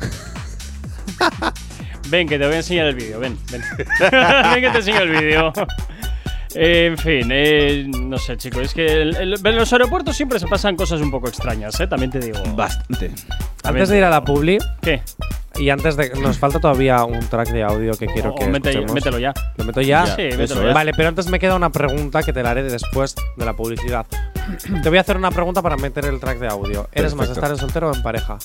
Ven, que te voy a enseñar el vídeo. Ven, ven. Ven que te enseño el vídeo. Eh, en fin, eh, no sé, chicos. Es que el- el- en los aeropuertos siempre se pasan cosas un poco extrañas, ¿eh? También te digo. Bastante. También Antes te de ir a digo. la publi, ¿Qué? y antes de. Nos falta todavía un track de audio que quiero O- que o mete- escuchemos. mételo ya. ¿Lo meto ya? Sí, eso mételo ya. es. Vale, pero antes me queda una pregunta que te la haré después de la publicidad. Te voy a hacer una pregunta para meter el track de audio. ¿Eres más Perfecto. estar en soltero o en pareja?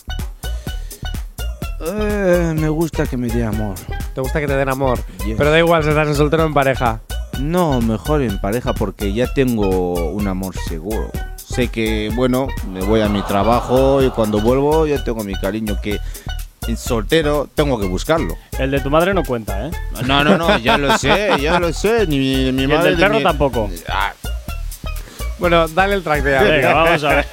Eh, me gusta que me dé amor. ¿Te gusta que te den amor? Yes. Pero da igual si estás en soltero o en pareja. No, mejor en pareja porque ya tengo un amor seguro. Sé que, bueno, me voy a mi trabajo y cuando vuelvo ya tengo mi cariño que en soltero tengo que buscarlo. El de tu madre no cuenta, ¿eh? No, no, no, ya lo sé, ya lo sé. Ni mi, mi Y el madre del ni perro mi- tampoco. Ah, Bueno, dale el track de audio. Venga, vamos a ver.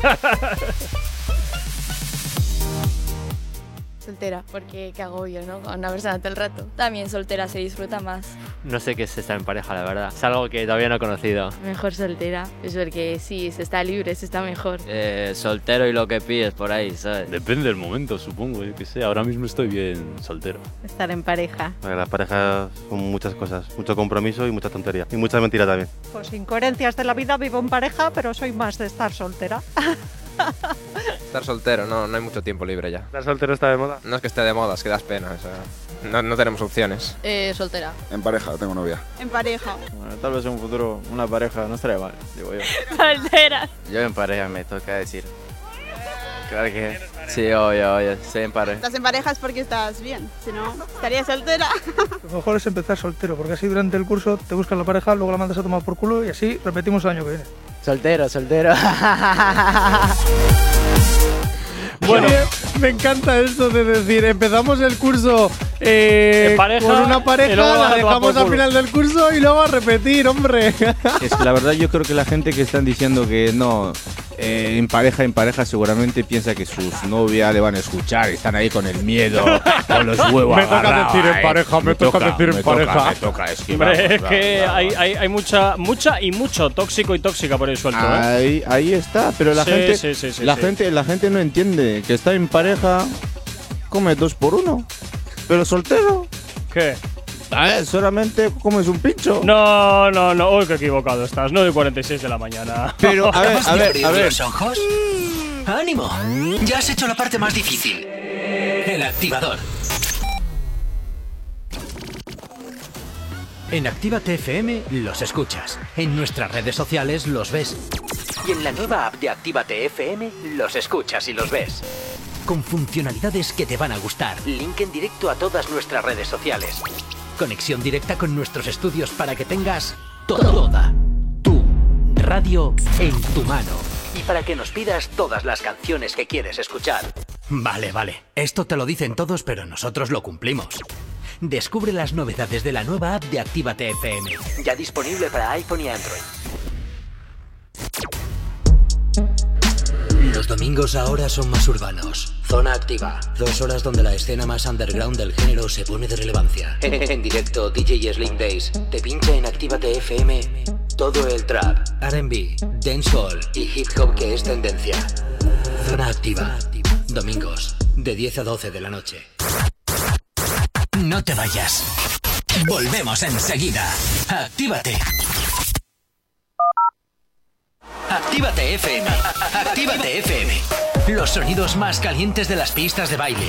Soltera, porque qué agobio, ¿no? Con una persona todo el rato. También soltera se disfruta más. No sé qué es estar en pareja, la verdad. Es algo que todavía no he conocido. Mejor soltera. Es porque sí, se está libre, se está mejor. Eh, soltero y lo que pides por ahí, ¿sabes? Depende del momento, supongo, yo qué sé. Ahora mismo estoy bien soltero. Estar en pareja. Las parejas son muchas cosas, mucho compromiso y mucha tontería. Y mucha mentira también. Pues incoherencias de la vida, vivo en pareja, pero soy más de estar soltera. Estar soltero, no, no hay mucho tiempo libre ya. ¿Estar soltero está de moda? No es que esté de moda, es que das pena. O sea. No, no tenemos opciones. Eh, soltera. En pareja, tengo novia. En pareja. Bueno, tal vez en un futuro una pareja no estaría mal, digo yo. Soltera. Yo en pareja me toca decir. Claro que sí, obvio, obvio, estoy en pareja. Estás en pareja es porque estás bien, si no, estarías soltera. Lo mejor es empezar soltero, porque así durante el curso te buscas la pareja, luego la mandas a tomar por culo y así repetimos el año que viene. Soltero, soltero. Bueno, me encanta esto de decir, empezamos el curso eh, En pareja, con una y pareja, luego la a tomar dejamos por al culo. final del curso y luego a repetir, hombre. Es que la verdad yo creo que la gente que están diciendo que no, eh, en pareja, en pareja seguramente piensa que sus novias le van a escuchar y están ahí con el miedo, con los huevos Me toca agarrados, decir en ¿eh? pareja, me toca decir en me toca, pareja. me toca, es que Hombre, vamos, es vamos, que vamos. hay, hay, hay mucha, mucha y mucho tóxico y tóxica por ahí suelto, ¿eh? Ahí, ahí está, pero la Sí, gente, sí, sí, sí, la sí. gente, la gente no entiende que está en pareja, come dos por uno, pero soltero, ¿Qué? eh, solamente comes un pincho. No, no, no. Uy, qué equivocado estás. nueve y cuarenta y seis de la mañana. Pero a ver, ¿Acabas a de ver, abrir a ver. los ojos? ¡Ánimo! Ya has hecho la parte más difícil. El activador. En Actívate F M los escuchas. En nuestras redes sociales los ves. Y en la nueva app de Actívate F M los escuchas y los ves. Con funcionalidades que te van a gustar. Link en directo a todas nuestras redes sociales. Conexión directa con nuestros estudios para que tengas toda tu radio en tu mano. Y para que nos pidas todas las canciones que quieres escuchar. Vale, vale. Esto te lo dicen todos, pero nosotros lo cumplimos. Descubre las novedades de la nueva app de Actívate F M. Ya disponible para iPhone y Android. Los domingos ahora son más urbanos. Zona Activa. Dos horas donde la escena más underground del género se pone de relevancia. En directo, D J Slim Days te pincha en Actívate F M todo el trap, R and B, dancehall y hip hop que es tendencia. Zona Activa. Domingos, de diez a doce de la noche. No te vayas. Volvemos enseguida. Actívate. Actívate F M. Actívate F M. Los sonidos más calientes de las pistas de baile.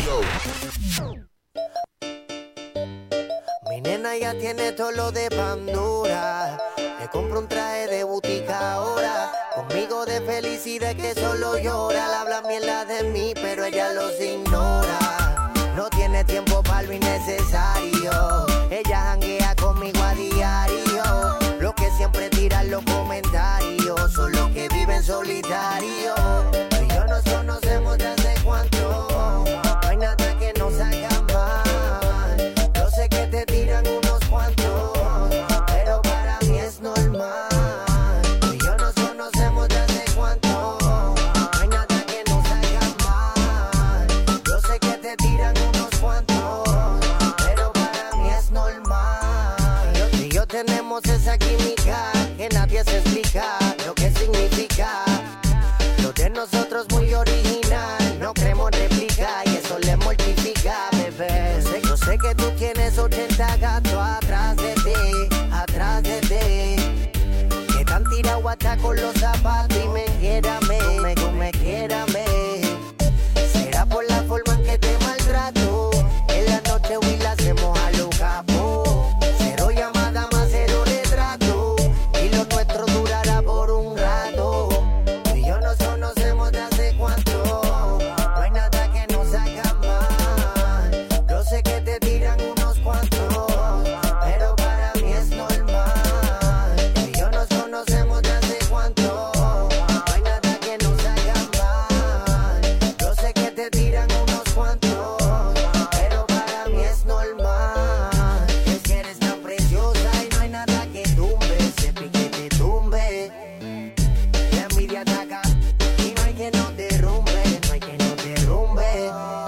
Mi nena ya tiene todo lo de Pandora. Le compro un traje de butica ahora. Conmigo de felicidad que solo llora. Le habla mierda de mí, pero ella los ignora. No tiene tiempo para lo innecesario. Ella janguea conmigo a diario. Lo que siempre tiran los comentarios son los que viven solitario. Tú y yo nos conocemos de hace cuánto. No hay nada que nos haga mal. Yo sé que te tiran unos cuantos, pero para mí es normal. Tú y yo nos conocemos de hace cuánto. No hay nada que nos haga mal. Yo sé que te tiran unos cuantos, pero para mí es normal. Tú y yo tenemos esa química que nadie se explica lo que significa. Lo de nosotros muy original, no creemos réplica y eso le mortifica, bebé. Yo sé, yo sé que tú tienes ochenta gatos atrás de ti, atrás de ti, que tan tirado hasta con los zapatos y me quiérame, me, me quiérame. Será por la forma en que te maltrato. En la noche hoy la hacemos a lo capo. Cero llamada más cero retrato. Y lo nuestro durará por un rato. Tú y yo nos conocemos de hace cuánto. No hay nada que nos haga mal. Yo sé que te tiran unos cuantos, pero para mí es normal. Tú y yo nos conocemos de hace cuánto. No hay nada que nos haga mal. Yo sé que te tiran unos cuantos, pero para mí es normal. Es que eres tan preciosa y no hay nada que tumbe ese pique te tumbe. La envidia ataca y no hay que no derrumbe, no hay que no derrumbe.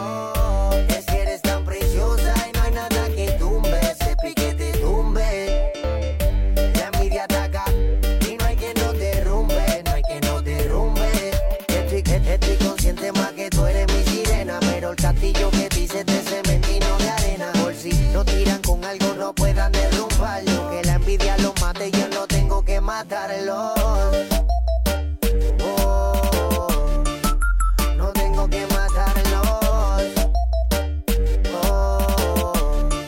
Es que eres tan preciosa y no hay nada que tumbe ese pique te tumbe. La envidia ataca y no hay que no derrumbe, no hay que no derrumbe. Estoy, estoy consciente más que tú eres mi sirena, pero el castillo que dices de cemento y no de arena. Por si no tiran con algo no puedan derrumbarlo, que la envidia los mate yo no tengo que matarlo. Oh, no tengo que matarlos. Oh,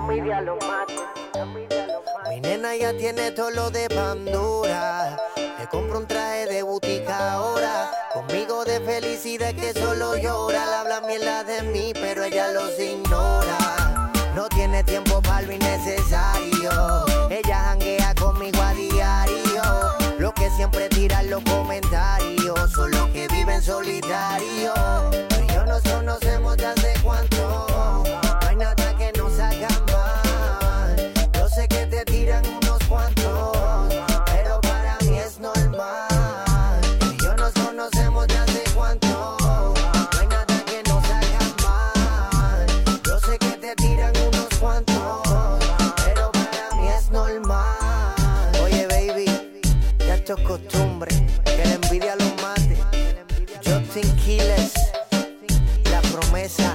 envidia lo mata. Mi nena ya tiene todo lo de Pandora. Le compro un traje de boutica ahora. Conmigo de felicidad que solo llora. Le habla mierda de mí, pero ella los ignora. No tiene tiempo para lo innecesario. Ella janguea conmigo a diario. Lo que siempre tiran los comentarios son los que viven solitario. Tú y yo nos conocemos de hace cuánto. No hay nada que nos haga mal. Yo sé que te tiran unos cuantos, pero para mí es normal. Tú y yo nos conocemos de hace cuánto. No hay nada que nos haga mal. Yo sé que te tiran unos cuantos, pero para mí es normal. Oye baby, ya esto es costumbre, que la envidia los mate. Justin Quiles, La Promesa,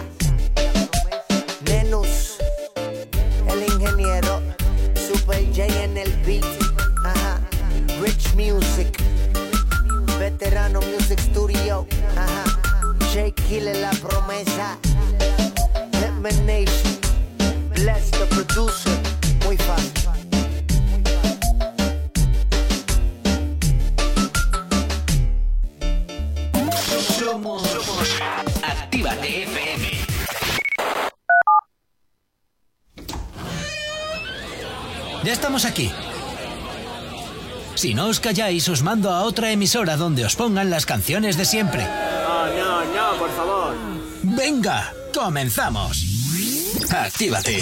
Nenus, el ingeniero, Super J en el beat, ajá, Rich Music, Veterano Music Studio, ajá, J Quiles, La Promesa, Hitman Nation, Bless the Producer, muy fácil. Somos, somos Actívate F M. Ya estamos aquí. Si no os calláis, os mando a otra emisora donde os pongan las canciones de siempre. No, no, no, por favor. Venga, comenzamos. Actívate.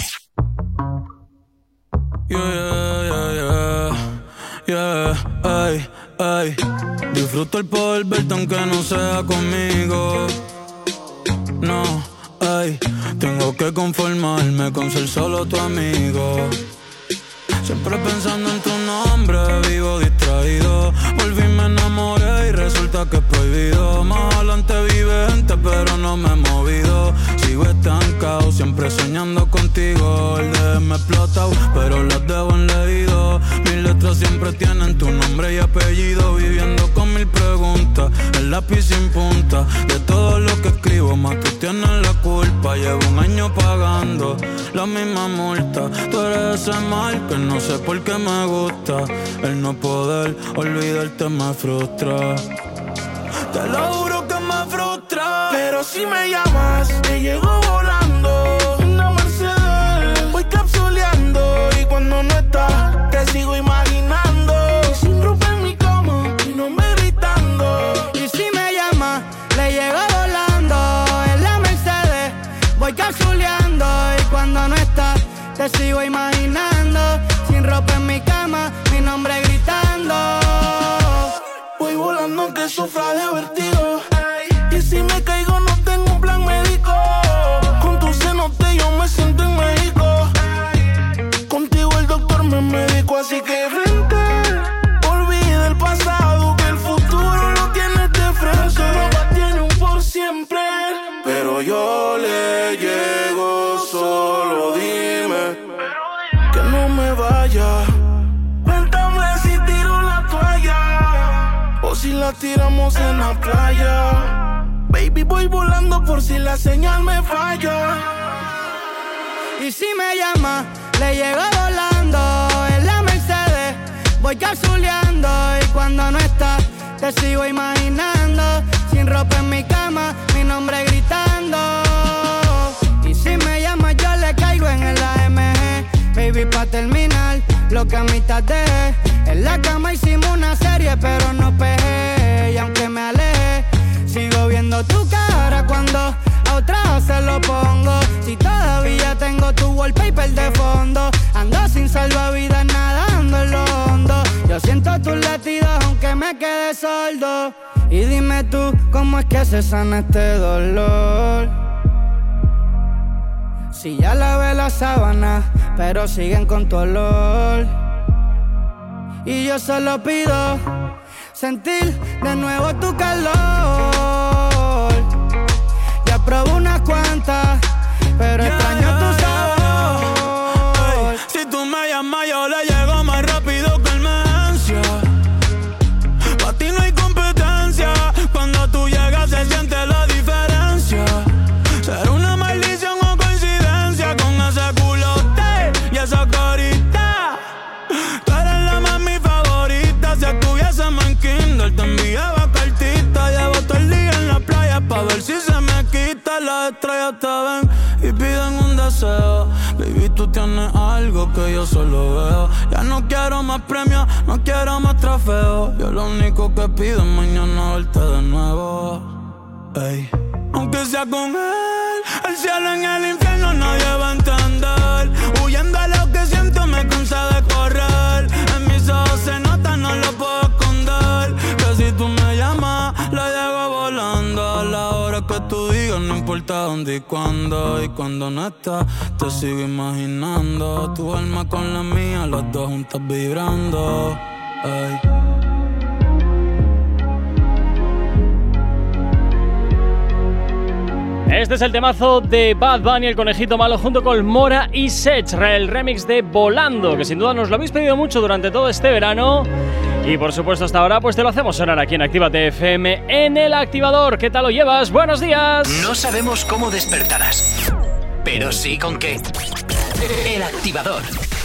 Yeah, yeah, yeah, yeah, ay, ay. Disfruto el poder verte aunque no sea conmigo. No, ay, tengo que conformarme con ser solo tu amigo. Siempre pensando en tu nombre, vivo distraído. Volví, me enamoré y resulta que es prohibido. Más adelante vive gente, pero no me he movido. Sigo estancado, siempre soñando contigo. El D M explotado, pero las debo en leído. Mis letras siempre tienen tu nombre y apellido. Viviendo con mil preguntas, el lápiz sin punta. De todo lo que escribo, más tú tienes la culpa. Llevo un año pagando la misma multa. Tú eres ese mal que no sé por qué me gusta. El no poder olvidarte me frustra. Te lo juro que me frustra. Pero si me llamas, te llego volando. Una Mercedes, voy capsuleando. Y cuando no estás, te sigo imaginando. Y sin ropa en mi cama, mi nombre gritando. Y si me llamas, le llego volando. En la Mercedes, voy capsuleando. Y cuando no estás, te sigo imaginando. Sin ropa en mi cama, mi nombre gritando. Voy volando que sufra de vértigo. Y si me caigo no tengo un plan médico. Con tu cenote yo me siento en México. Contigo el doctor me medicó. Así que frente, olvida el pasado, que el futuro lo tienes de frente. Solo tiene un por siempre. Pero yo le llego, solo dime que no me vaya. Cuéntame si tiro la toalla o si la tiramos en la playa. Baby, voy volando por si la señal me falla. Y si me llama, le llego volando. En la Mercedes, voy capsuleando. Y cuando no estás, te sigo imaginando. Sin ropa en mi cama, mi nombre gritando. Y si me llama, yo le caigo en el A M G. Baby, pa' terminar, lo que a mitad dejé. En la cama hicimos una serie, pero no pegué. Y aunque me alejé, sigo viendo tu cara cuando a otra se lo pongo. Si todavía tengo tu wallpaper de fondo. Ando sin salvavidas nadando en lo hondo. Yo siento tus latidos aunque me quede sordo. Y dime tú, ¿cómo es que se sana este dolor? Si ya lavé la sábana, pero siguen con tu olor. Y yo solo pido sentir de nuevo tu calor. Ya probé unas cuantas, pero yeah, extraño tu sabor. Hey, si tú me llamas, yo le llego más rápido que emergencia. Pa' ti no hay competencia. Cuando tú llegas se siente la diferencia. Será una maldición o coincidencia con ese culote. tú tienes algo que yo solo veo. Ya no quiero más premios, no quiero más trofeos. Yo lo único que pido es mañana verte de nuevo. Ey. Aunque sea con él, el cielo en el infierno nadie va a entender. Huyendo a lo que siento me cansa de correr. En mis ojos se nota, no lo puedo esconder. Que si tú me llamas, la llevo volando. A la hora que tú digas, no importa dónde y cuándo. Y cuando no estás, te sigo imaginando. Tu alma con la mía, los dos juntos vibrando. Ey. Este es el temazo de Bad Bunny, el conejito malo, junto con Mora y Sech, el remix de Volando, que sin duda nos lo habéis pedido mucho durante todo este verano. Y por supuesto hasta ahora pues te lo hacemos sonar aquí en Actívate F M en El Activador. ¿Qué tal lo llevas? ¡Buenos días! No sabemos cómo despertarás, pero sí con qué. El Activador.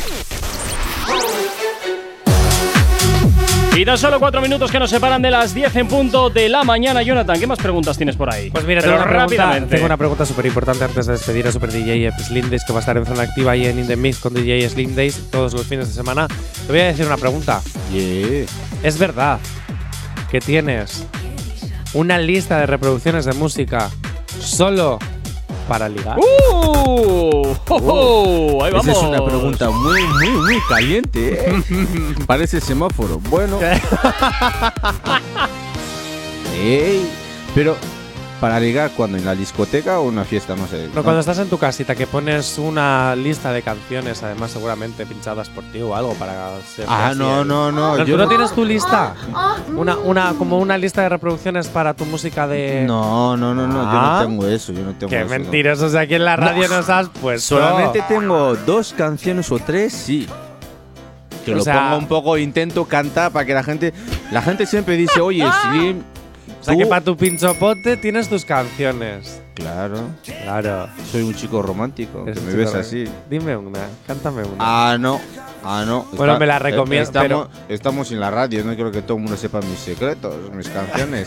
Y tan solo cuatro minutos que nos separan de las diez en punto de la mañana. Jonathan, ¿qué más preguntas tienes por ahí? Pues mira, Pero tengo una, pregunta, rápidamente. tengo una pregunta súper importante antes de despedir a Super D J Slim Days, que va a estar en Zona Activa y en In The Mix con D J Slim Days todos los fines de semana. Te voy a decir una pregunta. Yeah. ¿Es verdad que tienes una lista de reproducciones de música solo para ligar? ¡Uh! ¡Oh, oh! Ahí vamos. Esa es una pregunta muy, muy, muy caliente, ¿eh? Parece semáforo. Bueno. Ey, pero, ¿para ligar cuando? ¿En la discoteca o en una fiesta? No sé. No, cuando estás en tu casita, que pones una lista de canciones, además seguramente pinchadas por ti o algo para ser. Ah, no, no, no. ¿Tú yo no tienes tu lista? Una, una, como una lista de reproducciones para tu música de. No, no, no, no. Ah. Yo no tengo eso. Yo no tengo Qué eso. mentirosos, aquí en la radio no. nos has puesto. Solamente tengo dos canciones o tres, sí. Que O lo sea- pongo un poco, intento cantar para que la gente. La gente siempre dice, oye, Slim. O sea, que para tu pinchopote tienes tus canciones. Claro. Claro. Soy un chico romántico. Es Que un me chico ves re- así. Dime una, cántame una. Ah, no. Ah, no. Bueno, me la recomiendo, Estamos, estamos en la radio, no quiero que todo el mundo sepa mis secretos, mis canciones.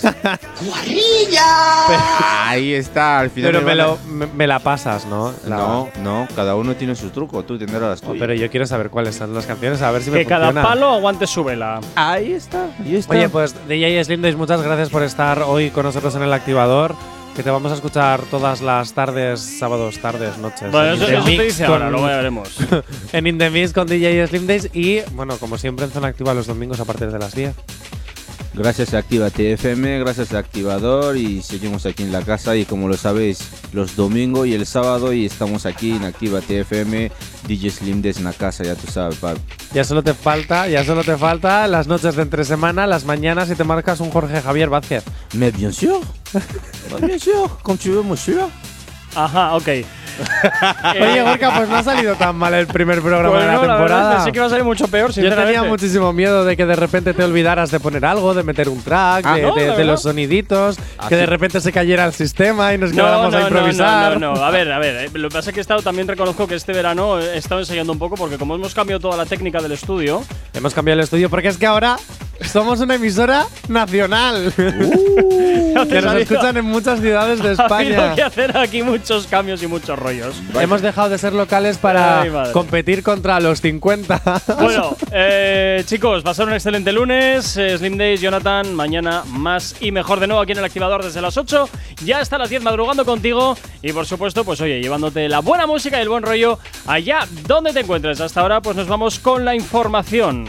Ahí está, al final. Pero me me, van a- lo, me, me la pasas, ¿no? La- No, no, cada uno tiene su truco, tú tendrás las Oh, tuyas. pero yo quiero saber cuáles son las canciones, a ver si me Que cada funciona. palo aguante su vela. Ahí está, ahí está. Oye, pues D J Slim Days, muchas gracias por estar hoy con nosotros en El Activador, que te vamos a escuchar todas las tardes, sábados, tardes, noches. Bueno, en eso, In The eso te Mix dice con- ahora, luego ya veremos. en In The Mix con D J Slim Days y, bueno, como siempre en Zona Activa los domingos a partir de las diez. Gracias a Actívate F M, gracias a Activador y seguimos aquí en la casa y como lo sabéis, los domingos y el sábado y estamos aquí en Actívate F M, D J Slim Days en la casa, ya tú sabes, papi. Ya solo te falta, ya solo te falta las noches de entre semana, las mañanas y te marcas un Jorge Javier Vázquez. Mais bien sûr, bien sûr, quand tu veux, monsieur. Ajá, ok. Oye, Gorka, pues no ha salido tan mal el primer programa Pues de la no, la verdad, temporada. pensé que iba a salir mucho peor, Yo sinceramente. tenía muchísimo miedo de que de repente te olvidaras de poner algo, de meter un track, Ah, de, ¿no? de- ¿De de verdad? los soniditos, Ah, que de sí. repente se cayera el sistema y nos No, quedáramos no, a no, improvisar. no, no, no. A ver, a ver. eh, Lo que pasa es que he estado, también reconozco que este verano he estado ensayando un poco porque como hemos cambiado toda la técnica del estudio. Hemos cambiado el estudio porque es que ahora somos una emisora nacional. Uh, que nos escuchan en muchas ciudades de Ha habido España. que hacer aquí muchos cambios y muchos rollos. Hemos dejado de ser locales para Ay, madre. competir contra los cincuenta. Bueno, eh, chicos, pasar un excelente lunes. eh, Slim Days, Jonathan, mañana más y mejor de nuevo aquí en El Activador desde las ocho. Ya hasta las diez madrugando contigo. Y por supuesto, pues oye, llevándote la buena música y el buen rollo allá donde te encuentres. Hasta ahora, pues nos vamos con la información.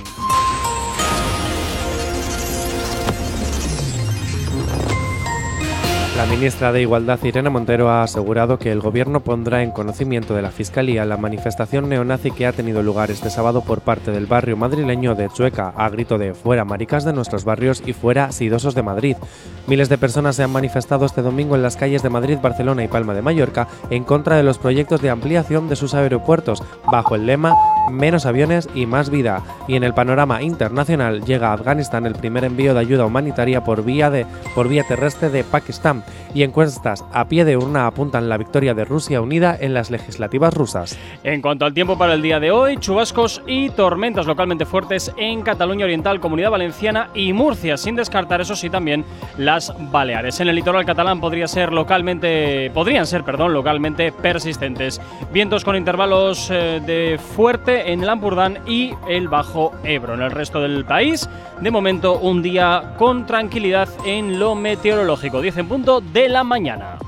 La ministra de Igualdad, Irene Montero, ha asegurado que el gobierno pondrá en conocimiento de la Fiscalía la manifestación neonazi que ha tenido lugar este sábado por parte del barrio madrileño de Chueca, a grito de «fuera maricas de nuestros barrios» y «fuera sidosos de Madrid». Miles de personas se han manifestado este domingo en las calles de Madrid, Barcelona y Palma de Mallorca en contra de los proyectos de ampliación de sus aeropuertos, bajo el lema menos aviones y más vida. Y en el panorama internacional llega a Afganistán el primer envío de ayuda humanitaria por vía, de, por vía terrestre de Pakistán. Y encuestas a pie de urna apuntan la victoria de Rusia unida en las legislativas rusas. En cuanto al tiempo para el día de hoy, chubascos y tormentas localmente fuertes en Cataluña Oriental, Comunidad Valenciana y Murcia, sin descartar, eso sí, también las Baleares. En el litoral catalán podría ser localmente, podrían ser, perdón, localmente persistentes. Vientos con intervalos eh, de fuerte en el Ampurdán y el Bajo Ebro. En el resto del país, de momento, un día con tranquilidad en lo meteorológico. diez en punto de la mañana.